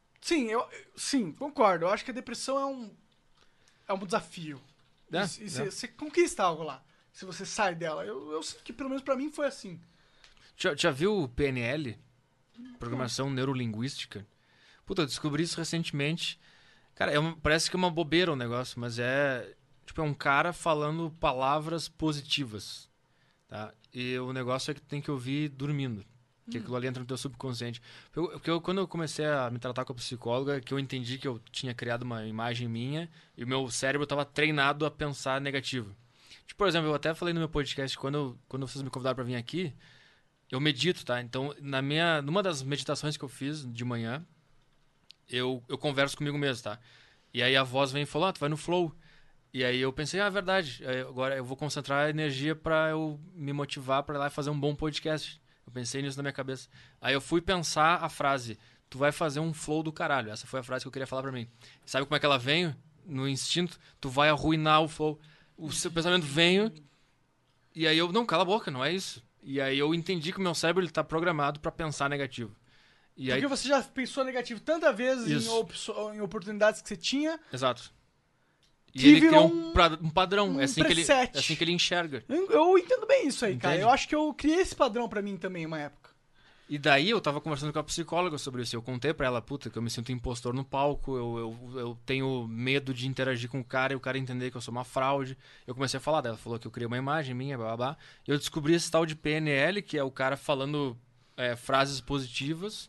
Sim, concordo. Eu acho que a depressão é um desafio. E você conquista algo lá. Se você sai dela. Eu sinto que, pelo menos pra mim, foi assim. Já viu o PNL? Programação Neurolinguística? Puta, eu descobri isso recentemente. Cara, parece que é uma bobeira o negócio, mas é um cara falando palavras positivas, tá? E o negócio é que tem que ouvir dormindo, que aquilo ali entra no teu subconsciente. Porque quando eu comecei a me tratar com a psicóloga, que eu entendi que eu tinha criado uma imagem minha e o meu cérebro estava treinado a pensar negativo. Tipo, por exemplo, eu até falei no meu podcast, quando vocês me convidaram para vir aqui, eu medito, tá? Então, numa das meditações que eu fiz de manhã, eu converso comigo mesmo, tá? E aí a voz vem e falou, tu vai no flow. E aí eu pensei, é verdade, agora eu vou concentrar a energia pra eu me motivar pra ir lá e fazer um bom podcast. Eu pensei nisso na minha cabeça. Aí eu fui pensar a frase, tu vai fazer um flow do caralho. Essa foi a frase que eu queria falar pra mim. Sabe como é que ela veio? No instinto, tu vai arruinar o flow. O seu pensamento veio, e aí eu, não, cala a boca, não é isso. E aí eu entendi que o meu cérebro ele tá programado pra pensar negativo. E Porque aí, você já pensou negativo tantas vezes em oportunidades que você tinha. exato. E Que ele virou criou um padrão. É assim preset. que ele enxerga. Eu entendo bem isso aí, cara. Entende? Eu acho que eu criei esse padrão pra mim também, uma época. E daí eu tava conversando com a psicóloga sobre isso. Eu contei pra ela, puta, que eu me sinto impostor no palco, eu tenho medo de interagir com o cara e o cara entender que eu sou uma fraude. Eu comecei a falar dela, falou que eu criei uma imagem minha, blá blá blá. E eu descobri esse tal de PNL, que é o cara falando frases positivas.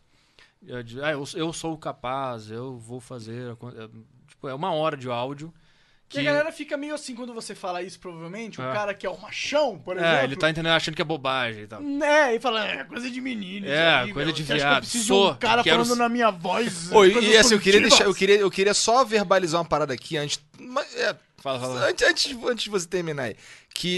Eu sou capaz, eu vou fazer. Tipo, é 1 hora de áudio. Que a galera fica meio assim quando você fala isso, provavelmente. O cara que é o machão, por exemplo. Ele tá entendendo, achando que é bobagem e tal. E fala, é coisa de menino. isso aí, Coisa meu. de Você acha que eu viado. preciso de um cara falando na minha voz. Oi, coisas e assim, positivas? eu queria só verbalizar uma parada aqui antes. Fala. Antes de você terminar aí, que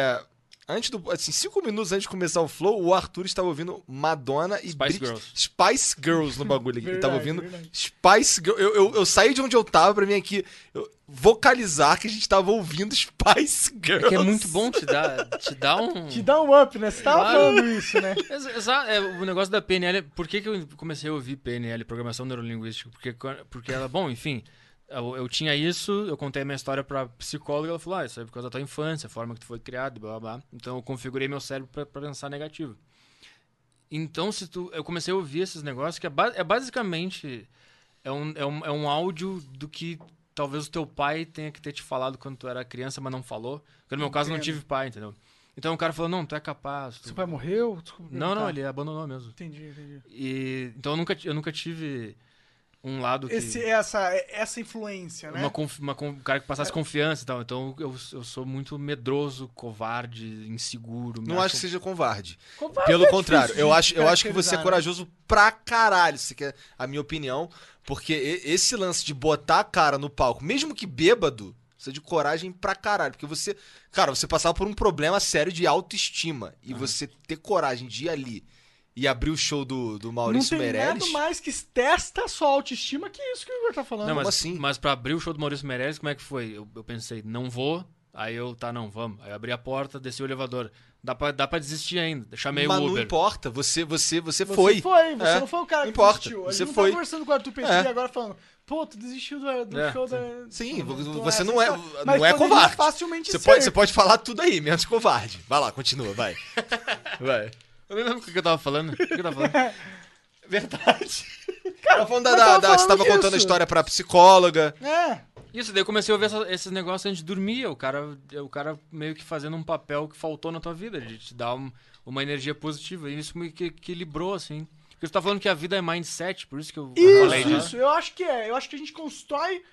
assim, 5 minutos antes de começar o flow, o Arthur estava ouvindo Madonna e Spice Girls no bagulho aqui. Ele tava ouvindo Spice Girls. Eu saí de onde eu tava pra vir aqui vocalizar que a gente tava ouvindo Spice Girls. É que é muito bom te dar um... Te dá um up, né? Você tava falando isso, né? Exato. O negócio da PNL... Por que eu comecei a ouvir PNL, Programação Neurolinguística? Porque ela... Bom, enfim... Eu tinha isso, eu contei a minha história pra psicóloga, ela falou, isso é por causa da tua infância, a forma que tu foi criado, blá, blá, blá. Então eu configurei meu cérebro pra pensar negativo. Então eu comecei a ouvir esses negócios, que basicamente é um áudio do que talvez o teu pai tenha que ter te falado quando tu era criança, mas não falou. Porque no meu caso não tive pai, entendeu? Então o cara falou, não, tu é capaz. Seu pai morreu? Desculpa, não, ele abandonou mesmo. Entendi. Então eu nunca tive... um lado que... Essa influência, né? Um cara que passasse confiança e tal. Então eu sou muito medroso, covarde, inseguro. Não acho que seja covarde. Covarde Pelo é contrário, difícil eu acho que você é caracterizar, corajoso pra caralho, isso que é a minha opinião. Porque esse lance de botar a cara no palco, mesmo que bêbado, precisa de coragem pra caralho. Porque você... Cara, você passava por um problema sério de autoestima. E você ter coragem de ir ali... E abrir o show do Maurício Meirelles. Não tem nada mais que testa a sua autoestima que isso que o Igor tá falando. Não, Como assim? Mas pra abrir o show do Maurício Meirelles, como é que foi? Eu pensei, não vou. Aí não, vamos. Aí eu abri a porta, desci o elevador. Dá pra desistir ainda. Chamei o Uber. Mas não importa, você foi. Você não foi o cara que importa. desistiu. Você não foi. Tá conversando com o Arthur Petri agora falando, pô, tu desistiu do show da... Sim, Então, você não é poderia covarde. Facilmente Você pode falar tudo aí, menos covarde. Vai lá, continua, vai. Vai. Eu nem lembro o que eu tava falando. Verdade. Cara, Tava falando falando você tava contando a disso. história pra psicóloga. Isso, daí eu comecei a ouvir esses negócios antes de dormir. O cara meio que fazendo um papel que faltou na tua vida, de te dar uma energia positiva. E isso meio que equilibrou, assim. Porque você tá falando que a vida é mindset, por isso que eu falei disso. Isso, eu acho que é. Eu acho que a gente constrói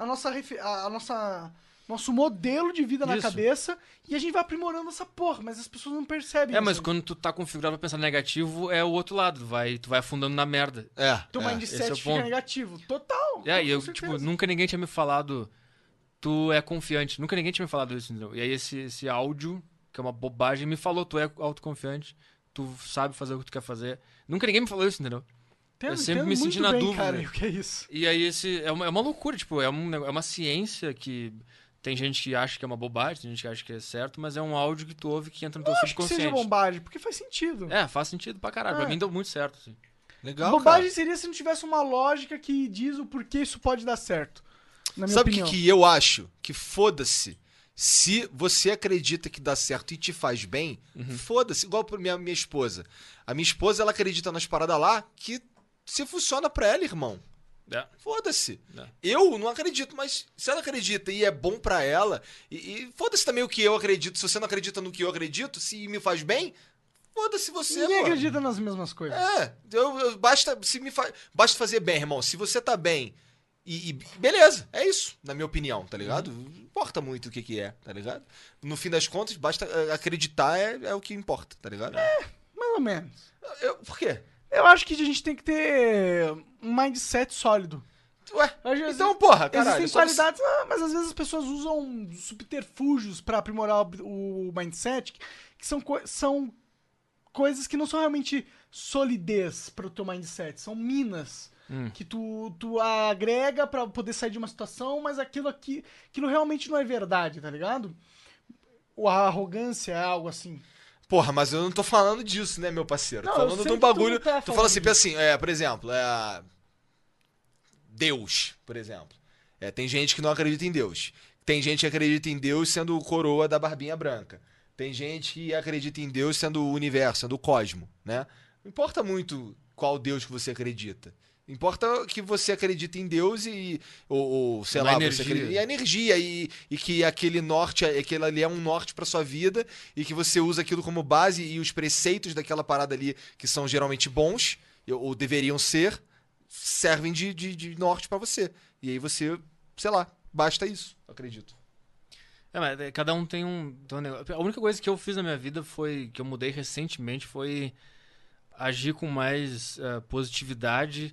nosso modelo de vida na Isso. cabeça e a gente vai aprimorando essa porra, mas as pessoas não percebem isso. Mas quando tu tá configurado pra pensar negativo, é o outro lado. Tu vai afundando na merda. Teu esse é mindset o fica ponto. negativo. Total. E eu, com certeza. tipo, nunca ninguém tinha me falado, tu é confiante. Nunca ninguém tinha me falado isso, entendeu? E aí esse áudio, que é uma bobagem, me falou, tu é autoconfiante, tu sabe fazer o que tu quer fazer. Nunca ninguém me falou isso, entendeu? Eu sempre me senti na dúvida. Cara, o que é isso? E aí é uma loucura, tipo, é uma ciência que tem gente que acha que é uma bobagem, tem gente que acha que é certo, mas é um áudio que tu ouve que entra no teu Eu acho que subconsciente. seja bobagem, porque faz sentido. Faz sentido pra caralho. Pra mim deu muito certo, assim. Legal, Bobagem cara. seria se não tivesse uma lógica que diz o porquê isso pode dar certo. Na minha Sabe o opinião. que eu acho? Que foda-se. Se você acredita que dá certo e te faz bem, foda-se. Igual pra minha esposa. A minha esposa, ela acredita nas paradas lá que se funciona pra ela, irmão. Foda-se. Eu não acredito, mas se ela acredita e é bom pra ela, e foda-se também o que eu acredito. Se você não acredita no que eu acredito, se me faz bem, foda-se você, Ninguém mano. acredita nas mesmas coisas. Basta fazer bem, irmão. Se você tá bem e beleza, é isso, na minha opinião, tá ligado? Não importa muito o que é, tá ligado? No fim das contas, basta acreditar é o que importa, tá ligado? Mais ou menos. Por quê? Eu acho que a gente tem que ter um mindset sólido. Ué, Às vezes então, porra, caralho. Existem qualidades, mas às vezes as pessoas usam subterfúgios pra aprimorar o mindset, que são coisas que não são realmente solidez pro teu mindset, são minas que tu agrega pra poder sair de uma situação, mas aquilo realmente não é verdade, tá ligado? A arrogância é algo assim. Porra, mas eu não tô falando disso, né, meu parceiro? Não, Tô eu falando sei de um que tu não bagulho. tá Tô falando falando assim, assim, por exemplo, Deus, por exemplo. Tem gente que não acredita em Deus. Tem gente que acredita em Deus sendo o coroa da barbinha branca. Tem gente que acredita em Deus sendo o universo, sendo o cosmo, né? Não importa muito qual Deus que você acredita. Importa que você acredite em Deus ou sei lá, você acredita em energia e que aquele ali é um norte pra sua vida e que você usa aquilo como base e os preceitos daquela parada ali, que são geralmente bons, ou deveriam ser, servem de norte pra você. E aí você, sei lá, basta isso, acredito. Mas cada um tem um negócio. A única coisa que eu fiz na minha vida que eu mudei recentemente, foi agir com mais positividade. Tipo,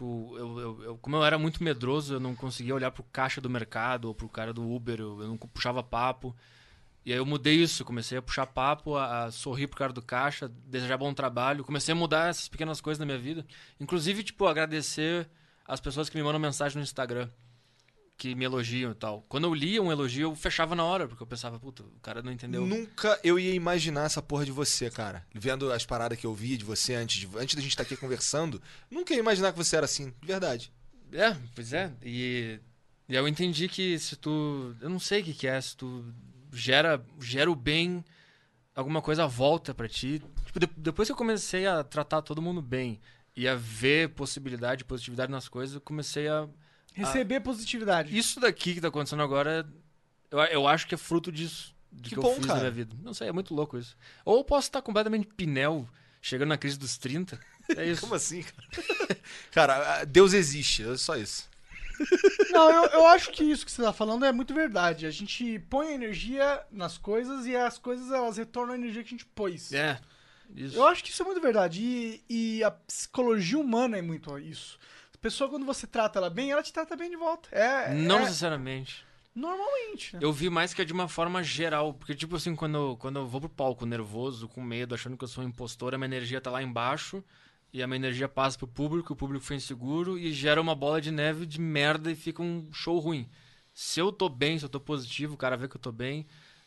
Tipo, como eu era muito medroso, eu não conseguia olhar pro caixa do mercado ou pro cara do Uber, eu não puxava papo. E aí eu mudei isso, comecei a puxar papo, a sorrir pro cara do caixa, desejar bom trabalho. Comecei a mudar essas pequenas coisas na minha vida. Inclusive, tipo, agradecer as pessoas que me mandam mensagem no Instagram, que me elogiam e tal. Quando eu lia um elogio, eu fechava na hora, porque eu pensava, puta, o cara não entendeu. Nunca eu ia imaginar essa porra de você, cara. Vendo as paradas que eu vi de você antes da gente estar aqui conversando, nunca ia imaginar que você era assim, de verdade. É, pois é. E eu entendi que se tu... Eu não sei o que é, se tu gera o bem, alguma coisa volta pra ti. Tipo, depois que eu comecei a tratar todo mundo bem e a ver possibilidade, positividade nas coisas, eu comecei a... Receber positividade. Isso daqui que tá acontecendo agora, eu acho que é fruto disso. Do que bom, eu fiz cara. na minha vida. Não sei, é muito louco isso. Ou eu posso estar completamente pinel, chegando na crise dos 30. É isso. Como assim, cara? Cara, Deus existe, é só isso. Não, eu acho que isso que você tá falando é muito verdade. A gente põe energia nas coisas e as coisas elas retornam a energia que a gente pôs. É, isso. Eu acho que isso é muito verdade. E a psicologia humana é muito isso. A pessoa, quando você trata ela bem, ela te trata bem de volta. Não necessariamente. Normalmente, né? Eu vi mais que é de uma forma geral. Porque, tipo assim, quando eu vou pro palco nervoso, com medo, achando que eu sou um impostor, a minha energia tá lá embaixo. E a minha energia passa pro público, o público foi inseguro e gera uma bola de neve de merda e fica um show ruim. Se eu tô bem, se eu tô positivo, o cara vê que eu tô bem.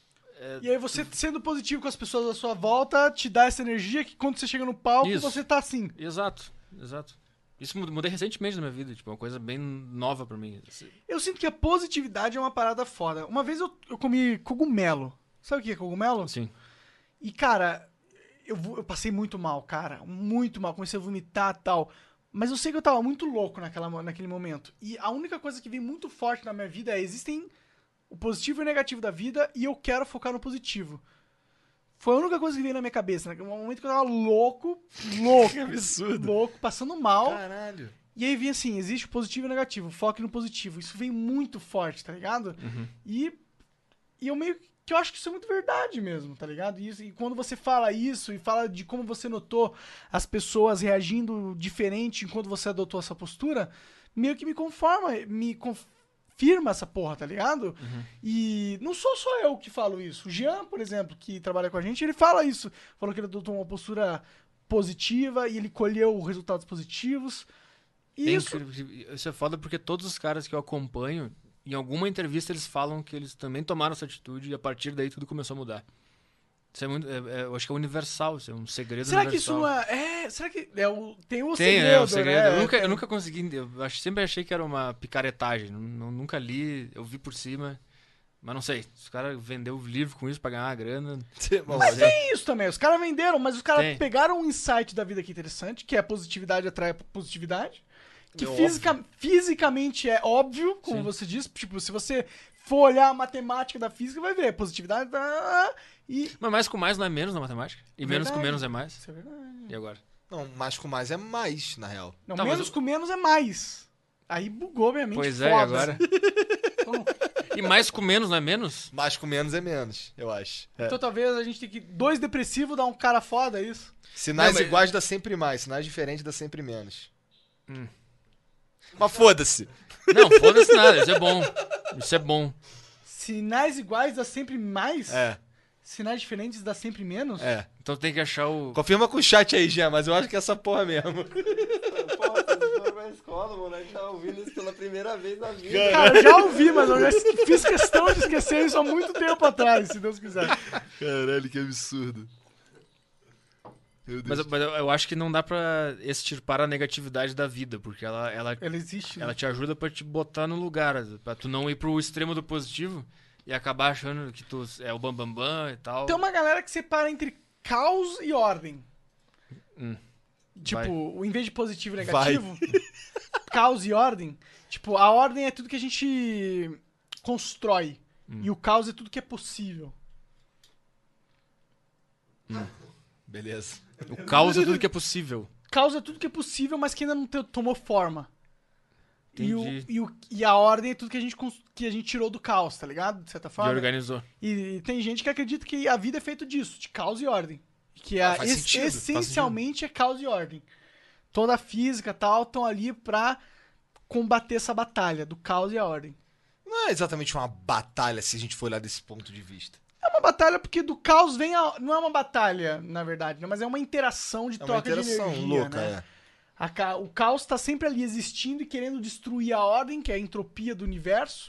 E aí você sendo positivo com as pessoas à sua volta, te dá essa energia que quando você chega no palco, Isso. você tá assim. Exato. Isso mudei recentemente na minha vida, tipo, uma coisa bem nova pra mim. Eu sinto que a positividade é uma parada foda. Uma vez eu comi cogumelo. Sabe o que é cogumelo? Sim. E, cara, eu passei muito mal, cara. Muito mal. Comecei a vomitar e tal. Mas eu sei que eu tava muito louco naquele momento. E a única coisa que vem muito forte na minha vida é: existem o positivo e o negativo da vida e eu quero focar no positivo. Foi a única coisa que veio na minha cabeça. Naquele momento que eu tava louco. Que absurdo. Louco, passando mal. Caralho. E aí vinha assim: existe o positivo e o negativo. Foque no positivo. Isso vem muito forte, tá ligado? Uhum. E eu meio que eu acho que isso é muito verdade mesmo, tá ligado? E quando você fala isso e fala de como você notou as pessoas reagindo diferente enquanto você adotou essa postura, meio que me confirma essa porra, tá ligado? Uhum. E não sou só eu que falo isso. O Jean, por exemplo, que trabalha com a gente, ele fala isso. Falou que ele adotou uma postura positiva e ele colheu resultados positivos. E Isso é foda porque todos os caras que eu acompanho, em alguma entrevista eles falam que eles também tomaram essa atitude e a partir daí tudo começou a mudar. Isso é muito, eu acho que é universal, isso é um segredo será universal. que isso não é... será que tem o Tem, segredo, o segredo. né? Eu nunca consegui, sempre achei que era uma picaretagem, nunca li, eu vi por cima, mas não sei, os caras venderam o livro com isso pra ganhar uma grana. Mas tem isso também, os caras venderam, mas os caras Tem. pegaram um insight da vida que é interessante, que é positividade atrai positividade, que É fisicamente é óbvio, como Sim. você disse, tipo, se você for olhar a matemática da física, vai ver positividade e... Mas mais com mais não é menos na matemática, e menos com Verdade. menos é mais. Isso é verdade. E agora? Não, mais com mais é mais, na real. Não, Tá, mas menos com menos é mais. Aí bugou minha mente. Pois é, e foda. agora? E mais com menos não é menos? Mais com menos é menos, eu acho. É. Então talvez a gente tenha que... 2 depressivos dar um cara foda, é isso? Sinais Não, mas- iguais dá sempre mais, sinais diferentes dá sempre menos. Mas foda-se. Não, foda-se nada, isso é bom. Isso é bom. Sinais iguais dá sempre mais? É, Sinais diferentes dá sempre menos? é. Então tem que achar o... Confirma com o chat aí, Jean, mas eu acho que é essa porra mesmo. Pô, vocês foram pra escola, moleque, tá ouvindo isso pela primeira vez na vida. Cara, eu já ouvi, mas eu já fiz questão de esquecer isso há muito tempo atrás, se Deus quiser. Caralho, que absurdo. Meu Deus. Mas eu acho que não dá pra extirpar a negatividade da vida, porque ela Ela existe. ela te ajuda pra te botar no lugar, pra tu não ir pro extremo do positivo e acabar achando que tu é o bambambam e tal. Tem uma galera que separa entre caos e ordem. Tipo, Vai. em vez de positivo e negativo, caos e ordem. Tipo, a ordem é tudo que a gente constrói. E o caos é tudo que é possível. Beleza. O caos é tudo que é possível. Caos é tudo que é possível, mas que ainda não tomou forma. Entendi. E a ordem é tudo que a gente tirou do caos, tá ligado? De certa E forma. organizou. E tem gente que acredita que a vida é feita disso, de caos e ordem. Que faz sentido, faz essencialmente é caos e ordem. toda a física e tal, estão ali pra combater essa batalha do caos e a ordem. Não é exatamente uma batalha, se a gente for olhar desse ponto de vista. É uma batalha porque do caos vem a... Não é uma batalha, na verdade, né? Mas é uma interação de É uma troca interação de energia, louca, né? O caos tá sempre ali existindo e querendo destruir a ordem, que é a entropia do universo.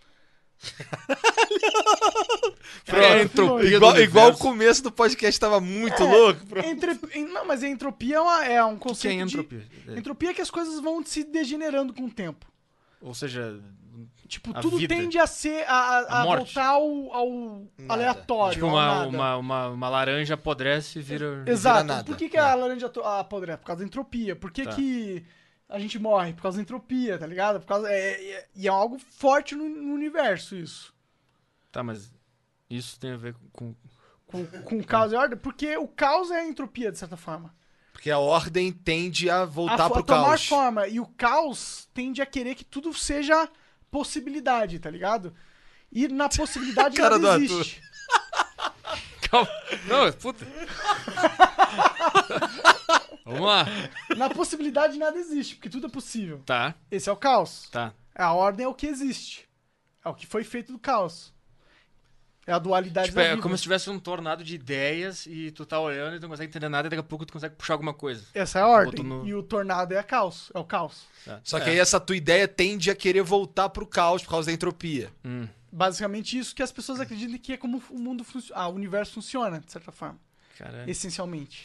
A entropia Igual o começo do podcast tava muito louco. Não, mas a entropia é um O que é conceito de... entropia? Entropia é que as coisas vão se degenerando com o tempo. Ou seja, Tipo, A tudo vida. tende a ser... A morte. voltar ao Nada. aleatório, tipo ao nada. uma laranja apodrece e vira... Exato. nada. Por que a laranja apodrece? Por causa da entropia. Por que Tá. que a gente morre? Por causa da entropia, tá ligado? Por causa... E é algo forte no universo, isso. Tá, mas isso tem a ver com... Com caos e ordem. Porque o caos é a entropia, de certa forma. Porque a ordem tende a voltar pro tomar caos. forma. E o caos tende a querer que tudo seja possibilidade, tá ligado? E na possibilidade Cara nada do existe. Calma. Não, puta. Vamos lá. Na possibilidade nada existe, porque tudo é possível. Tá, Esse é o caos. tá. A ordem é o que existe. É o que foi feito do caos. É a dualidade Tipo, da é vida. como se tivesse um tornado de ideias e tu tá olhando e tu não consegue entender nada e daqui a pouco tu consegue puxar alguma coisa. Essa é a ordem. Botou no- E o tornado é caos. É o caos. Tá. Só que aí essa tua ideia tende a querer voltar pro caos por causa da entropia. Basicamente isso que as pessoas acreditam que é como o mundo funciona. O universo funciona, de certa forma. Caralho. Essencialmente.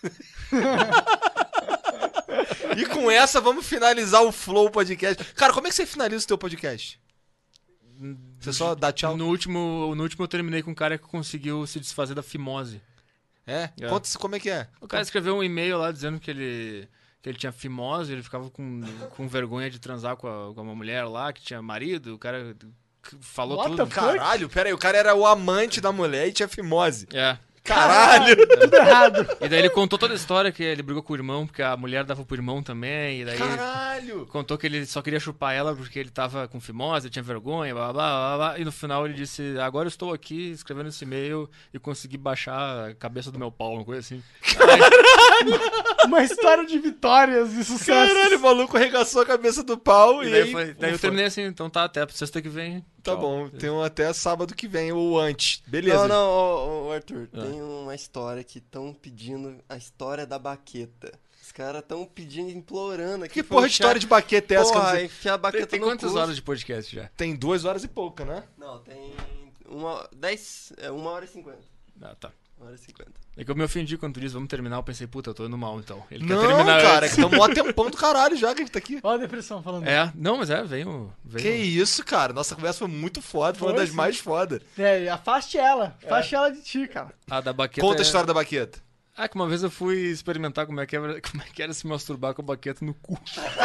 E com essa, vamos finalizar o Flow Podcast. Cara, como é que você finaliza o teu podcast? Você só dá tchau? No último eu terminei com um cara que conseguiu se desfazer da fimose. É? É. Conta como é que é. O cara escreveu um e-mail lá dizendo que ele tinha fimose, ele ficava com vergonha de transar com uma mulher lá, que tinha marido, o cara falou What tudo. the Caralho, pera aí, o cara era o amante da mulher e tinha fimose. É. Caralho! Tudo errado. E daí ele contou toda a história, que ele brigou com o irmão, porque a mulher dava pro irmão também, e daí Caralho! contou que ele só queria chupar ela porque ele tava com fimose, tinha vergonha, blá, blá, blá, blá, e no final ele disse, agora eu estou aqui escrevendo esse e-mail e consegui baixar a cabeça do meu pau, uma coisa assim. Uma história de vitórias e sucesso. Caralho, o maluco arregaçou a cabeça do pau e, E daí, aí... daí eu Ufa. terminei assim, então tá, até sexta que vem. Tá Tchau. bom, tem um até sábado que vem, ou antes. Beleza. Não, ô, Arthur, tem uma história que estão pedindo a história da baqueta. Os caras estão pedindo, implorando aqui. Que pra porra eu de história de baqueta é essa? que eu não Porra, sei? enfiar a baqueta Tem no quantas cu. horas de podcast já? Tem 2 horas e pouca, né? Não, tem 1 hora e 50. Ah, tá. 1 hora e 50. É que eu me ofendi quando tu disse, vamos terminar, eu pensei, puta, eu tô indo mal então. Ele quer Não, terminar cara, é antes. que tá mó tempão do caralho já que a gente tá aqui. Olha a depressão falando. É, não, mas veio. Que isso, cara? Nossa conversa foi muito foda, foi uma Foi, das sim. mais foda. Afaste ela. Afaste ela de ti, cara. A da baqueta. Conta a história da baqueta. Ah, que uma vez eu fui experimentar como é que era se masturbar com a baqueta no cu.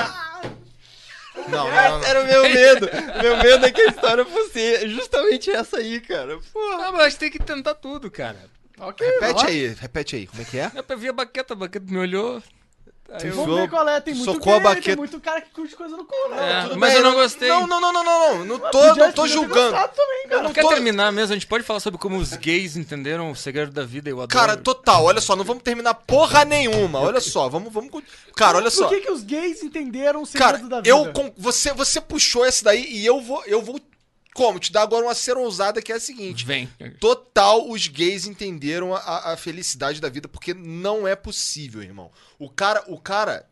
Não. Era o meu medo. Meu medo é que a história fosse justamente essa aí, cara. Porra. Ah, mas a gente tem que tentar tudo, cara. Ok, Repete aí, como é que é? Eu vi a baqueta me olhou. Aí eu... Vamos ver qual é. Tem muito Socou a gay, baqueta. tem muito cara que curte coisa no cu, né? É, Tudo mas bem, eu não gostei. Não Podia tô ter julgando. gostado também, cara. Não quer terminar mesmo? A gente pode falar sobre como os gays entenderam o segredo da vida e eu adoro. Cara, total, olha só, não vamos terminar porra nenhuma. Olha só, vamos. Cara, olha só. Por que os gays entenderam o segredo Cara, da vida? você puxou essa daí e eu vou como? Te dar agora uma cera ousada que é a seguinte. Vem. Total, os gays entenderam a felicidade da vida, porque não é possível, irmão. O cara,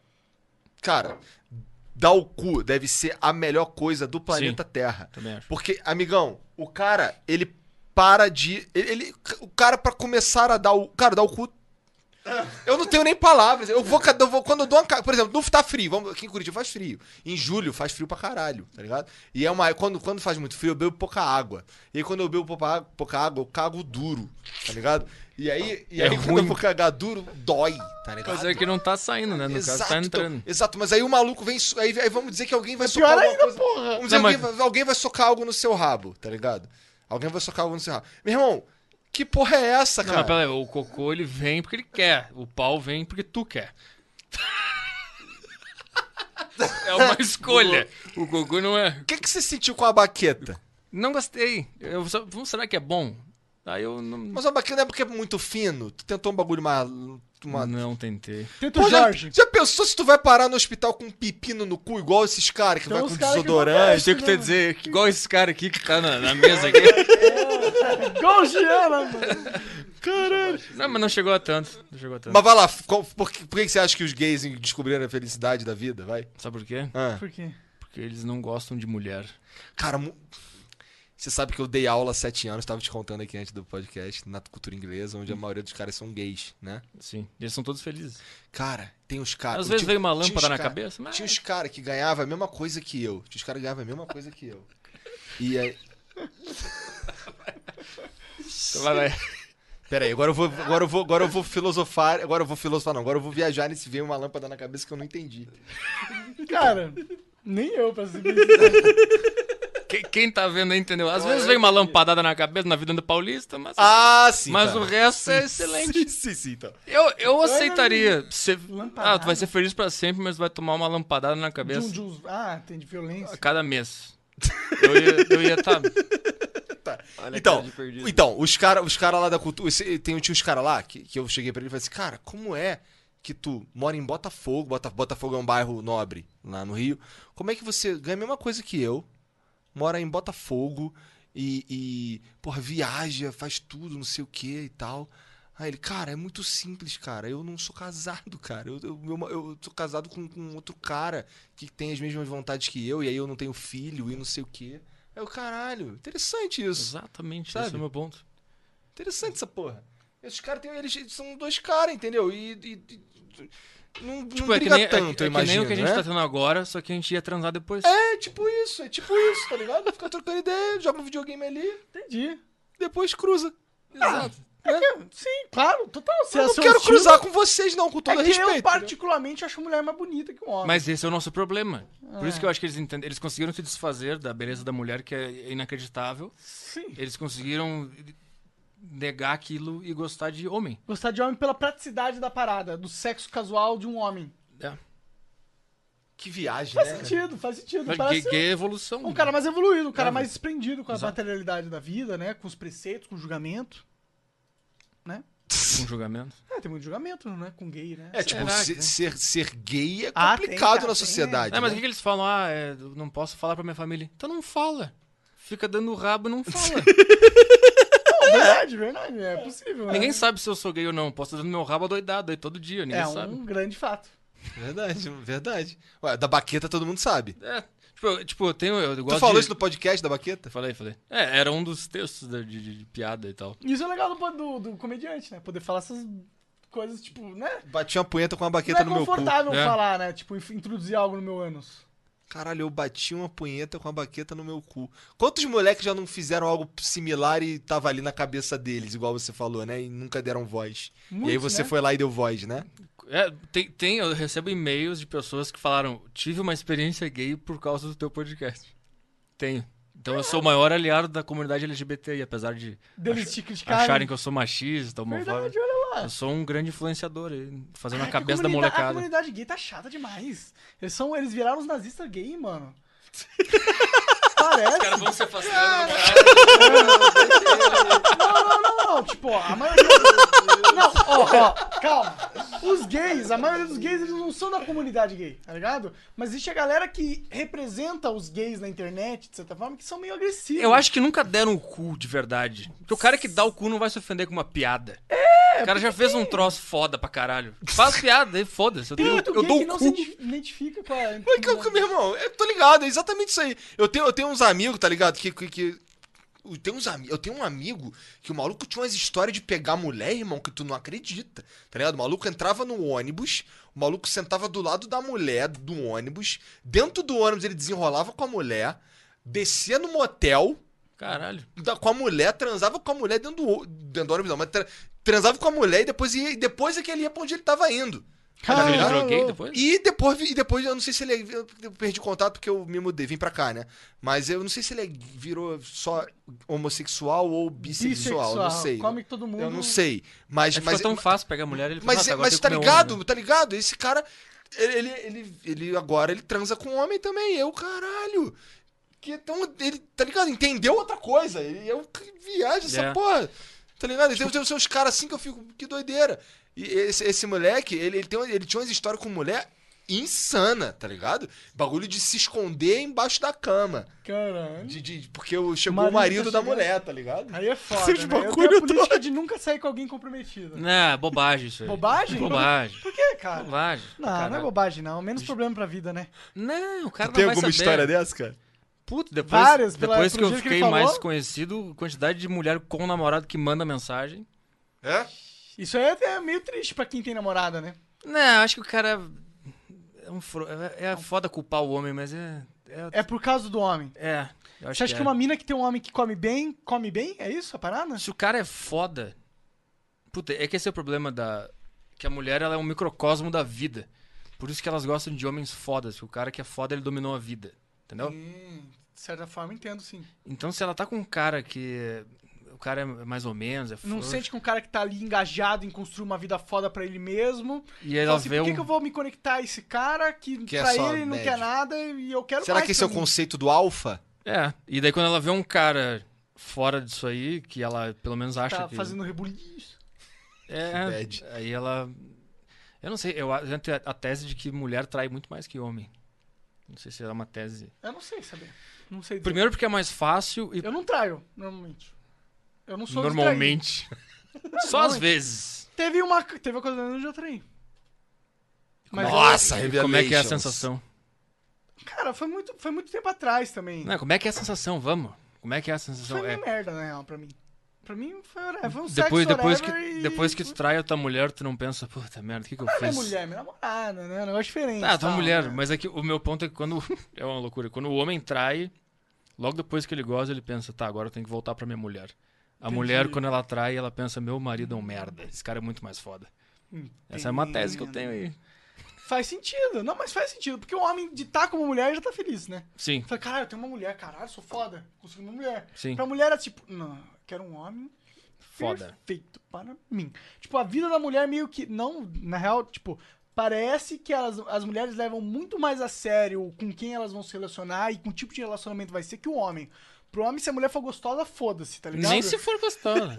dar o cu deve ser a melhor coisa do planeta Terra. Também acho. Porque, amigão, o cara, ele para de... o cara, pra começar a dar o... Cara, dar o cu... Eu não tenho nem palavras. Eu vou quando eu dou uma... Por exemplo, não tá frio. Aqui em Curitiba faz frio. Em julho faz frio pra caralho, tá ligado? E quando faz muito frio, eu bebo pouca água. E aí quando eu bebo pouca água, eu cago duro, tá ligado? E aí quando ruim. eu vou cagar duro, dói, tá ligado? Mas é que não tá saindo, né? No caso, tá entrando. Exato, mas aí o maluco vem... Aí vamos dizer que alguém vai Pior socar alguma ainda, coisa... porra. Vamos dizer, Não, alguém vai socar algo no seu rabo, tá ligado? Alguém vai socar algo no seu rabo. Meu irmão, que porra é essa, Não, cara? mas peraí, o cocô ele vem porque ele quer. O pau vem porque tu quer. É uma escolha. O cocô não é. O que você sentiu com a baqueta? Não gostei. Será que é bom? Aí eu não... Mas a baqueta é porque é muito fino. Tu tentou um bagulho mais... Não tentei. Tenta o Jorge. Já pensou se tu vai parar no hospital com um pepino no cu, igual esses caras que Tem vai uns com cara que desodorante? Achei que tu ia dizer, igual esse cara aqui que tá na mesa aqui. Igual o Giana, mano. Caralho. Não, mas não chegou a tanto. Não chegou a tanto. Mas vai lá, por que você acha que os gays descobriram a felicidade da vida? Vai. Sabe por quê? Ah. Por quê? Porque eles não gostam de mulher. Cara, você sabe que eu dei aula há 7 anos, tava te contando aqui antes do podcast, na cultura inglesa, onde a maioria dos caras são gays, né? Sim. Eles são todos felizes. Cara, tem uns caras... Às vezes veio uma lâmpada tinha na uns cara- cabeça, mas... Tinha uns caras que ganhavam a mesma coisa que eu. Tinha uns caras que ganhavam a mesma coisa que eu. E aí... Vai. Pera aí, agora eu vou filosofar. Agora eu vou viajar nesse veio uma lâmpada na cabeça que eu não entendi. Cara, nem eu, pra ser bem sincero. Quem tá vendo aí entendeu. Às vezes vem uma lampadada na cabeça na vida do paulista, mas... Sim. Mas tá. o resto é excelente. Sim, então. Eu aceitaria. Lampadada. Tu vai ser feliz pra sempre, mas vai tomar uma lampadada na cabeça Tem de violência. a cada mês. Eu ia tá... Olha a cara de perdido. Então, os cara lá da cultura. Tinha uns caras lá que eu cheguei pra ele e falei assim, cara, como é que tu mora em Botafogo? Botafogo é um bairro nobre lá no Rio. Como é que você ganha a mesma coisa que eu? Mora em Botafogo porra, viaja, faz tudo, não sei o que e tal. Aí ele, cara, é muito simples, cara. Eu não sou casado, cara. Eu sou casado com outro cara que tem as mesmas vontades que eu, e aí eu não tenho filho e não sei o que. Aí eu, caralho, interessante isso. Exatamente, Sabe? esse é o meu ponto. Interessante essa porra. Esses caras eles são 2 caras, entendeu? Não briga tanto, eu é que nem imagino, o que a gente né? tá tendo agora, só que a gente ia transar depois. É tipo isso, tá ligado? Fica trocando ideia, joga um videogame ali, Entendi. depois cruza. Exato. Sim, claro, total. Se Eu é não seu quero estilo, cruzar com vocês, não, com todo é que respeito. eu, particularmente, acho a mulher mais bonita que um homem. Mas esse é o nosso problema. Por isso que eu acho que eles entendem. Eles conseguiram se desfazer da beleza da mulher, que é inacreditável. Sim. Eles conseguiram negar aquilo e gostar de homem. Gostar de homem pela praticidade da parada, do sexo casual de um homem. É. Que viagem, Faz né? sentido, faz sentido. Mas Parece gay é evolução. um cara mais evoluído, um cara É, mais desprendido com a exato. materialidade da vida, né? Com os preceitos, com o julgamento. Né? Com julgamento. Tem muito julgamento, né? Com gay, né? É, tipo, Será que- ser gay é Ah, complicado tem, cara, na sociedade. É, mas o né? que eles falam? Eu não posso falar pra minha família. Então não fala. Fica dando o rabo e não fala. Verdade, é possível. Ninguém né? sabe se eu sou gay ou não. Posso estar dando meu rabo adoidado aí todo dia, ninguém É sabe. um grande fato. Verdade. Ué, da baqueta todo mundo sabe. É, tipo, eu tenho. Eu Tu gosto falou de... isso no podcast da baqueta? Falei. É, era um dos textos de piada e tal. Isso é legal do comediante, né? Poder falar essas coisas, tipo, né? Bati uma punheta com uma Não baqueta é no meu cu. confortável É. falar, né? Tipo, introduzir algo no meu ânus. Caralho, eu bati uma punheta com a baqueta no meu cu. Quantos moleques já não fizeram algo similar e tava ali na cabeça deles, igual você falou, né? E nunca deram voz. E aí Muitos, você né? foi lá e deu voz, né? É, eu recebo e-mails de pessoas que falaram: tive uma experiência gay por causa do teu podcast. Tenho. Então eu sou o maior aliado da comunidade LGBT, e apesar de Deles te criticarem. acharem que eu sou machista, homofóbico, Verdade, olha lá. eu sou um grande influenciador aí, fazendo a Cara, cabeça que da A molecada. comunidade gay tá chata demais. Eles viraram os nazistas gay, mano. Parece. Os caras vão se afastando. Não, tipo, ó, a maioria. Não, ó, calma. Os gays, a maioria dos gays, eles não são da comunidade gay, tá ligado? Mas existe a galera que representa os gays na internet, de certa forma, que são meio agressivos. Eu acho que nunca deram o cu de verdade. Porque o cara que dá o cu não vai se ofender com uma piada. O cara já fez um troço foda pra caralho. Faz piada, aí foda-se. Tem muito Eu gay dou que o não cu. se identifica com a. Mas que, meu irmão, eu tô ligado, é exatamente isso aí. Eu tenho uns amigos, tá ligado? Eu tenho um amigo que o maluco tinha umas histórias de pegar mulher, irmão, que tu não acredita, tá ligado? O maluco entrava no ônibus, o maluco sentava do lado da mulher do ônibus, dentro do ônibus ele desenrolava com a mulher, descia no motel Caralho. com a mulher, transava com a mulher dentro do ônibus, não, mas transava com a mulher e depois é que ele ia pra onde ele tava indo. Mas ele Ah, virou gay louco. depois? E depois, eu não sei se ele. Eu perdi contato porque eu me mudei, vim pra cá, né? Mas eu não sei se ele virou só homossexual ou bissexual, não sei. Come todo mundo. Eu não sei. Mas, Aí ficou tão fácil pegar a mulher, ele mas, falou, mas agora tá tem que comer ligado? homem, né? Tá ligado? Esse cara, ele agora ele transa com homem também. Eu, caralho. Então, ele, tá ligado? Entendeu outra coisa. Eu viajo essa É. porra. Tá ligado? Tem uns caras assim que eu fico, que doideira. E esse moleque, ele tinha umas histórias com mulher insana, tá ligado? Bagulho de se esconder embaixo da cama. Caralho. Porque chegou o marido da mulher, tá ligado? Aí é foda, né? Eu tenho a política de nunca sair com alguém comprometido. Não, bobagem isso aí. Bobagem? Bobagem. Por quê, cara? Bobagem. Não é bobagem, não. Menos problema pra vida, né? Não, o cara Tem não vai alguma saber. história dessa, cara? Puta, Várias, depois que pelo eu jeito que ele fiquei mais falou. conhecido, quantidade de mulher com namorado que manda mensagem. É? Isso aí é meio triste pra quem tem namorada, né? Não, acho que o cara... É foda culpar o homem, mas É por causa do homem. eu acho Você acha que uma mina que tem um homem que come bem? É isso a parada? Se o cara é foda... Puta, é que esse é o problema que a mulher, ela é um microcosmo da vida. Por isso que elas gostam de homens fodas. Que o cara que é foda, ele dominou a vida. Entendeu? De certa forma, entendo, sim. Então, se ela tá com um cara que... O cara é mais ou menos, é Não frouxo, sente que um cara que tá ali engajado em construir uma vida foda pra ele mesmo. E ela Fala assim, vê por que eu vou me conectar a esse cara que Que é pra só ele não médio. quer nada e eu quero Será mais que esse é pra o mim? conceito do alfa? e daí quando ela vê um cara fora disso aí, que ela pelo menos acha Tá que... fazendo rebuliço. Bad. Aí ela... Eu não sei, eu tenho a tese de que mulher trai muito mais que homem. Não sei se é uma tese. Eu não sei saber. Não sei dizer. Primeiro porque é mais fácil e... Eu não traio, normalmente. Eu não sou Normalmente. Só às vezes. Teve uma coisa onde eu traí. Mas Nossa, Como é que é a Revelations. sensação? cara, foi muito tempo atrás também. Não, como é que é a sensação? Vamos. Como é que é a sensação? Foi meio merda, na real, pra mim. Pra mim foi um Depois, sexo depois, whatever que, e... depois que tu trai a tua mulher, tu não pensa, puta merda, o que eu Não é minha fiz? mulher, minha namorada, né? Um negócio diferente. Tá, tua tal, mulher, né? mas é que o meu ponto é que quando... É uma loucura. Quando o homem trai, logo depois que ele goza, ele pensa, tá, agora eu tenho que voltar pra minha mulher. A mulher, quando ela trai, ela pensa, meu marido é um merda. Esse cara é muito mais foda. Essa é uma tese que eu tenho aí. Faz sentido. Não, mas faz sentido. Porque o homem de estar como mulher já tá feliz, né? Sim, Fala, caralho, eu tenho uma mulher, caralho, sou foda. Consegui uma mulher. sim. Pra mulher é tipo, não, eu quero um homem Foda. perfeito para mim. Tipo, a vida da mulher meio que... Não, na real, tipo... Parece que as mulheres levam muito mais a sério com quem elas vão se relacionar e com que tipo de relacionamento vai ser que o homem. Pro homem, se a mulher for gostosa, foda-se, tá ligado? Nem se for gostosa.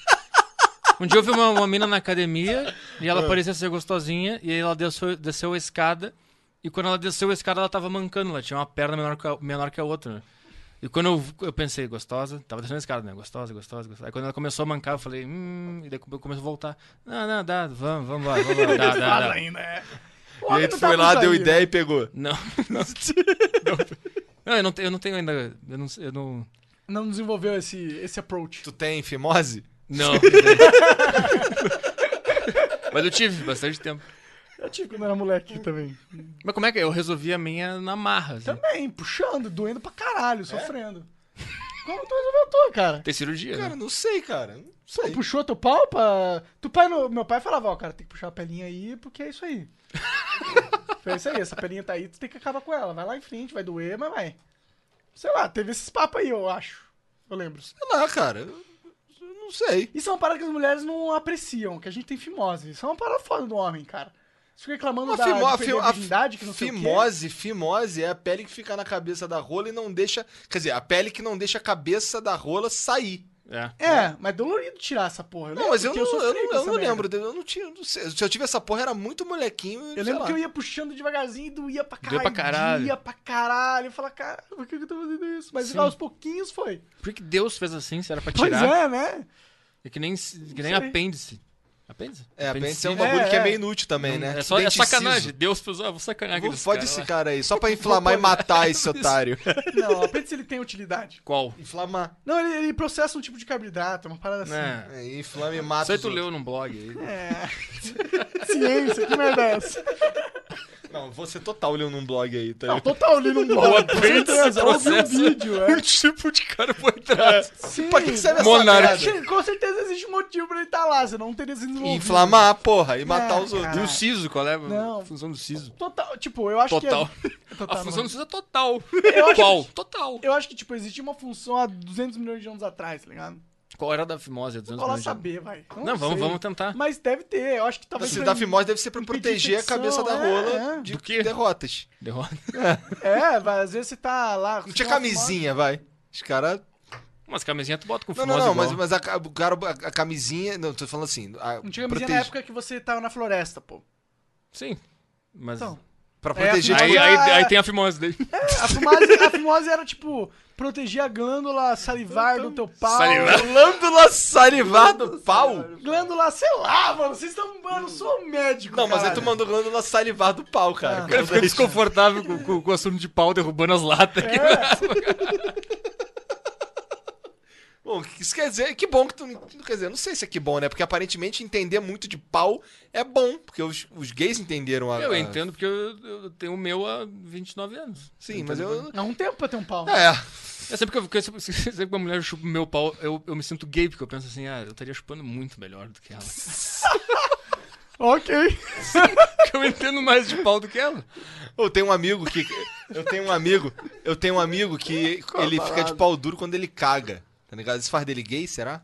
Um dia eu vi uma mina na academia e ela parecia ser gostosinha e aí ela desceu a escada e quando ela desceu a escada ela tava mancando, ela tinha uma perna menor que a outra, né? E quando eu pensei, gostosa, tava descendo a escada, né? Gostosa. Aí quando ela começou a mancar, eu falei, e daí começou a voltar. Não, dá, vamos lá, dá. ainda, é. O E homem aí não tu tá foi lá, muito deu aí, ideia né? e pegou. Não, eu não tenho ainda, eu não... Não desenvolveu esse approach. Tu tem fimose? Não. Mas eu tive bastante tempo. Eu tive quando era moleque também. Mas como é que eu resolvi a minha na marra, assim? Também, puxando, doendo pra caralho, sofrendo. Como tu resolveu a tua, cara? Ter cirurgia, Cara, né? não sei, cara. Não Tu sei. puxou teu pau pra... Meu pai falava, ó, cara, tem que puxar a pelinha aí, porque é isso aí. Foi isso aí, essa pelinha tá aí, tu tem que acabar com ela. Vai lá em frente, vai doer, mas vai. Sei lá, teve esses papos aí, eu acho. Eu lembro. Sei lá, cara. Eu não sei. Isso é uma parada que as mulheres não apreciam, que a gente tem fimose. Isso é uma parada foda do homem, cara. Você fica reclamando da de perder a virgindade, que não sei o quê. Fimose é a pele que fica na cabeça da rola e não deixa... Quer dizer, a pele que não deixa a cabeça da rola sair. É, mas é dolorido tirar essa porra. Não, mas eu sofri com não essa merda. lembro. Eu não tinha... Não sei. Se eu tive essa porra, era muito molequinho. Eu sei lembro lá. que eu ia puxando devagarzinho e doía pra caralho. Doía pra caralho. Doía pra caralho. Eu falava, cara, por que eu tô fazendo isso? Mas Sim. aos pouquinhos foi. Por que Deus fez assim, se era pra Pois tirar? é, né? É que nem sei. apêndice. Apêndice? É, apêndice é um É, bagulho que é é. meio inútil também, né? É Tipo sacanagem. Deus fez, vou sacanear aqueles Fode caras esse lá. cara aí, só pra inflamar e matar esse otário. Não, o apêndice ele tem utilidade. Qual? Inflamar. Não, ele processa um tipo de carboidrato, uma parada assim. É. Inflama e mata Isso aí os tu outros. leu num blog aí. É. Ciência, que merda é essa? Não, você total leu num blog aí, tá Não, ligado? total ali no blog. Com apêndice certeza, ouvi um processa vídeo, é. Um tipo de cara por trás. Sim. Pra que serve essa Monarca. merda? Com certeza existe um motivo pra ele estar lá, senão não teria sido desenvolvido. Inflamar, porra, e matar os outros. E o siso, qual é a Não. função do siso? Total, tipo, eu acho Total. que... Total, A não. função do siso é total. Eu acho Qual? que- Total. Eu acho que, tipo, existia uma função há 200 milhões de anos atrás, tá ligado? Qual era a da fimose? 200 Vou lá milhões de anos? saber, vai. Não, sei. vamos tentar. Mas deve ter, eu acho que talvez... Se pra da fimose deve ser pra impedir proteger a infecção, cabeça da rola de Do quê? derrotas. Derrota. É, vai, às vezes você tá lá... Não tinha camisinha, vai. Os caras Umas camisinhas tu bota com Não, fimose igual. mas a camisinha... Não, tô falando assim... Não tinha camisinha na época que você tava na floresta, pô. Sim, mas... Então. Pra proteger... Aí tem a fimose daí. A fimose era, tipo, proteger a glândula salivar do teu pau. Glândula salivar do pau? Glândula, sei lá, mano. Vocês estão... Eu não sou um médico, Não, mas cara. aí tu mandou glândula salivar do pau, cara. O cara fica desconfortável com o assunto de pau derrubando as latas aqui. Bom, isso quer dizer... Que bom que tu... Quer dizer, não sei se é que bom, né? Porque aparentemente entender muito de pau é bom. Porque os gays entenderam a... Eu entendo porque eu tenho o meu há 29 anos. Sim, mas eu... É um tempo pra ter um pau. É... É sempre que uma mulher chupa o meu pau, eu me sinto gay, porque eu penso assim, eu estaria chupando muito melhor do que ela. Ok. Porque eu entendo mais de pau do que ela. Eu tenho um amigo que ele fica de pau duro quando ele caga. Tá ligado? Isso faz dele gay, será?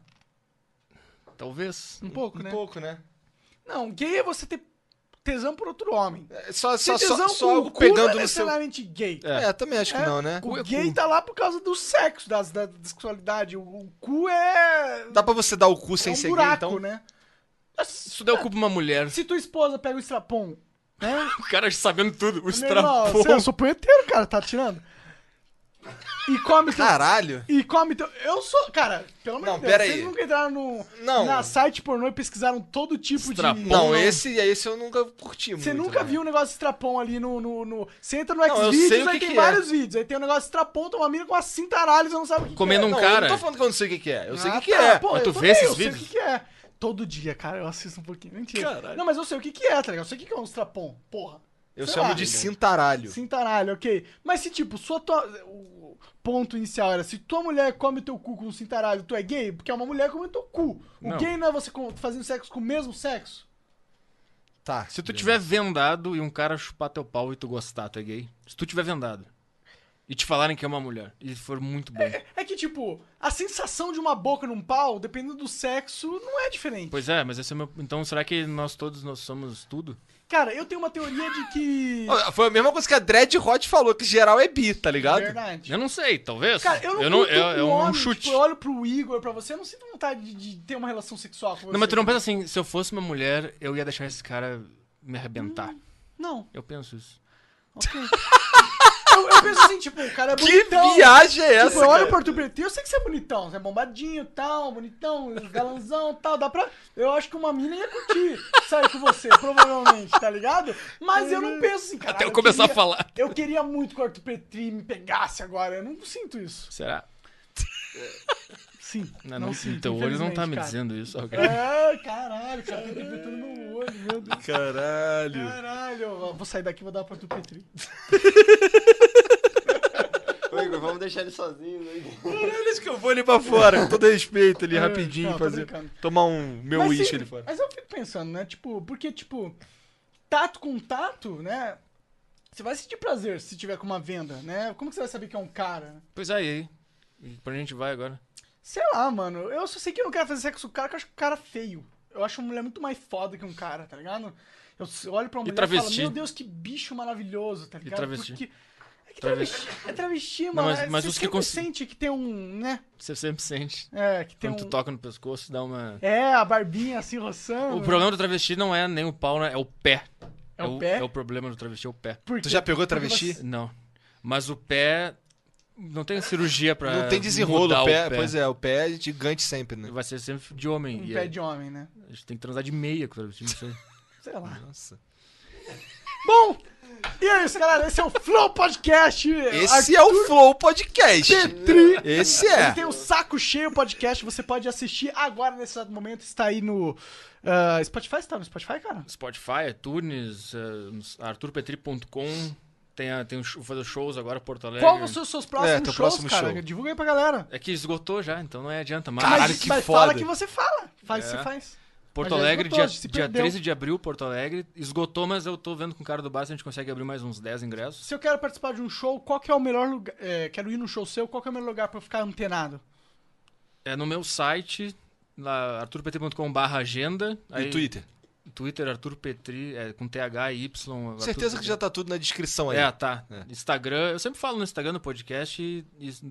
Talvez. Um pouco, né? Um pouco, né? Não, gay é você ter tesão por outro homem. É só tesão por algo cu pegando não é no seu... necessariamente gay. É, também acho que não, né? O gay tá lá por causa do sexo, da sexualidade. O cu é... Dá pra você dar o cu sem é um ser buraco, gay, então? né? Se tu der o cu pra uma mulher, Se tua esposa pega o estrapão, né? o cara sabendo tudo, o Meu irmão, estrapão. eu sou punheteiro, cara, tá tirando. E come teu... Caralho! E come teu... Eu sou... Cara, pelo amor Não, de Deus, pera vocês aí. nunca entraram no... Não. Na site pornô e pesquisaram todo tipo Estrapão. de... Não, esse eu nunca curti muito. Você nunca né? viu um negócio de estrapão ali no... Você entra no eu sei Xvideos, o aí que tem que é. vários vídeos. Aí tem um negócio de estrapão, tem uma mina com uma cintaralho, você não sabe o que Comendo que é. um Não, eu cara. não tô falando que eu não sei o que é. Eu sei o Ah, que tá, é. pô, Mas tu eu vê também, esses eu sei vídeos? o que é. Todo dia, cara, eu assisto um pouquinho. Mentira. Caralho. Não, mas eu sei o que é, tá ligado? Eu sei o que é um estrapão, porra. Eu Sei chamo lá. de cintaralho. Cintaralho, ok. Mas se, tipo, o ponto inicial era, se tua mulher come teu cu com um cintaralho, tu é gay? Porque é uma mulher comendo teu cu. O Não. gay não é você fazendo sexo com o mesmo sexo? Tá. Se tu tiver vendado e um cara chupar teu pau e tu gostar, tu é gay? Se tu tiver vendado e te falarem que é uma mulher e for muito bom. É que, tipo, a sensação de uma boca num pau, dependendo do sexo, não é diferente. Pois é, mas esse é o meu... Então será que nós somos tudo? Cara, eu tenho uma teoria de que... Ó, foi a mesma coisa que a Dread Hot falou, que geral é bi, tá ligado? Verdade. Eu não sei, talvez. Cara, eu não curto é um homem, chute. Tipo, eu olho pro Igor, pra você, eu não sinto vontade de ter uma relação sexual com você. Não, mas tu não pensa assim, se eu fosse uma mulher, eu ia deixar esse cara me arrebentar. Não, Eu penso isso. ok. eu penso assim, tipo, o cara é Que bonitão. viagem é essa, Tipo, eu olho cara? pro Arthur Petri, eu sei que você é bonitão, você é bombadinho, tal, bonitão, galanzão, tal, dá pra... Eu acho que uma mina ia curtir sair com você, provavelmente, tá ligado? Mas eu não penso assim, cara. Até eu começar a falar. Eu queria muito que o Arthur Petri me pegasse agora, eu não sinto isso. Será? Sim, Não, sinto, teu olho não tá infelizmente, me cara. dizendo isso. Ok? É, caralho, cara, tá interpretando no meu olho, meu Deus. Caralho. Caralho, eu vou sair daqui e vou dar pra Arthur Petri. Ô, Igor, vamos deixar ele sozinho, né? Caralho, acho que eu vou ali pra fora, com todo respeito ali, rapidinho, não, tô fazer... brincando. Tomar um meu Mas, uísque sim, ali fora. Mas eu fico pensando, né? Tipo, porque, tipo, tato com tato, né? Você vai sentir prazer se tiver com uma venda, né? Como que você vai saber que é um cara? Pois é, e aí? E pra onde a gente vai agora? Sei lá, mano. Eu só sei que eu não quero fazer sexo com o cara, porque eu acho o cara feio. Eu acho uma mulher muito mais foda que um cara, tá ligado? Eu olho pra uma mulher e falo, travesti? meu Deus, que bicho maravilhoso, tá ligado? travesti? Porque... É que travesti, Não, mano. mas você os que sempre cons- sente que tem um, né? Você sempre sente. É, que tem Quando tu um... toca no pescoço, dá uma... É, a barbinha assim roçando. O problema do travesti não é nem o pau, né? É o pé. É o pé? É o problema do travesti, é o pé. Por Tu quê? já pegou Porque travesti? você- Não. Mas o pé... Não tem cirurgia pra Não tem desenrolo, mudar o pé. Pois é, o pé é gigante sempre, né? Vai ser sempre de homem. Um e pé é- de homem, né? A gente tem que transar de meia com o travesti, não sei. Sei lá. Nossa. Bom, e é isso, galera. Esse é o Flow Podcast. Esse é o Flow Podcast. Petri. Esse Ele é. tem o Saco Cheio Podcast. Você pode assistir agora, nesse exato momento. Está aí no Spotify. Você tá no Spotify, cara? Spotify, iTunes, arturpetri.com. Tem fazer shows agora, Porto Alegre. Qual vão ser os seus próximos teu shows, próximo cara? show. Divulga aí pra galera. É que esgotou já, então não adianta mais. Caralho, mas que mas foda. fala que você fala. Faz, É. você faz. Porto Mas já Alegre, esgotou, dia, se dia perdeu. 13 de abril, Porto Alegre. Esgotou, mas eu tô vendo com o cara do bar se a gente consegue abrir mais uns 10 ingressos. Se eu quero participar de um show, qual que é o melhor lugar? Quero ir num show seu, qual que é o melhor lugar pra eu ficar antenado? É no meu site, lá, arturpetri.com/agenda. E Twitter. Twitter, Arthur Petri, com TH e Y. Arthur Certeza que Petri. já tá tudo na descrição aí. É, tá. É. Instagram, eu sempre falo no Instagram, no podcast,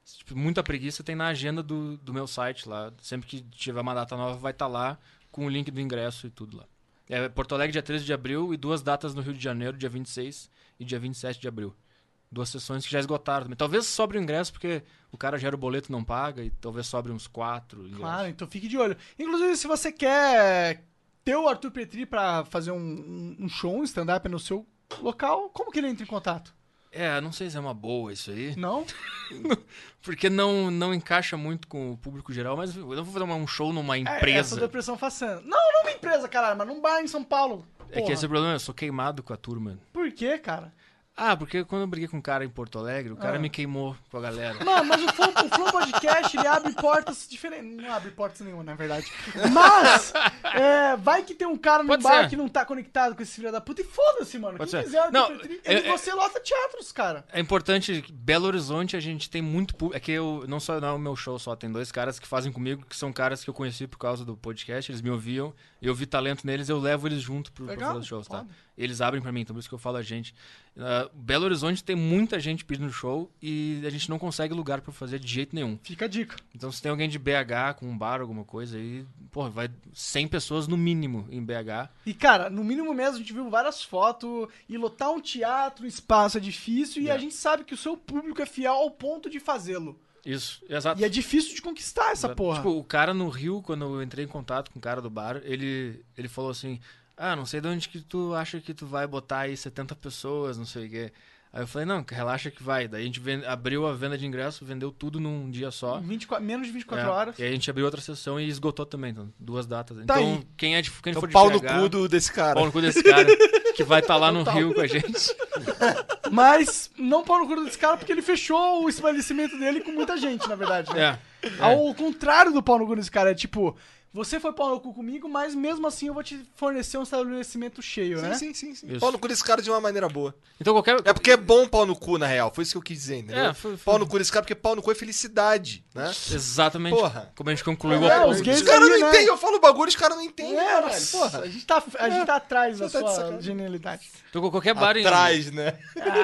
Tipo, muita preguiça tem na agenda do meu site lá. Sempre que tiver uma data nova, vai estar lá com o link do ingresso e tudo lá. É Porto Alegre, dia 13 de abril, e 2 datas no Rio de Janeiro, dia 26 e dia 27 de abril. 2 sessões que já esgotaram também. Talvez sobre o ingresso, porque o cara gera o boleto e não paga, e talvez sobre uns 4 ingressos. Claro, então fique de olho. Inclusive, se você quer ter o Arthur Petri pra fazer um show, um stand-up no seu local, como que ele entra em contato? Não sei se é uma boa isso aí. Não? Porque não encaixa muito com o público geral, mas eu não vou fazer um show numa Essa empresa. depressão façando. Não uma empresa, caralho, mas num bar em São Paulo. É que esse é o problema, eu sou queimado com a turma. Por quê, cara? Porque quando eu briguei com um cara em Porto Alegre, o cara me queimou com a galera. Mano, mas o Flow Podcast, ele abre portas diferentes. Não abre portas nenhuma, na verdade. Mas, vai que tem um cara no Pode bar ser. que não tá conectado com esse filho da puta. E foda-se, mano. Pode Quem ser. quiser Arthur Não, Petri, você lota teatros, cara. É importante, Belo Horizonte a gente tem muito público. É que não é o meu show só, tem 2 caras que fazem comigo, que são caras que eu conheci por causa do podcast, eles me ouviam, eu vi talento neles, eu levo eles junto pra fazer os shows, tá? foda. Eles abrem pra mim, então por isso que eu falo a gente. Belo Horizonte tem muita gente pedindo show e a gente não consegue lugar pra fazer de jeito nenhum. Fica a dica. Então se tem alguém de BH com um bar, alguma coisa aí, porra, vai 100 pessoas no mínimo em BH. E, cara, no mínimo mesmo, a gente viu várias fotos, e lotar um teatro, um espaço é difícil, e a gente sabe que o seu público é fiel ao ponto de fazê-lo. Isso, exato. E é difícil de conquistar essa porra. Tipo, o cara no Rio, quando eu entrei em contato com o cara do bar, ele falou assim, não sei de onde que tu acha que tu vai botar aí 70 pessoas, não sei o quê. Aí eu falei, não, relaxa que vai. Daí a gente abriu a venda de ingresso, vendeu tudo num dia só. Menos de 24 horas. E aí a gente abriu outra sessão e esgotou também, então, 2 datas. Tá Então, aí. quem Então, for de pau no BH, cu desse cara. pau no cu desse cara, que vai estar lá no Rio com a gente. Mas não pau no cu desse cara, porque ele fechou o estabelecimento dele com muita gente, na verdade. Né? Ao contrário do pau no cu desse cara, é tipo, você foi pau no cu comigo, mas mesmo assim eu vou te fornecer um estabelecimento cheio, né? Sim. Isso. Pau no cu desse cara de uma maneira boa. Então qualquer... É porque é bom pau no cu, na real. Foi isso que eu quis dizer, entendeu? Foi. Pau no cu desse cara, porque pau no cu é felicidade, né? Exatamente. Porra. Como a gente concluiu os gays Os caras não aí, né? entendem, eu falo bagulho, os caras não entendem, caralho. Mas, Porra. a gente tá atrás da Você tá de sua sacanagem. genialidade. Então qualquer bar Atrás, né?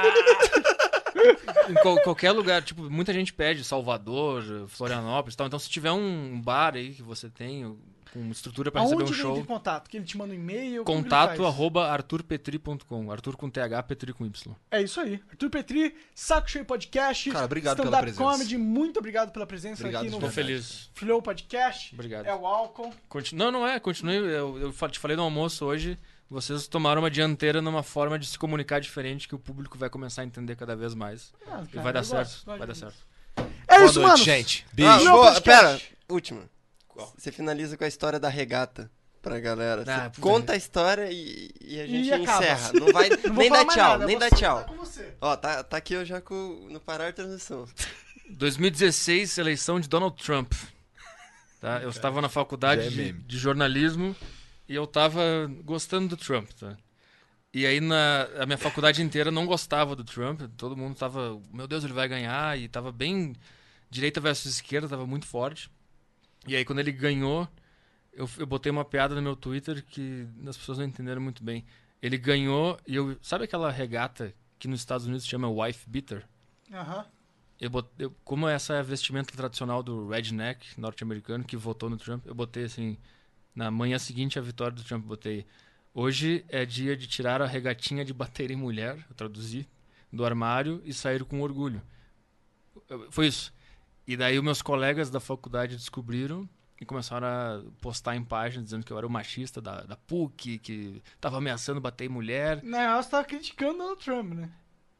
em qualquer lugar, tipo, muita gente pede Salvador, Florianópolis e tal. Então se tiver um bar aí que você tem com estrutura pra receber Aonde um ele show, entra em contato? Que ele te manda um e-mail? Como que ele contato faz? @arturpetri.com. Arthur com TH, Petri com Y. É isso aí. Arthur Petri, Saco Cheio Podcast. Cara, obrigado pela Stand-up presença. Comedy, muito obrigado pela presença Obrigado aqui de no Tô verdade. feliz. Flow Podcast. Obrigado. É o álcool. Não é. Continue. Eu te falei no almoço hoje. Vocês tomaram uma dianteira numa forma de se comunicar diferente que o público vai começar a entender cada vez mais. Ah, E cara, vai dar eu certo. gosto Vai dar disso. certo. É Boa isso, noite, mano. gente. Ah, Beijo. Flow Podcast. Pera, última. Qual? Você finaliza com a história da regata pra galera. Ah, Você puta. conta a história e a gente acaba. encerra. Não vai Não vou nem falar dar mais tchau, nada, nem você dar tchau. tá com você. Ó, tá aqui eu já no parar a transmissão. 2016, eleição de Donald Trump. Tá? Eu estava na faculdade Já é meme. de jornalismo e eu estava gostando do Trump. Tá? E aí a minha faculdade inteira não gostava do Trump. Todo mundo tava, meu Deus, ele vai ganhar. E tava bem direita versus esquerda, tava muito forte. E aí quando ele ganhou, eu botei uma piada no meu Twitter que as pessoas não entenderam muito bem. Ele ganhou e sabe aquela regata que nos Estados Unidos se chama wife beater? Aham. Como essa é a vestimenta tradicional do redneck norte-americano que votou no Trump, eu botei assim, na manhã seguinte à vitória do Trump, botei: hoje é dia de tirar a regatinha de bater em mulher, eu traduzi, do armário e sair com orgulho. Foi isso. E daí os meus colegas da faculdade descobriram e começaram a postar em páginas dizendo que eu era o machista da PUC, que tava ameaçando bater em mulher. Na real, você tava criticando o Trump, né?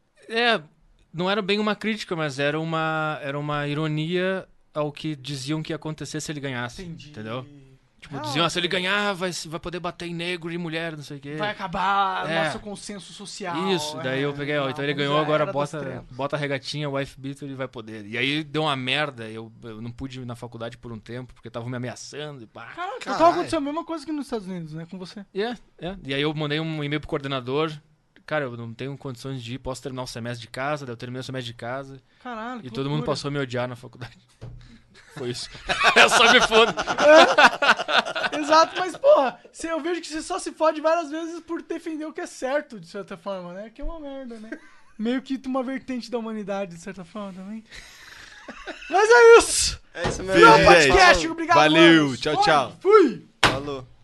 Não era bem uma crítica, mas era uma ironia ao que diziam que ia acontecer se ele ganhasse. Entendi. Entendeu? Tipo, diziam, se ele ganhar, vai poder bater em negro e mulher, não sei o quê. Vai acabar É. nosso consenso social. Isso, daí eu peguei, então ele ganhou, agora bota a regatinha, o wife beater e vai poder. E aí deu uma merda, eu não pude ir na faculdade por um tempo, porque estavam me ameaçando e pá. Cara, Caralho. então aconteceu a mesma coisa que nos Estados Unidos, né? Com você. E aí eu mandei um e-mail pro coordenador. Cara, eu não tenho condições de ir, posso terminar o semestre de casa, daí eu terminei o semestre de casa. Caralho, E que todo mundo loucura. passou a me odiar na faculdade. Foi isso. Eu só me fodo. Exato, mas porra, eu vejo que você só se fode várias vezes por defender o que é certo, de certa forma, né? Que é uma merda, né? Meio que uma vertente da humanidade, de certa forma, também. Mas é isso. É isso mesmo. Beijo, Flow gente. Podcast, obrigado, Valeu, manos. tchau, Foi, tchau. Fui. Falou.